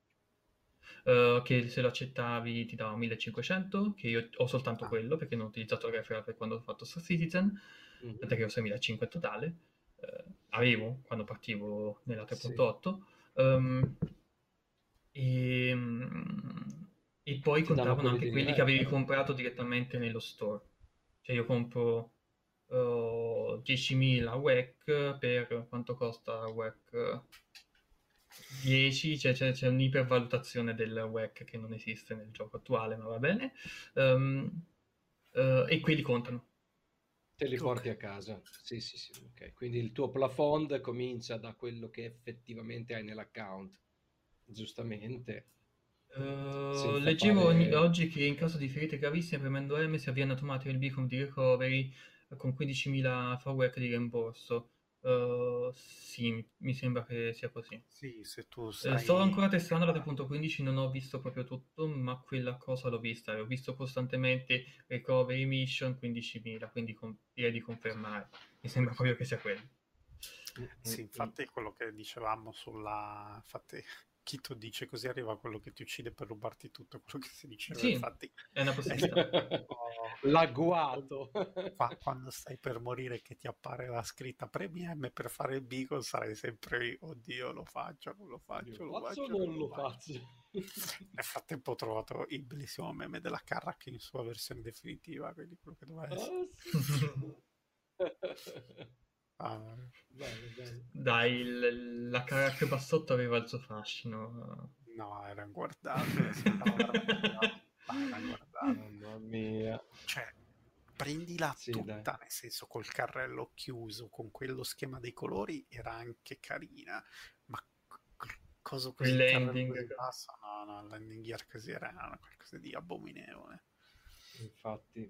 eh, che se lo accettavi ti dava millecinquecento, che io ho soltanto Ah. quello perché non ho utilizzato il referral per quando ho fatto Star Citizen, Mhm. tant'è che ho seimilacinquecento in totale. Eh, avevo quando partivo nella tre punto otto. Ehm, e, e poi Ti danno contavano quelli anche di quelli che avevi referral. comprato direttamente nello store. Cioè io compro eh, diecimila W E C per quanto costa W E C? dieci, cioè c'è, c'è un'ipervalutazione del W E C che non esiste nel gioco attuale, ma va bene. Ehm, eh, e quelli contano. Te li porti Ok. a casa. Sì, sì, sì. Ok. Quindi il tuo plafond comincia da quello che effettivamente hai nell'account. Giustamente. Eh, Senza leggevo ogni- fare... oggi che in caso di ferite gravissime premendo M si avvia in automatico il beacon di recovery eh, con quindicimila F W E C di rimborso. Eh, sì, mi sembra che sia così. Sì, se tu Eh, sto sai... ancora testando la tre punto quindici, non ho visto proprio tutto, ma quella cosa l'ho vista. e Ho visto costantemente recovery mission quindicimila, quindi con- direi di confermare. Mi sembra proprio che sia quello. Sì, infatti è quello che dicevamo sulla... Infatti, Chito dice così arriva quello che ti uccide per rubarti tutto quello che si diceva. Sì, Infatti, è una possibilità. L'agguato. qua, quando stai per morire che ti appare la scritta premi M per fare il beacon, sarai sempre lì, oddio, lo faccio, non lo faccio, lo Faccio o faccio, non lo faccio? Nel frattempo ho trovato il bellissimo meme della Carrack in sua versione definitiva, quindi quello che doveva essere. Ah, sì. Ah, Bello, bello. Dai, il- la Carac Bassotto aveva il suo fascino. no, era inguardabile, sembrava veramente... Ma era inguardabile. Mamma mia. Cioè, prendila Sì, tutta, dai. nel senso col carrello chiuso, con quello schema dei colori, era anche carina, ma c- cosa così, Il il carrello landing. così basso, no, no, il landing gear così era una qualcosa di abominevole. Infatti.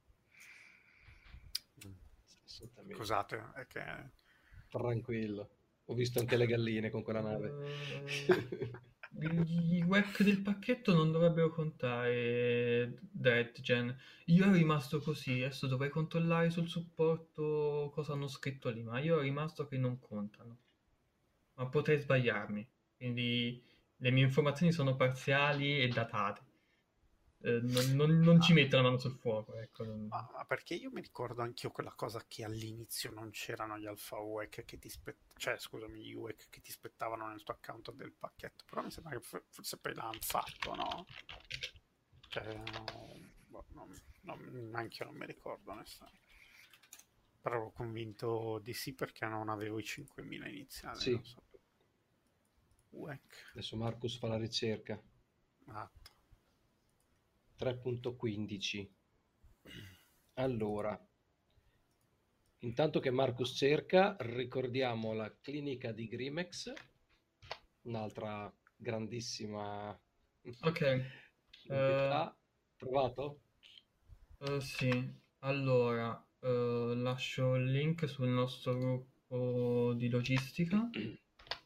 Assolutamente. Scusate, è che... Tranquillo. Ho visto anche le galline con quella nave. Eh, I W E C del pacchetto non dovrebbero contare DreadGen. Io ero rimasto così, adesso dovrei controllare sul supporto cosa hanno scritto lì, ma io ero rimasto che non contano. Ma potrei sbagliarmi, quindi le mie informazioni sono parziali e datate. Eh, non, non- non ci metto la mano sul fuoco, ecco. non- Ma, ma perché io mi ricordo anch'io quella cosa che all'inizio non c'erano gli alpha U E C che ti spett- cioè scusami, gli U E C che ti spettavano nel tuo account del pacchetto, però mi sembra che for- forse poi l'hanno fatto, no? Cioè, no, boh, non, non, anche io non mi ricordo onestamente. Però ero convinto di sì perché non avevo i cinquemila iniziali, Sì. non so. U E C, Adesso Marcus fa la ricerca. esatto. tre punto quindici. Allora, intanto che Marcus cerca, ricordiamo la clinica di Grimex, un'altra grandissima Ok. novità. Trovato? Eh, sì, allora eh, lascio il link sul nostro gruppo di logistica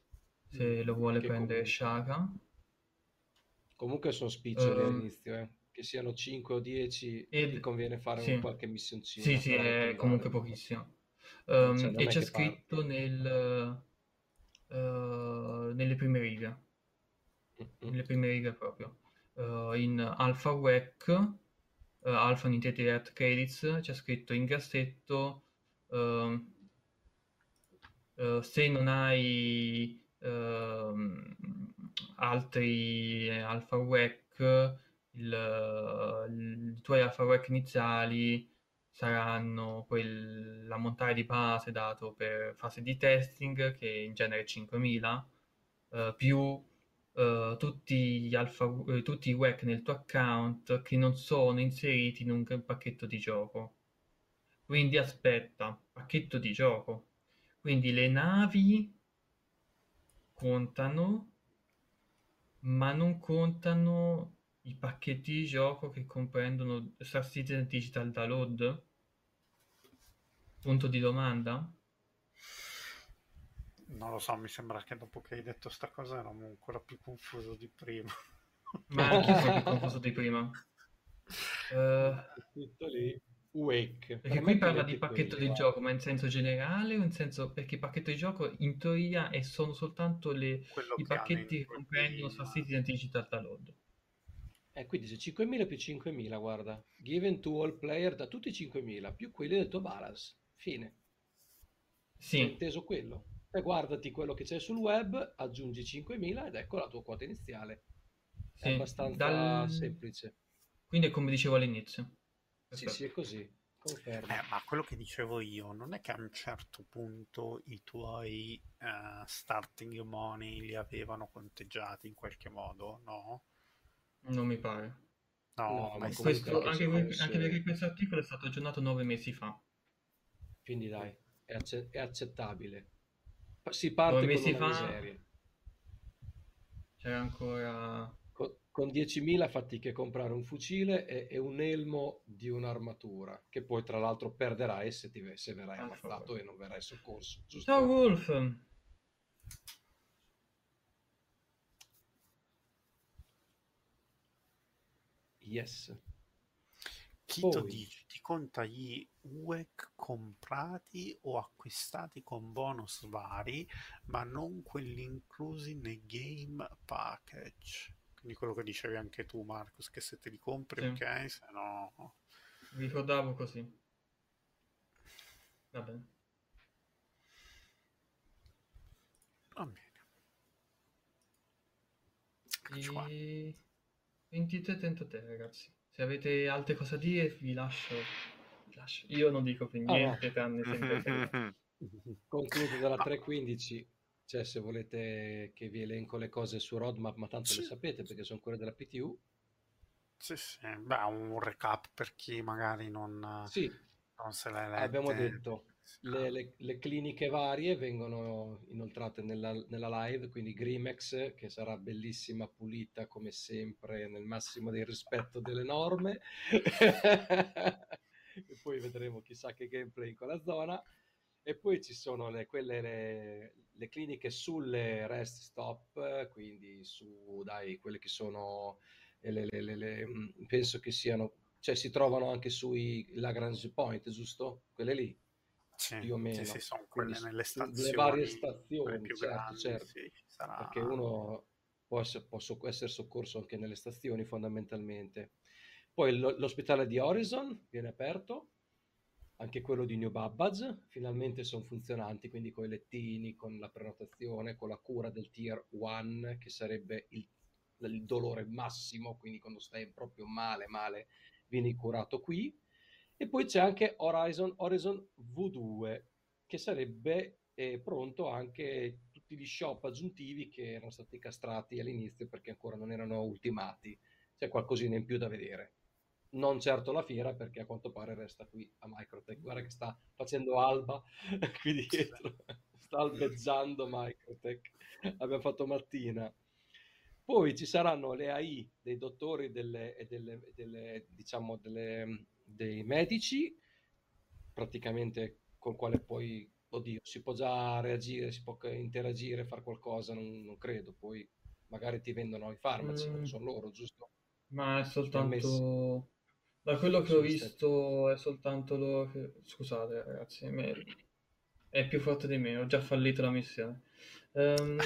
se lo vuole Che prendere comunque, Shaka. comunque sono spiccioli Ehm, all'inizio, eh. che siano cinque o dieci, Ed- ti conviene fare sì. un qualche missioncina. Sì, sì, per è arrotondare. comunque pochissimo. Non c'è- Ehm, non e è c'è che parla. scritto nel, eh, nelle prime righe, Mm-mm. nelle prime righe proprio. Eh, in Alpha W E C, eh, Alpha Unintended Direct Credits, c'è scritto in grassetto, ehm, eh, se non hai ehm, altri eh, Alpha W E C, il, il- i tuoi Alpha W E C iniziali saranno quel- l'ammontare di base dato per fase di testing, che in genere è cinquemila, eh, più eh, tutti gli alfa, eh, tutti i W E C nel tuo account che non sono inseriti in un pacchetto di gioco. Quindi aspetta, pacchetto di gioco. Quindi le navi contano, ma non contano i pacchetti di gioco che comprendono Star Citizen Digital Download? Punto di domanda? Non lo so, mi sembra che dopo che hai detto sta cosa ero ancora più confuso di prima. Ma anch'io sono più confuso di prima. Eh, Tutto lì. Wake. perché Per qui me ti parla di metti pacchetto quelli, di guarda. gioco, ma in senso generale o in senso perché pacchetto di gioco in teoria è sono soltanto le, Quello i che hanno in pacchetti che comprendono Star game. Citizen Digital Download. Eh, qui dice cinquemila più cinquemila, guarda. Given to all player da tutti i cinquemila, più quelli del tuo balance. Fine. È Sì, inteso quello. E guardati quello che c'è sul web, aggiungi cinquemila ed ecco la tua quota iniziale. È sì, abbastanza dal... semplice. quindi è come dicevo all'inizio. Sì, sì, è Perfetto. così. Confermo. Eh, ma quello che dicevo io, non è che a un certo punto i tuoi eh, starting money li avevano conteggiati in qualche modo, no? Non mi pare. No, No, ma ma è comunque Questo, stato... anche anche, se per- anche perché fosse... questo articolo è stato aggiornato nove mesi fa. Quindi dai, è, acce- è accettabile. Pa- Si Nove parte con mesi una fa miseria. c'era ancora... Co- Con diecimila fatica a comprare un fucile e, e un elmo di un'armatura, che poi tra l'altro perderai se, ti, ve- se verrai Alfa ammazzato Wolf. e non verrai soccorso, Ciao giusto? Wolf! Yes. Chito Poi, dice, ti conta gli U E C comprati o acquistati con bonus vari, ma non quelli inclusi nei game package. Quindi quello che dicevi anche tu, Marcus, che se te li compri, Sì, ok, se no... vi ricordavo così. Va bene. Va bene. Eccoci qua. E... ventitré trentatré ragazzi. Se avete altre cose da dire vi lascio. vi lascio. Io non dico più ah, niente tranne se mi date le- concludo dalla Ah, tre quindici, cioè se volete che vi elenco le cose su roadmap, ma tanto le sì, sapete perché sono quelle della P T U. sì, sì. Beh, un recap per chi magari non, Sì, non se l'ha abbiamo lette. detto, le, le- le cliniche varie vengono inoltrate nella, nella live, quindi Grimex, che sarà bellissima, pulita come sempre, nel massimo del rispetto delle norme. E poi vedremo chissà che gameplay in quella zona. E poi ci sono le, quelle, le, le cliniche sulle rest stop, quindi su, dai, quelle che sono, eh, le, le- le- le- mh, penso che siano, cioè si trovano anche sui Lagrange Point, giusto? Quelle lì, Sì, più o sì, sì, meno. sono Quindi quelle su- nelle sulle varie stazioni, quelle stazioni, più certo, grandi, certo, sì, ci perché sarà. uno può essere, può so- essere soccorso anche nelle stazioni fondamentalmente. Poi lo- l'ospedale di Horizon viene aperto, anche quello di New Babbage, finalmente sono funzionanti, quindi con i lettini, con la prenotazione, con la cura del tier uno, che sarebbe il, il dolore massimo, quindi quando stai proprio male, male, vieni curato qui. E poi c'è anche Horizon, Horizon V due, che sarebbe eh, pronto anche tutti gli shop aggiuntivi che erano stati castrati all'inizio perché ancora non erano ultimati. C'è qualcosina in più da vedere. Non certo la fiera perché a quanto pare resta qui a Microtech. Guarda che sta facendo alba qui dietro, sta albeggiando Microtech. Abbiamo fatto mattina. Poi ci saranno le A I dei dottori delle, e delle, delle, diciamo delle, dei medici, praticamente col quale poi, oddio, si può già reagire, si può interagire, fare qualcosa, non, non credo. Poi magari ti vendono i farmaci, non Mm, sono loro, giusto? Ma è messi- soltanto... Da quello che ho sono stati- visto è soltanto loro che... Scusate ragazzi, me- è più forte di me, ho già fallito la missione. Ehm,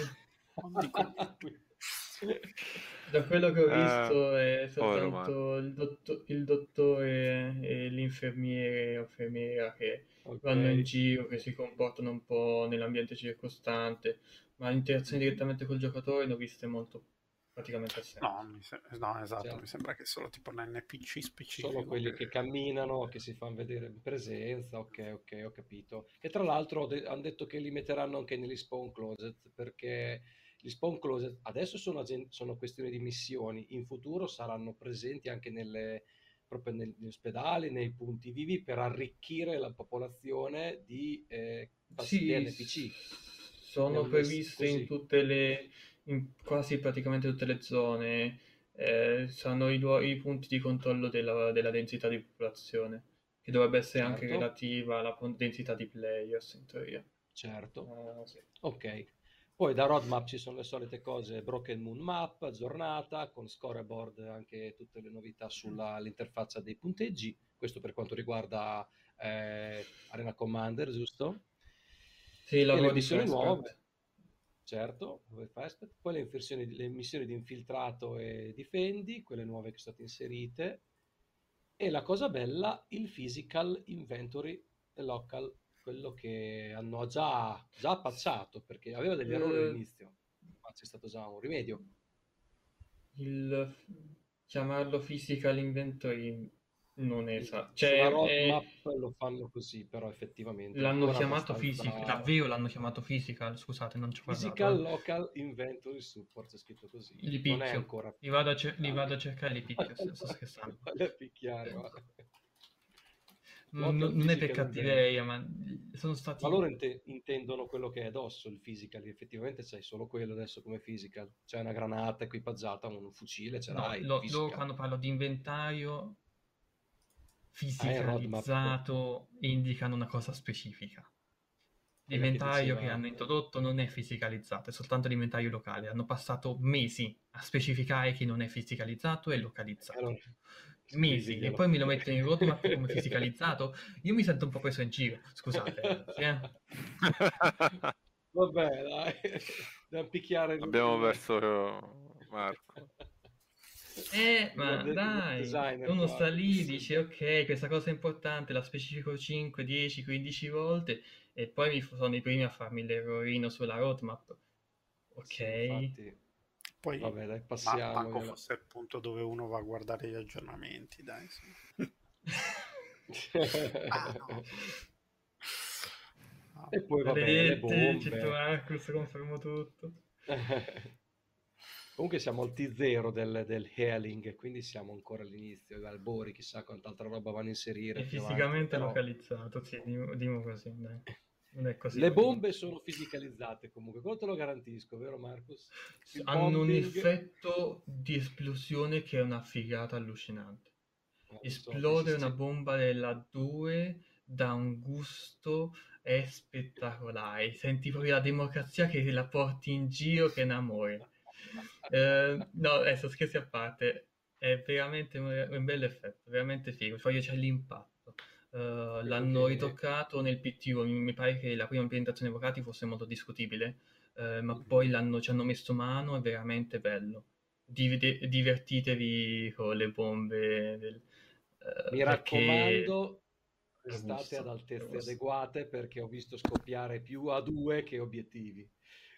da quello che ho Eh, visto è povero Marco. soltanto il, dotto- il dottore e l'infermiere o infermiera che Ok. vanno in giro, che si comportano un po' nell'ambiente circostante, ma l'interazione Mhm. direttamente col giocatore ne ho viste molto praticamente assenti. No, mi se- no, esatto, Certo. mi sembra che solo tipo un N P C specifico. Sono quelli che camminano, che si fanno vedere in presenza, ok, ok, ho capito. E tra l'altro de- hanno detto che li metteranno anche negli spawn closet, perché gli spawn closet adesso sono, agen- sono questioni di missioni, in futuro saranno presenti anche nelle, proprio negli ospedali, nei punti vivi, per arricchire la popolazione di, eh, pas- di Sì, N P C. s- sono Hanno messo previste in così. tutte le, in quasi praticamente tutte le zone, eh, saranno i, luo- i punti di controllo della, della densità di popolazione, che dovrebbe essere anche Certo, relativa alla con- densità di players, in teoria. certo. Eh, sì. Ok. Poi da roadmap ci sono le solite cose, Broken Moon Map, aggiornata, con scoreboard, anche tutte le novità sull'interfaccia dei punteggi. Questo per quanto riguarda eh, Arena Commander, giusto? Sì, il E le lavoro di missioni Fespert. nuove, certo, nuove Fespert. Poi le, infilzioni- le missioni di infiltrato e difendi, quelle nuove che sono state inserite. E la cosa bella, il physical inventory local, quello che hanno già, già patchato, perché aveva degli errori Eh, all'inizio, ma c'è stato già un rimedio. il chiamarlo physical inventory non è esatto, Sulla cioè è- roadmap lo fanno così, però effettivamente è l'hanno ancora chiamato physical, abbastanza davvero l'hanno chiamato physical, scusate, non ci ho guardato. physical eh. local inventory support, c'è scritto così. Li Non è picchio, ancora... li vado a, cer- li Ah, vado a cercare e li picchio, sto sto scherzando. Vale a picchiare, va. Non, Local non è per physical inventory. cattiveria, ma sono Ma stati... loro inte- intendono quello che è addosso, il physical, effettivamente c'hai solo quello adesso come physical. C'è una granata equipaggiata, un fucile, ce No, l'hai, lo- loro physical. quando parlo di inventario Ah, è roadmap. fisicalizzato indicano una cosa specifica. Quella che L'inventario che diceva... hanno introdotto non è fisicalizzato, è soltanto l'inventario locale. Hanno passato mesi a specificare che non è fisicalizzato e localizzato. Allora, Mesi, e scriviglielo. poi me lo mettono in roadmap come fisicalizzato. Io mi sento un po' preso in giro, scusate ragazzi, eh. Vabbè, dai. Dobbiamo picchiare il... Abbiamo il- perso Marco. Eh, il ma web de- il web dai, designer uno qua. sta lì, dice ok, questa cosa è importante, la specifico cinque, dieci, quindici volte e poi mi f- sono i primi a farmi l'errorino sulla roadmap. Ok. Sì, infatti. Poi Vabbè, dai, ma- passiamo. manco fosse il punto dove uno va a guardare gli aggiornamenti, dai. Sì. Ah, no. No. E poi vabbè, le Maledetti, c'è bombe. Marcus, confermo tutto. Comunque siamo al T zero del, del Healing, quindi siamo ancora all'inizio, gli albori, chissà quant'altra roba vanno a inserire È più avanti, fisicamente però localizzato, sì, dimo, dimo così, dai. Non è così. le così. bombe sono fisicalizzate comunque, quello te lo garantisco, vero Marcus? Il Hanno un bombing, effetto di esplosione che è una figata allucinante. eh, lo so, Esplode si- una si- bomba della due dà un gusto è spettacolare. Senti proprio la democrazia che la porti in giro, che è un amore. Eh, no, adesso scherzi a parte, è veramente un, un bel effetto, veramente figo. Poi c'è l'impatto. Eh, l'hanno che- ritoccato nel P T U, mi, mi pare che la prima implementazione vocati fosse molto discutibile, eh, ma Mhm. poi l'hanno, ci hanno messo mano, è veramente bello. Div- de- divertitevi con le bombe, del- eh, Mi perché raccomando, è restate ad gusto, è altezze gusto. adeguate perché ho visto scoppiare più A due che obiettivi.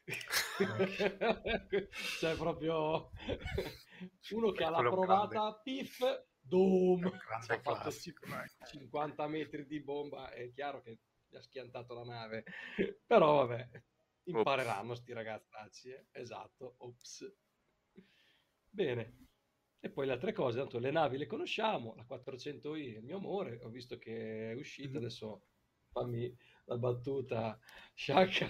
Cioè proprio uno che ha la Quello è un grande- provata, piff, doom, è un grande ci ha fatto classico, ci- dai. cinquanta metri di bomba, è chiaro che gli ha schiantato la nave, però vabbè, impareranno sti ragazzacci, eh? Esatto, ops. Bene. E poi le altre cose, tanto le navi le conosciamo, la quattrocento i è il mio amore, ho visto che è uscita, Mm. adesso fammi la battuta sciacca.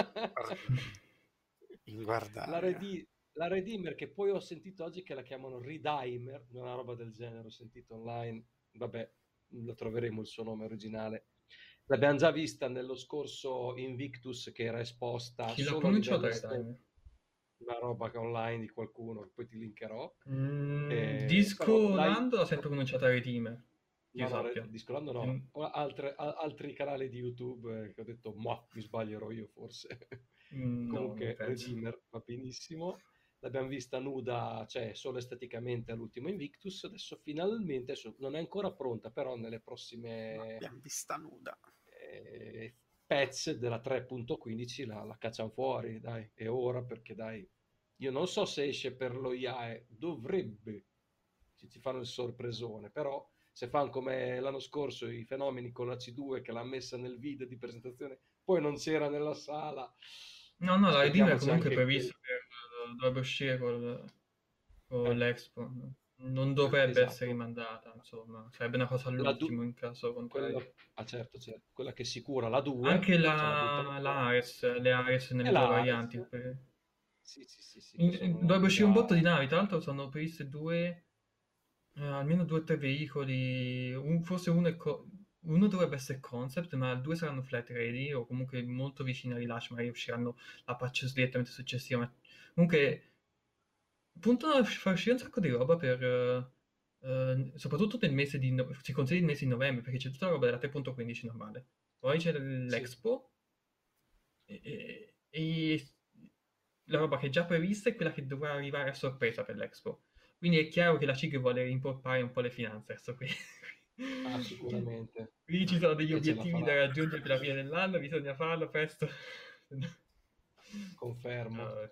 In guardaria. La, Redi- la Redeemer, che poi ho sentito oggi che la chiamano Redimer, una roba del genere, ho sentito online, vabbè, lo troveremo il suo nome originale. L'abbiamo già vista nello scorso Invictus che era esposta Chi l'ha solo a pronunciato livello Redime? una roba che online di qualcuno, che poi ti linkerò. Mm, Eh, Disco però dai- Lando ha sempre cominciato a Redeemer, che io No, no, sappia. re- Discolando no, Mm. o altre- a- altri canali di YouTube eh, che ho detto, ma mi sbaglierò io forse. Mm, no, non Comunque penso. Redeemer va benissimo. L'abbiamo vista nuda, cioè solo esteticamente all'ultimo Invictus. Adesso finalmente, adesso non è ancora pronta, però nelle prossime L'abbiamo vista nuda. eh, patch della tre punto quindici la, la cacciano fuori, dai, è ora perché dai, io non so se esce per lo I A E, dovrebbe, ci, ci fanno il sorpresone, però se fanno come l'anno scorso i fenomeni con la C due che l'ha messa nel video di presentazione, poi non c'era nella sala. No, no, la Redeemer è Aspettiamoci comunque anche prevista quel- per, dovrebbe uscire col, con eh, l'Expo. Non dovrebbe essere esatto. rimandata, insomma, sarebbe una cosa La du- all'ultimo in caso quella, contrario. ah, certo, certo, quella che sicura la due, Anche ce la buttano la, fuori. la Ares, le Ares nelle E due la varianti. Ares, per- sì, sì, sì, sì, che in- sono dovrebbe navi uscire un botto di già... navi, tra l'altro sono previste due, eh, almeno due o tre veicoli, un- forse uno, è co- uno dovrebbe essere concept, ma due saranno flat ready o comunque molto vicini al rilascio, magari usciranno a patch direttamente successiva. Ma comunque puntano a far uscire un sacco di roba per, eh, eh, soprattutto nel mese di, no- si consiglia il mese di novembre, perché c'è tutta la roba della tre punto quindici normale. Poi c'è Sì. l'Expo e, e- e la roba che è già prevista è quella che dovrà arrivare a sorpresa per l'Expo. Quindi è chiaro che la C I G vuole rimpolpare un po' le finanze adesso qui. Ah, sicuramente. Quindi ci sono degli E ce la obiettivi da farà. raggiungere per la fine dell'anno, bisogna farlo presto. Confermo. Ah,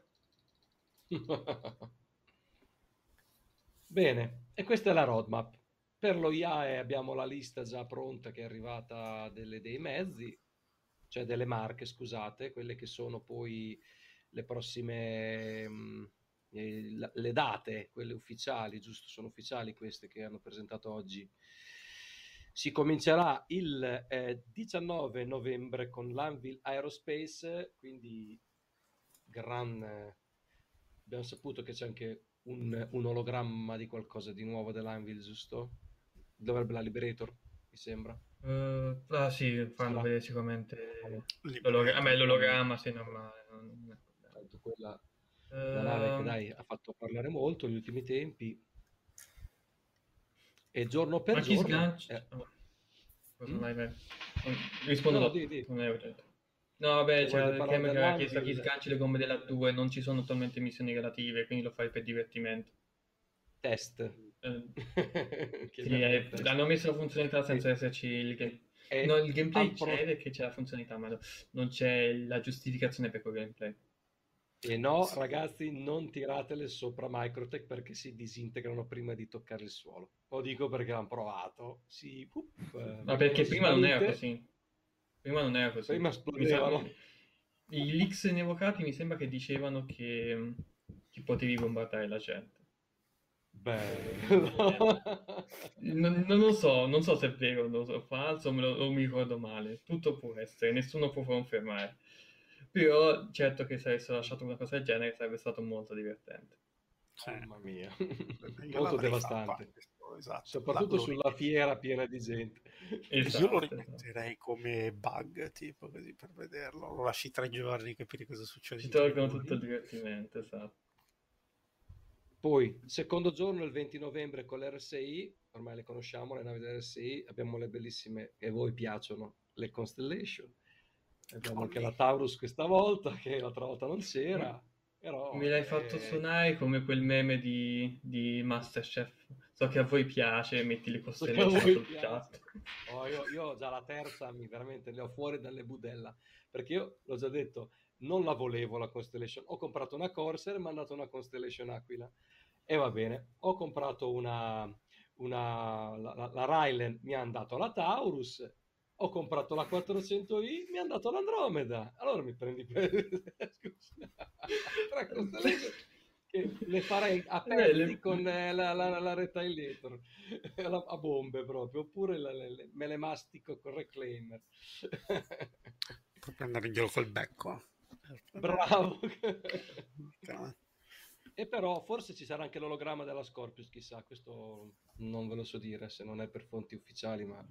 Bene, e questa è la roadmap. Per lo I A E abbiamo la lista già pronta che è arrivata delle- dei mezzi, cioè delle marche, scusate, quelle che sono poi le prossime, mh, eh, la- le date, quelle ufficiali, giusto? Sono ufficiali queste che hanno presentato oggi. Si comincerà il eh, diciannove novembre con l'Anvil Aerospace, quindi gran... eh, abbiamo saputo che c'è anche un, un ologramma di qualcosa di nuovo dell'Anvil, giusto? Dovrebbe la Liberator, mi sembra. Eh, ah sì, fanno Sarà. vedere sicuramente l'ologa- a me Liberator. l'ologramma, sì, normale. Non non è problema. Tanto quella è una nave che Ehm, dai ha fatto parlare molto negli ultimi tempi e giorno per ma chi giorno sgancia? eh, Oh, cosa mm? vai, vai. Non- Rispondo no no dopo, di, di. non è urgente. No, vabbè, Se c'era volete il parlare Cameron che aveva chiesto a chi dell'Anvil, sganci le gomme della due, non ci sono attualmente missioni relative, quindi lo fai per divertimento. test. Eh, sì, Chiamiamolo eh, test. hanno messo la funzionalità senza E- esserci il game. e No, il gameplay han pro- c'è perché c'è la funzionalità, ma non c'è la giustificazione per quel gameplay. E no, Sì. ragazzi, non tiratele sopra Microtech perché si disintegrano prima di toccare il suolo. Lo dico perché l'hanno provato. Si, up, Ma perché prima non era svanite, così. Prima non era così. prima Mi sa- esplodevano. I leaks nevocati mi sembra che dicevano che, mm, che potevi bombardare la gente. Bello. Non, non lo so, non so se è vero o non so, falso o, me lo- o mi ricordo male. Tutto può essere, nessuno può confermare. Però certo che se avessero lasciato una cosa del genere sarebbe stato molto divertente. Sì. Mamma mia, Io molto l'avrei fatto devastante. anche, esatto. Soprattutto La- lo sulla fiera piena di gente. Io lo Esatto, esatto. rimetterei come bug, tipo così per vederlo. Lo lasci tre giorni e capire cosa succede. Ci in tre tolgono giorni. tutto il divertimento, esatto. Poi, secondo giorno, il venti novembre con l'R S I, ormai le conosciamo, le navi dell'R S I, abbiamo le bellissime, e a voi piacciono, le Constellation. Abbiamo anche la Taurus questa volta, che l'altra volta non c'era, però... Me l'hai fatto eh, suonare come quel meme di, di Masterchef. So che a voi piace, metti le so che a costellation voi sul piace. chat. Oh, io, io ho già la terza, mi veramente le ho fuori dalle budella, perché io l'ho già detto, non la volevo la Constellation, ho comprato una Corsair e mi hanno dato una Constellation Aquila, e va bene, ho comprato una, una la, la, la Ryland, mi hanno dato la Taurus, ho comprato la quattrocento i, mi hanno dato l'Andromeda, allora mi prendi per... scusa, tre Constellation che le farei a Beh, pezzi le- con eh, la, la, la Retailator la- a bombe proprio, oppure la- le- le- me le mastico con Reclaimer. Puoi prenderglielo col becco. Bravo. Ok. E però forse ci sarà anche l'ologramma della Scorpius, chissà, questo non ve lo so dire se non è per fonti ufficiali, ma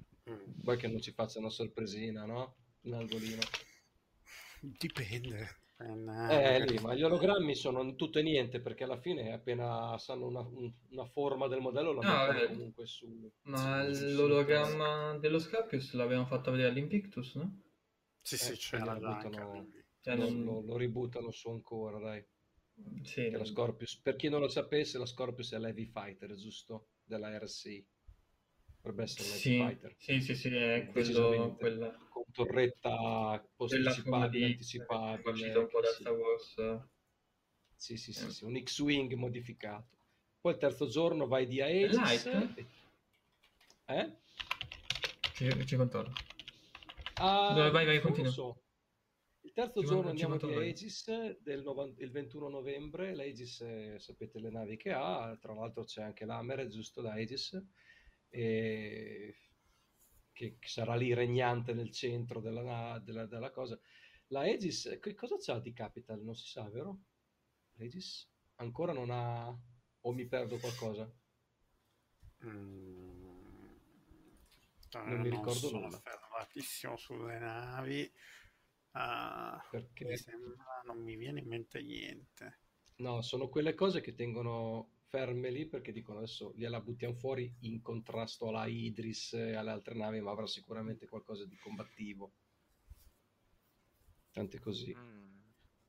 vuoi che non ci faccia una sorpresina, no? Un angolino. Dipende. Eh, lì, ma gli ologrammi sono tutto e niente, perché alla fine appena sanno una, un- una forma del modello la No, mettono eh, comunque su, Ma sul sito. l'ologramma dello Scarpius l'avevano fatto vedere all'Invictus, no? Sì, sì, Eh, c'era quindi lo già anche buttano, lui. Cioè, lo, non- lo- lo ributtano su ancora, dai. Sì, Che la Scorpius, per chi non lo sapesse, la Scorpius è l'Heavy Fighter, giusto? Della R S I. Dovrebbe essere l'Heavy sì, Fighter. sì, sì, sì, è quello, Decisamente. quella, Con torretta quella forma posticipabile, di X che è uscita anticipabile. un po' da Sì, Star Wars. sì, sì, sì, eh. sì, un X-Wing modificato. Poi il terzo giorno vai di È Aegis. light? Eh? Ci, ci controllo. Ah, Dove vai, vai, non lo continua. so. Il terzo Ci, giorno con- ci andiamo di controllo io. Aegis del novan- il ventuno novembre. L'Aegis, eh, sapete le navi che ha, tra l'altro c'è anche l'Hammer, giusto, da Aegis, e... che che sarà lì regnante nel centro della, na- della, della cosa. La Aegis, che cosa c'ha di Capital? Non si sa, vero? Aegis? Ancora non ha... o mi perdo qualcosa? Mm, Non mi non ricordo sono nulla. fermatissimo sulle navi. Ah, Perché... mi sembra, non mi viene in mente niente. No, sono quelle cose che tengono ferme lì perché dicono adesso gliela buttiamo fuori in contrasto alla Idris e alle altre navi, ma avrà sicuramente qualcosa di combattivo. Tante così. Mm,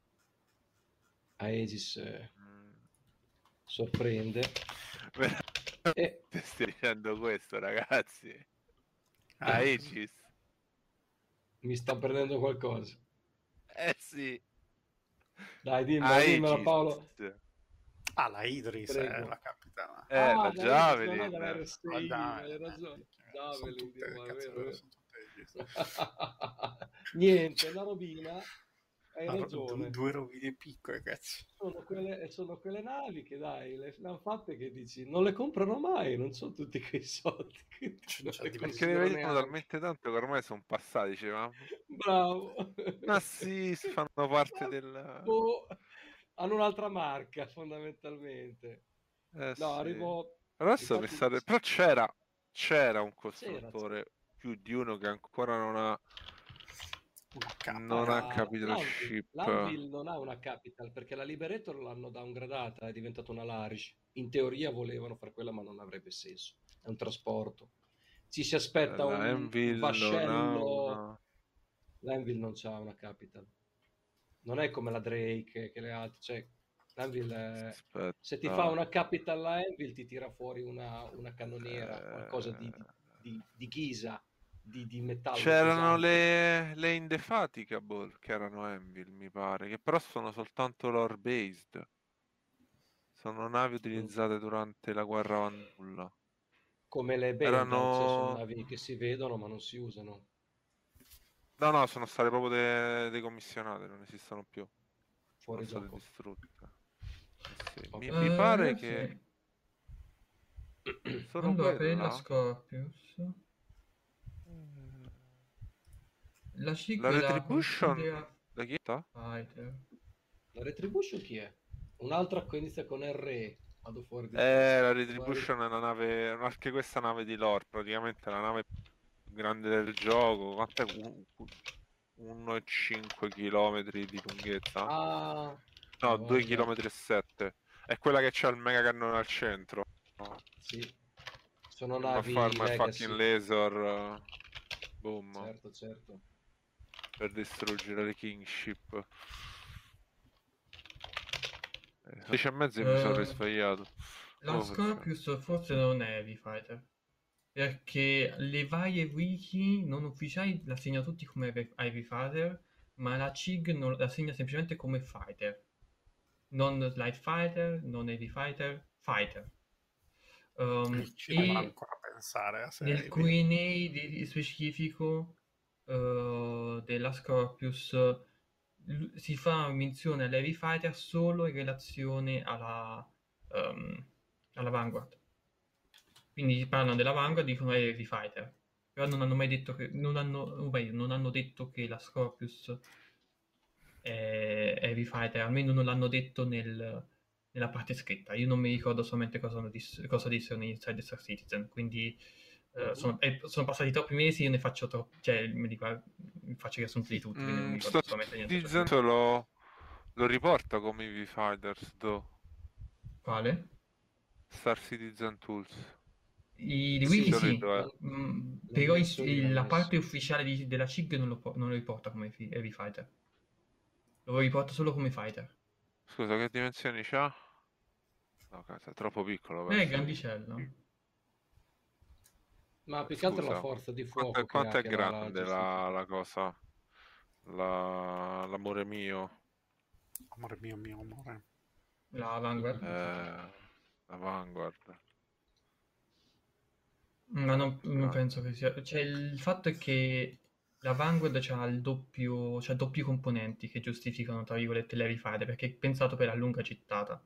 Aegis eh, mm. sorprende. Veramente E stai dicendo questo, ragazzi? Ah, Aegis? mi sta prendendo qualcosa. Eh sì, Dai, dimmela, dimmela Aegis. Paolo, ah, la ti Idris è prego. la capitana. Eh, Ah, la da Aegis, no, no, Javelin. dalla Ah, R S I, dai, hai eh, ragione. sono Javelin, tutte, Dio, ma è cazzo, vero, è sono tutte Aegis. vero. Niente, una robina, hai Ah, due, ragione. due rovine piccole, cazzo. Sono quelle, sono quelle navi che dai, le, le hanno fatte che dici non le comprano mai, non sono tutti quei soldi, quindi C'è non già le di Perché ne mezzo. considero vediamo neanche. talmente tanto che ormai sono passati, diceva. Bravo. Ma sì, si fanno parte del... Boh, hanno un'altra marca fondamentalmente. Eh No, sì. arrivo, Adesso infatti pensate... Però c'era, c'era un c'era, c'era. costruttore, più di uno, che ancora non ha, Una non ha cappa. La- capito l'Anvil, ship. l'Anvil non ha una capital perché la Liberator l'hanno downgradata, è diventata una Larish. In teoria volevano fare quella, ma non avrebbe senso. È un trasporto. Ci si aspetta La un Envil non ha vascello. una... L'Anvil non c'ha una capital. Non è come la Drake che le altre. Cioè, l'Anvil è- se ti fa Aspetta... una capital la Anvil ti tira fuori una, una cannoniera, qualcosa di, Eh... di, di, di ghisa, di, di metallo C'erano pesante. le, le Indefatigable che erano Envil, mi pare, che però sono soltanto lore based. Sono navi utilizzate durante la guerra Vandulla. Come le Bengals, cioè sono Erano... navi che si vedono ma non si usano. No, no, sono state proprio de- decommissionate, non esistono più. Sono Fuori state gioco. distrutte. Eh sì. Ok. Mi, Eh, mi pare ragazzi, che solo allora, per la quella... Scorpius, eh, la C I G La la Retribution... considera Da chi è? fighter. La Retribution chi è? Un'altra che inizia con R E. Vado fuori di Eh, testa. la Retribution è una nave... Anche questa nave di lore, praticamente è la nave più grande del gioco. Quant'è? uno virgola cinque chilometri di lunghezza? Ah, No, ha due voglia. virgola sette km. È quella che c'ha il mega cannone al centro. No. Sì. Sono Che va a navi fare my fucking legacy. laser. uh, Boom. Certo, certo. Per distruggere le kingship. Eh, dieci e mezzo e mi sono Eh, risvegliato. La Oh, forse- Scorpius forse non è Heavy Fighter, perché le varie wiki non ufficiali la segnano tutti come Heavy Heavy Fighter, ma la C I G non, la segna semplicemente come Fighter. Non Light Fighter, non Heavy Fighter, Fighter. Um, Ci dovrà e ancora pensare a se nel è Q and A di specifico eh, della Scorpius l- si fa menzione all'Heavy Fighter solo in relazione alla, ehm, alla Vanguard. Quindi parlano della Vanguard e dicono Heavy Fighter. Però non hanno mai detto che, non hanno, o meglio, non hanno detto che la Scorpius è Heavy Fighter, almeno non l'hanno detto nel- nella parte scritta. Io non mi ricordo solamente cosa, hanno dis- cosa dissero in Inside Star Citizen, quindi eh, sono, eh, sono passati troppi mesi e ne faccio troppi, cioè mi, riguardo, mi faccio riassunti di tutto, quindi non Mm, mi sto ricordo solamente niente. Citizen lo, Lo riporta come i V-Fighters, do Quale? Star Citizen Tools. I, di Sì, Wiki Di sì, solito è. l'hanno mm, l'hanno però i- messo lì, il- l'hanno la messo. parte ufficiale di- della C I G non lo, po- non lo riporta come fi- Heavy Fighter. Lo riporta solo come fighter. Scusa, che dimensioni c'ha? No, cazzo, è troppo piccolo per Beh, è essere grandicello. Ma più che altro la Scusa, forza di quanto fuoco è, che quanto ha, è che la, la grande gestisce. la, la cosa? La- l'amore mio? Amore mio, mio amore. La Vanguard. Eh, la Vanguard. Ma non, Più non grande. penso che sia... Cioè, il fatto è che la Vanguard c'ha il doppio, c'ha doppi componenti che giustificano, tra virgolette, l'Heavy Fighter, perché è pensato per la lunga gittata.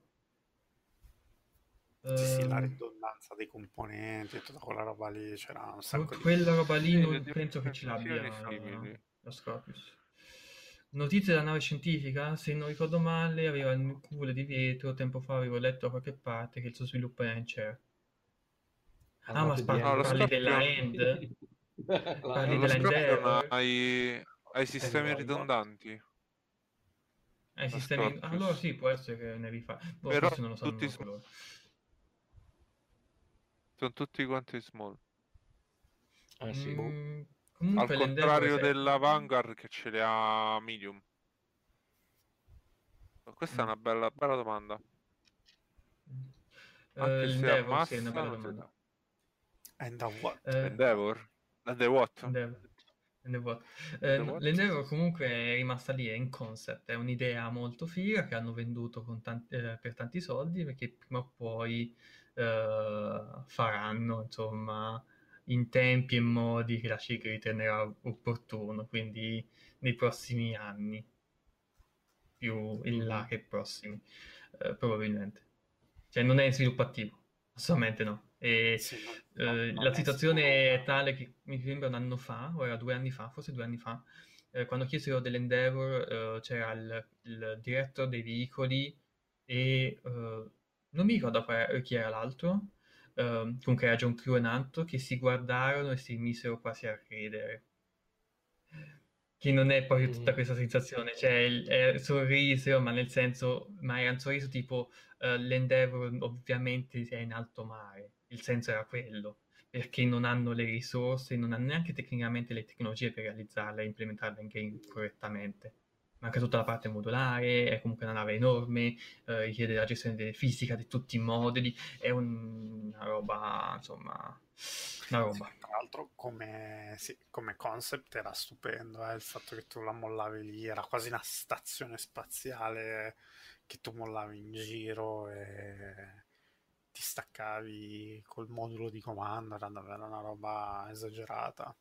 Sì, sì, la Ehm, ridondanza dei componenti e tutta quella roba lì, c'era un que- sacco di... quella roba lì Sì, le non penso che ce dimensioni l'abbia la, simili. la Scorpius. Notizie della nave scientifica? Se non ricordo male, aveva il nucleo di vetro. Tempo fa avevo letto da qualche parte che il suo sviluppo era incerto. Ah, ma Parlate di spa- No, lo parli della Scorpion, End? La Parli lo della End. Scorpion Endeavor? ha i, ha i sistemi No, no. ridondanti, Eh, la sistemi... Allora Scorpius. sì, può essere che ne rifà. Boh, Però forse non lo sanno tutti manco sm- loro. sono tutti quanti small. Ah sì. Boh. Mm, Al comunque l'Endeavor... contrario se- della Vanguard che ce le ha medium. Questa è Mm. una bella, bella domanda. Eh, Anche se l'Endeavor, sì, è una ammassa, bella non si domanda. sa. And a what? Eh, Endeavor? And the what? Endeavor. Endeavor. Eh, And the no, what? l'Endeavor comunque è rimasta lì, è in concept, è un'idea molto figa che hanno venduto con tanti- eh, per tanti soldi perché prima o poi eh, faranno, insomma, in tempi e modi che la C I G riterrà opportuno, quindi nei prossimi anni, più in là Mhm. che prossimi, eh, probabilmente. Cioè non è in sviluppo attivo, assolutamente no. E Sì, non, non- eh, non la è situazione è sicuro. tale che mi sembra un anno fa, o era due anni fa, forse due anni fa, eh, quando chiesero dell'Endeavor, eh, c'era il, il direttore dei veicoli e eh, non mi ricordo qual- chi era l'altro, eh, comunque era John Crew e un altro, che si guardarono e si misero quasi a ridere. Che non è poi tutta Mm. questa sensazione, cioè il, eh, sorrisero, ma nel senso, ma era un sorriso tipo eh, l'Endeavor ovviamente è in alto mare, il senso era quello, perché non hanno le risorse, non hanno neanche tecnicamente le tecnologie per realizzarla e implementarla in game correttamente. Manca tutta la parte modulare, è comunque una nave enorme, eh, richiede la gestione delle fisica di tutti i moduli, è un- una roba, insomma, una roba. Sì, tra l'altro come, sì, come concept era stupendo, eh, il fatto che tu la mollavi lì, era quasi una stazione spaziale che tu mollavi in giro e ti staccavi col modulo di comando, era davvero una roba esagerata.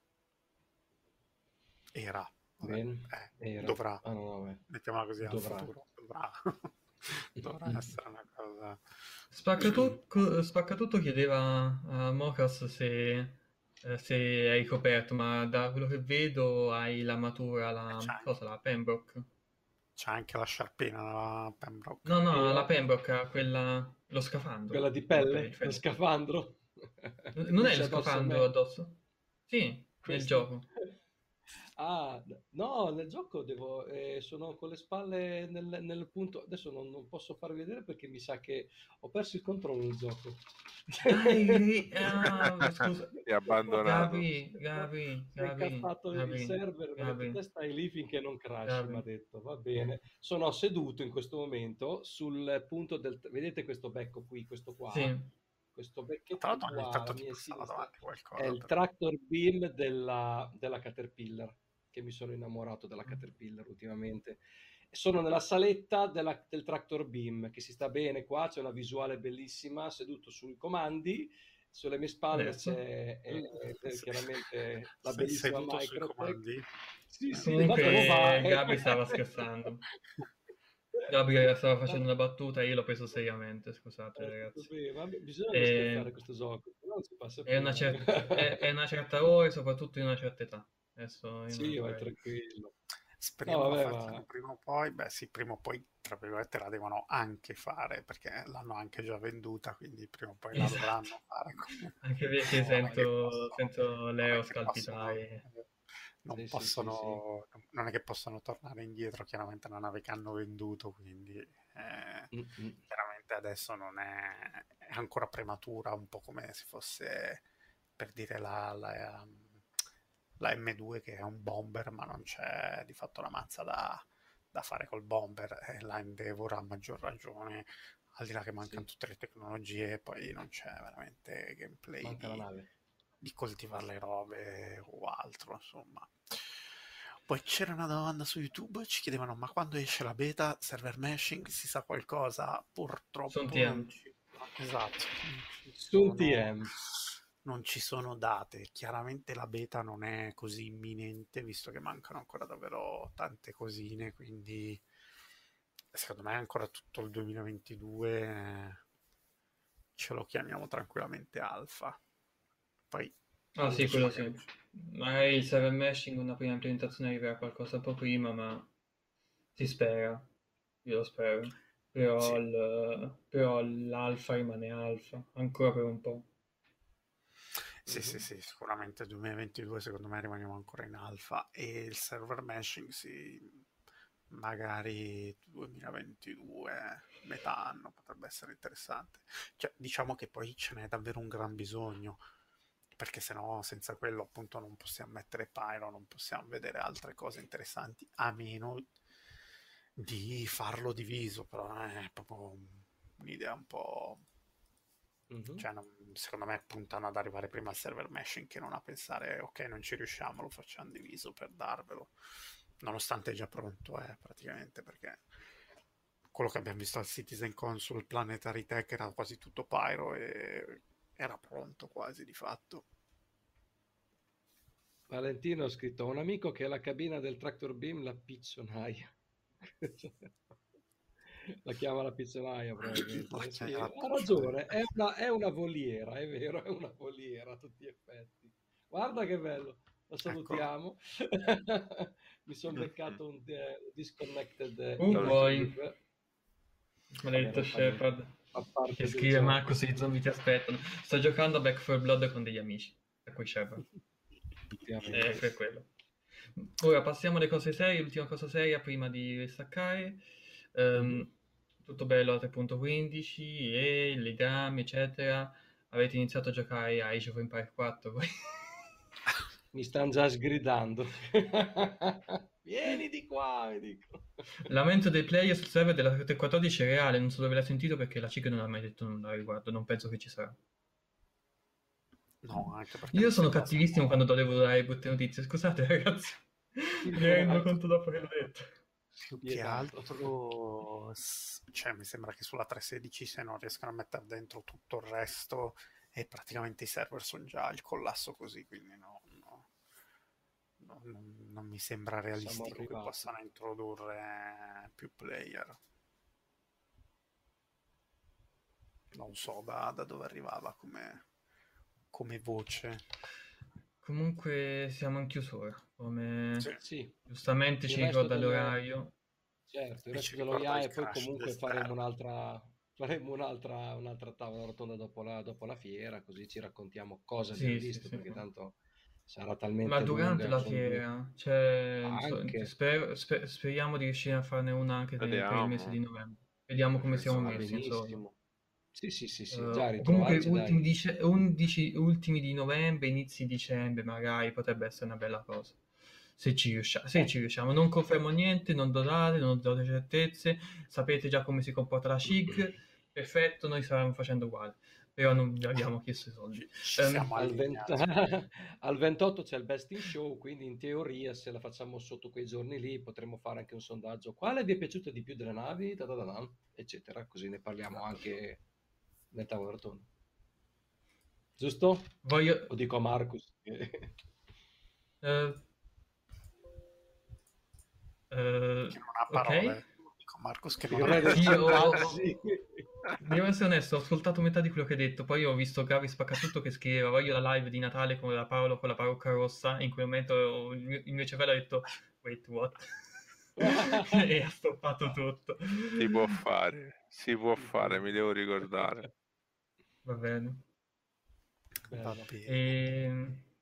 Era, vabbè, Bene. eh, Era. dovrà, Ah, no, no, vabbè. mettiamola così, al Dovrà. futuro, dovrà, dovrà essere una cosa... Spaccatutto, Spaccatutto chiedeva a Mocas se, eh, se hai coperto, ma da quello che vedo hai l'armatura, E la c'è anche, cosa, la Pembroke. c'è anche la sciarpina, la Pembroke. No, no, la Era Pembroke ha quella, lo scafandro, quella di quello per il pelle, lo freddo. scafandro. Non è Dice lo addosso a scafandro me. addosso? Sì, nel Questo... gioco. Ah, no, nel gioco devo, eh, sono con le spalle nel, nel punto. Adesso non, non posso farvi vedere perché mi sa che ho perso il controllo del gioco. Ah, ri- ah, scusa. Ti ha abbandonato. Gabri, Gabri, Si è Gabri, incazzato il Gabri, server, mi ha detto Gabri, te stai lì finché non crashi, mi ha Gabri. detto va bene. Sono seduto in questo momento sul punto del... Vedete questo becco qui, questo qua? Sì. Questo Tra becchetto l'altro ogni qua tanto alla ti mia passava sinistra davanti è qualcosa. il Però. tractor beam della, della Caterpillar, che mi sono innamorato della Caterpillar ultimamente. Sono nella saletta della, del tractor beam, che si sta bene qua, c'è una visuale bellissima, seduto sui comandi, sulle mie spalle Adesso? c'è eh, eh, Sì. chiaramente la Sei bellissima seduto sui Microtech. comandi? Sì, sì, Comunque fatelo va. Gabri stava scherzando. Gabri stava facendo una battuta e io l'ho preso seriamente, scusate Eh, tutto ragazzi. bene, ma bisogna non scherzare E- a questo gioco, se no non si passa È più. una, cer- è, è Eh. una certa ora e soprattutto in una certa età. Adesso io non Sì, vai vorrei... tranquillo. No, Speriamo la vabbè, facciano ma... prima o poi. Beh sì, prima o poi, tra virgolette, la devono anche fare, perché l'hanno anche già venduta, quindi prima o poi la Esatto. dovranno fare. Comunque. Anche perché Non è che sento, possono, sento non Leo è che possono, scalpitare. non Sì, sì, sì, possono, non è che possono tornare indietro, chiaramente è una nave che hanno venduto, quindi eh, Mm-mm. chiaramente adesso non è, è ancora prematura, un po' come se fosse per dire la, la, la M due che è un bomber, ma non c'è di fatto la mazza da, da fare col bomber, e la Endeavour a maggior ragione, al di là che mancano Sì, tutte le tecnologie, poi non c'è veramente gameplay manca la di, nave. di coltivare le robe o altro, insomma. Poi c'era una domanda su YouTube, ci chiedevano ma quando esce la beta, server meshing, si sa qualcosa? Sono Purtroppo non T M. ci, esatto, non ci Sul sono, T M. non ci sono date. Chiaramente la beta non è così imminente, visto che mancano ancora davvero tante cosine, quindi secondo me ancora tutto il duemilaventidue eh, ce lo chiamiamo tranquillamente alfa. Poi Ah sì, tutto quello magari. sì. Magari il server meshing, una prima implementazione arriverà qualcosa un po' prima, ma si spera. Io lo spero. Però, Sì, il- però l'alfa rimane alfa, ancora per un po'. sì, sì, Mhm. sì, sicuramente duemilaventidue secondo me rimaniamo ancora in alfa e il server meshing sì, magari duemilaventidue, metà anno potrebbe essere interessante. Cioè, diciamo che poi ce n'è davvero un gran bisogno, perché sennò senza quello appunto non possiamo mettere Pyro, non possiamo vedere altre cose interessanti, a meno di farlo diviso, però è proprio un'idea un po'. Mhm. Cioè, non- secondo me puntano ad arrivare prima al server meshing che non a pensare ok, non ci riusciamo, lo facciamo diviso per darvelo, nonostante è già pronto, eh, praticamente, perché quello che abbiamo visto al Citizen Console Planetary Tech era quasi tutto Pyro e era pronto quasi di fatto. Valentino ha scritto: "Ho un amico che ha la cabina del tractor beam la pizzonaia." La chiama la pizzonaia La probabilmente. Sì, chiamava ha piccione. ragione, è una, è una voliera, è vero, è una voliera a tutti gli effetti. Guarda che bello, lo Eccolo. salutiamo. Mi sono Mhm. beccato un eh, disconnected Uh, in Salutiamo. poi, live. Vabbè, maledetto non fa niente, Shepard, fa che parte del scrive gioco. Marco se i zombie ti aspettano. Sto giocando a Back four Blood con degli amici, per cui Shepard. È Effettivamente. per quello. Ora passiamo alle cose serie, l'ultima cosa seria prima di staccare. Mhm. Ehm, tutto bello a tre punto quindici e i legami, eccetera. Avete iniziato a giocare a Age of Empires quattro voi? Mi stanno già sgridando. Vieni di qua, mi dico. L'aumento dei player sul server della tre quattordici è reale, non so dove l'ha sentito perché la C I G non ha mai detto nulla a riguardo, non penso che ci sarà. No, anche perché Io mi sono sembra cattivissimo siamo quando devo dare brutte notizie, scusate ragazzi, mi rendo conto dopo che l'ho detto. più che Spietato. altro, s- cioè mi sembra che sulla trecentosedici se non riescono a mettere dentro tutto il resto e praticamente i server sono già al collasso così, quindi no, no, no, non, non mi sembra Siamo realistico che arrivati. possano introdurre più player. Non so da, da dove arrivava come, come voce. Comunque siamo in chiusura, Sì, come Sì, giustamente il ci resto ricorda delle, l'orario. certo, il e ci resto dello ricorda il I A e poi crash del comunque faremo server. un'altra faremo un'altra un'altra tavola rotonda dopo la, dopo la fiera, così ci raccontiamo cosa abbiamo Sì, sì, visto, sì. perché tanto sarà Ma talmente durante lunga la con due... fiera, cioè, so- Anche, spero- spe- speriamo di riuscire a farne una anche de- per il mese di Vediamo. novembre. Vediamo come siamo va messi, insomma. benissimo. Sì, sì, sì, sì, già Eh, comunque, ritrovarci, ultimi, dai. dice- undici ultimi di novembre, inizi dicembre, magari potrebbe essere una bella cosa. Se ci riusciamo, se Eh, ci riusciamo. Non confermo niente, non do date, non do certezze. Sapete già come si comporta la C I G. Perfetto, noi stiamo facendo uguale. Però non vi abbiamo chiesto i soldi. Ci, ci Ehm, siamo al, venti allineati. al ventotto c'è il Best in Show, quindi in teoria se la facciamo sotto quei giorni lì potremmo fare anche un sondaggio. Quale vi è piaciuto di più delle navi? Da da da da, eccetera, così ne parliamo anche nel tavolo rotondo. Giusto? voglio... Lo dico a Marcus. che- eh, eh, Che non ha ok? parole. Dico Marcus che che non ha non è dei Sì, ho, ho- sondaggi. ho- devo essere onesto, ho ascoltato metà di quello che hai detto, poi ho visto Gavi Spaccatutto che scriveva voglio la live di Natale con la Paolo con la parrucca rossa, e in quel momento ho- il mio, il mio cervello ha detto wait, what? E ha stoppato tutto. Si può fare, si può Si può. fare, mi devo ricordare. Va bene. Va Bello. bene. E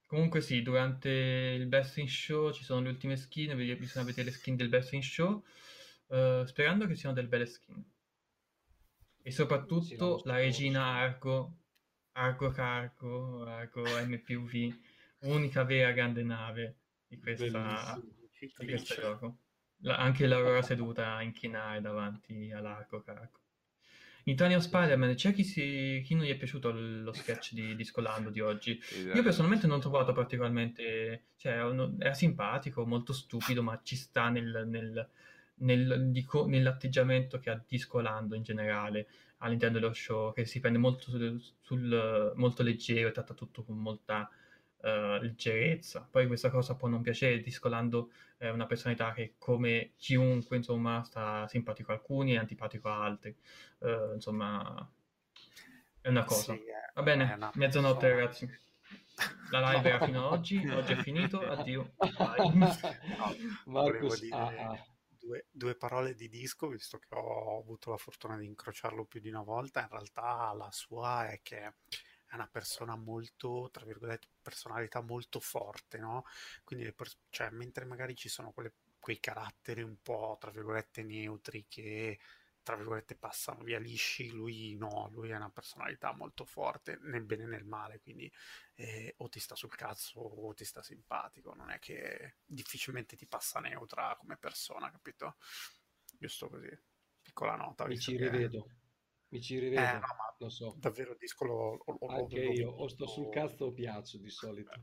Comunque sì, durante il Best in Show ci sono le ultime skin, vi- bisogna vedere le skin del Best in Show, eh, sperando che siano delle belle skin. E Sì, l'anno soprattutto la regina scorso. Argo, Argo Cargo, Argo M P V, unica vera grande nave di questa, Bellissimo. di questo Dice. gioco. La- anche l'Aurora seduta a inchinare davanti all'Argo Cargo. In Italian Spider-Man c'è chi, si- chi non gli è piaciuto l- lo sketch di Disco Lando di oggi. Io personalmente non ho trovato particolarmente, cioè uno- era simpatico, molto stupido, ma ci sta nel, nel- nel- di co- nell'atteggiamento che ha Disco Lando in generale all'interno dello show, che si prende molto, sul, sul- molto leggero e tratta tutto con molta eh, leggerezza. Poi questa cosa può non piacere, Disco Lando è una personalità che come chiunque, insomma, sta simpatico a alcuni e antipatico a altri. Eh, insomma, è una Sì, cosa. è, Va è bene, una mezzanotte persona. ragazzi. La live era fino ad oggi, oggi è finito, addio, bye. No, volevo Marcus A dire A. due, due parole di Disco, visto che ho avuto la fortuna di incrociarlo più di una volta. In realtà la sua è che è una persona molto, tra virgolette, personalità molto forte, no? Quindi, le pers- cioè, mentre magari ci sono quelle- quei caratteri un po', tra virgolette, neutri che, tra virgolette, passano via lisci, lui no, lui è una personalità molto forte, nel bene e nel male, quindi eh, o ti sta sul cazzo o ti sta simpatico, non è che difficilmente ti passa neutra come persona, capito? Giusto così, piccola nota, Mi visto ci che... rivedo. Mi ci Eh no, rivedo. ma Lo so. davvero Disco l'ho, l'ho- l'ho- Anche l'ho io o sto sul vissuto... cazzo o piaccio di solito.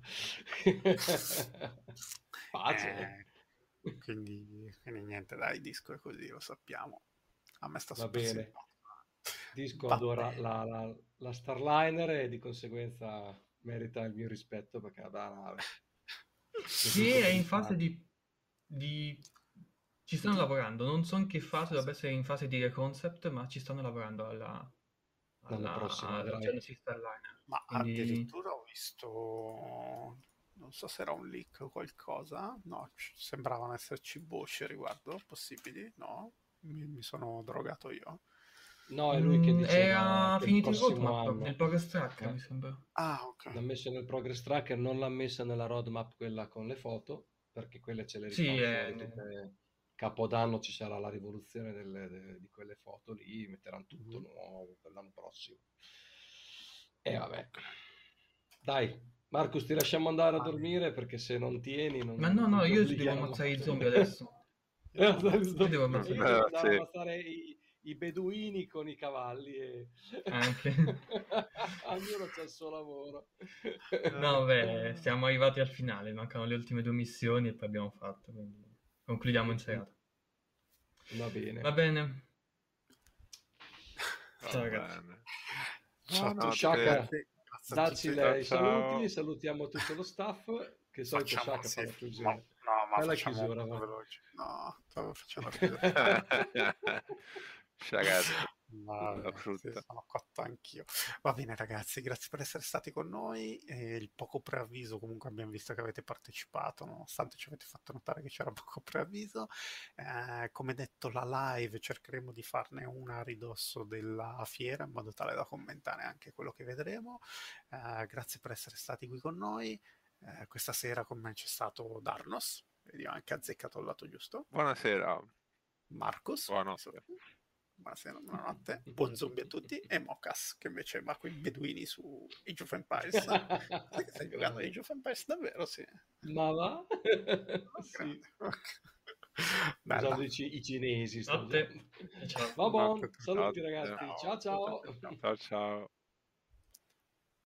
Pace. Eh, quindi, quindi niente, dai, Disco è così, lo sappiamo. A me sta Va super bene. simpatico. Disco Va adora bene. la, la, la Starliner e di conseguenza merita il mio rispetto perché è una bella nave. Sì, è in fase di, di- ci stanno Di- lavorando, non so in che fase, dovrebbe essere in fase di concept, ma ci stanno lavorando alla, L'anno alla, prossimo, alla vedrai. Genesis Starliner. Ma Quindi addirittura ho visto, non so se era un leak o qualcosa, no, c- sembravano esserci voci a riguardo, possibili, no? Mi, mi sono drogato io. No, è lui che mm, diceva era che il finito il prossimo roadmap nel anno progress track, eh, mi sembra. Ah, ok. l'ha messo nel progress tracker, non l'ha messa nella roadmap quella con le foto, perché quelle ce le Sì, rifan è, fuori tutte. Capodanno ci sarà la rivoluzione delle- de- di quelle foto lì, metteranno tutto Mhm. nuovo per l'anno prossimo. E vabbè. Dai, Marcus, ti lasciamo andare a Va bene. dormire perché se non tieni non, ma no, non no, ti io devo obblighiamo. ammazzare i zombie adesso. Io Io devo E ammazzare. io devo Eh, andare a sì. ammazzare i, i beduini con i cavalli e Anche. ognuno c'ha il suo lavoro. No, beh, siamo arrivati al finale, mancano le ultime due missioni e poi abbiamo fatto, quindi concludiamo in serata. Va bene. Va bene. Va Ciao ragazzi. bene. Ciao a tutti, Buonanotte. Shaka, ragazzi. Grazie a dacci tutti. le- Ciao, i ciao. saluti, salutiamo tutto lo staff, che di solito Facciamo, Shaka sì, fa la ma, chiusura. no, ma Fai la facciamo chiusura, molto vai. veloce. No, stavo facendo la chiusura. Sciagazzo. Va La bene, sì, frutta. sono cotto anch'io. Va bene, ragazzi, grazie per essere stati con noi. E il poco preavviso, comunque abbiamo visto che avete partecipato, nonostante ci avete fatto notare che c'era poco preavviso. Eh, come detto, la live cercheremo di farne una a ridosso della fiera in modo tale da commentare anche quello che vedremo. Eh, grazie per essere stati qui con noi. Eh, questa sera con me c'è stato Darnos, vedi, ho anche azzeccato il lato giusto. Buonasera. Marcus, Buonanotte. buonasera, buonanotte, buon zombie a tutti, e Mocas che invece va con i beduini su Age of Empires. Sai che stai giocando a Age of Empires davvero? Sì. Ma va? Oh, Sì. grande. Bella. Usando i, ci- i cinesi. sto Notte. usando. Ciao. Va buon, Notte. saluti Notte. ragazzi. Ciao. Ciao ciao. Ciao, ciao. Ciao ciao.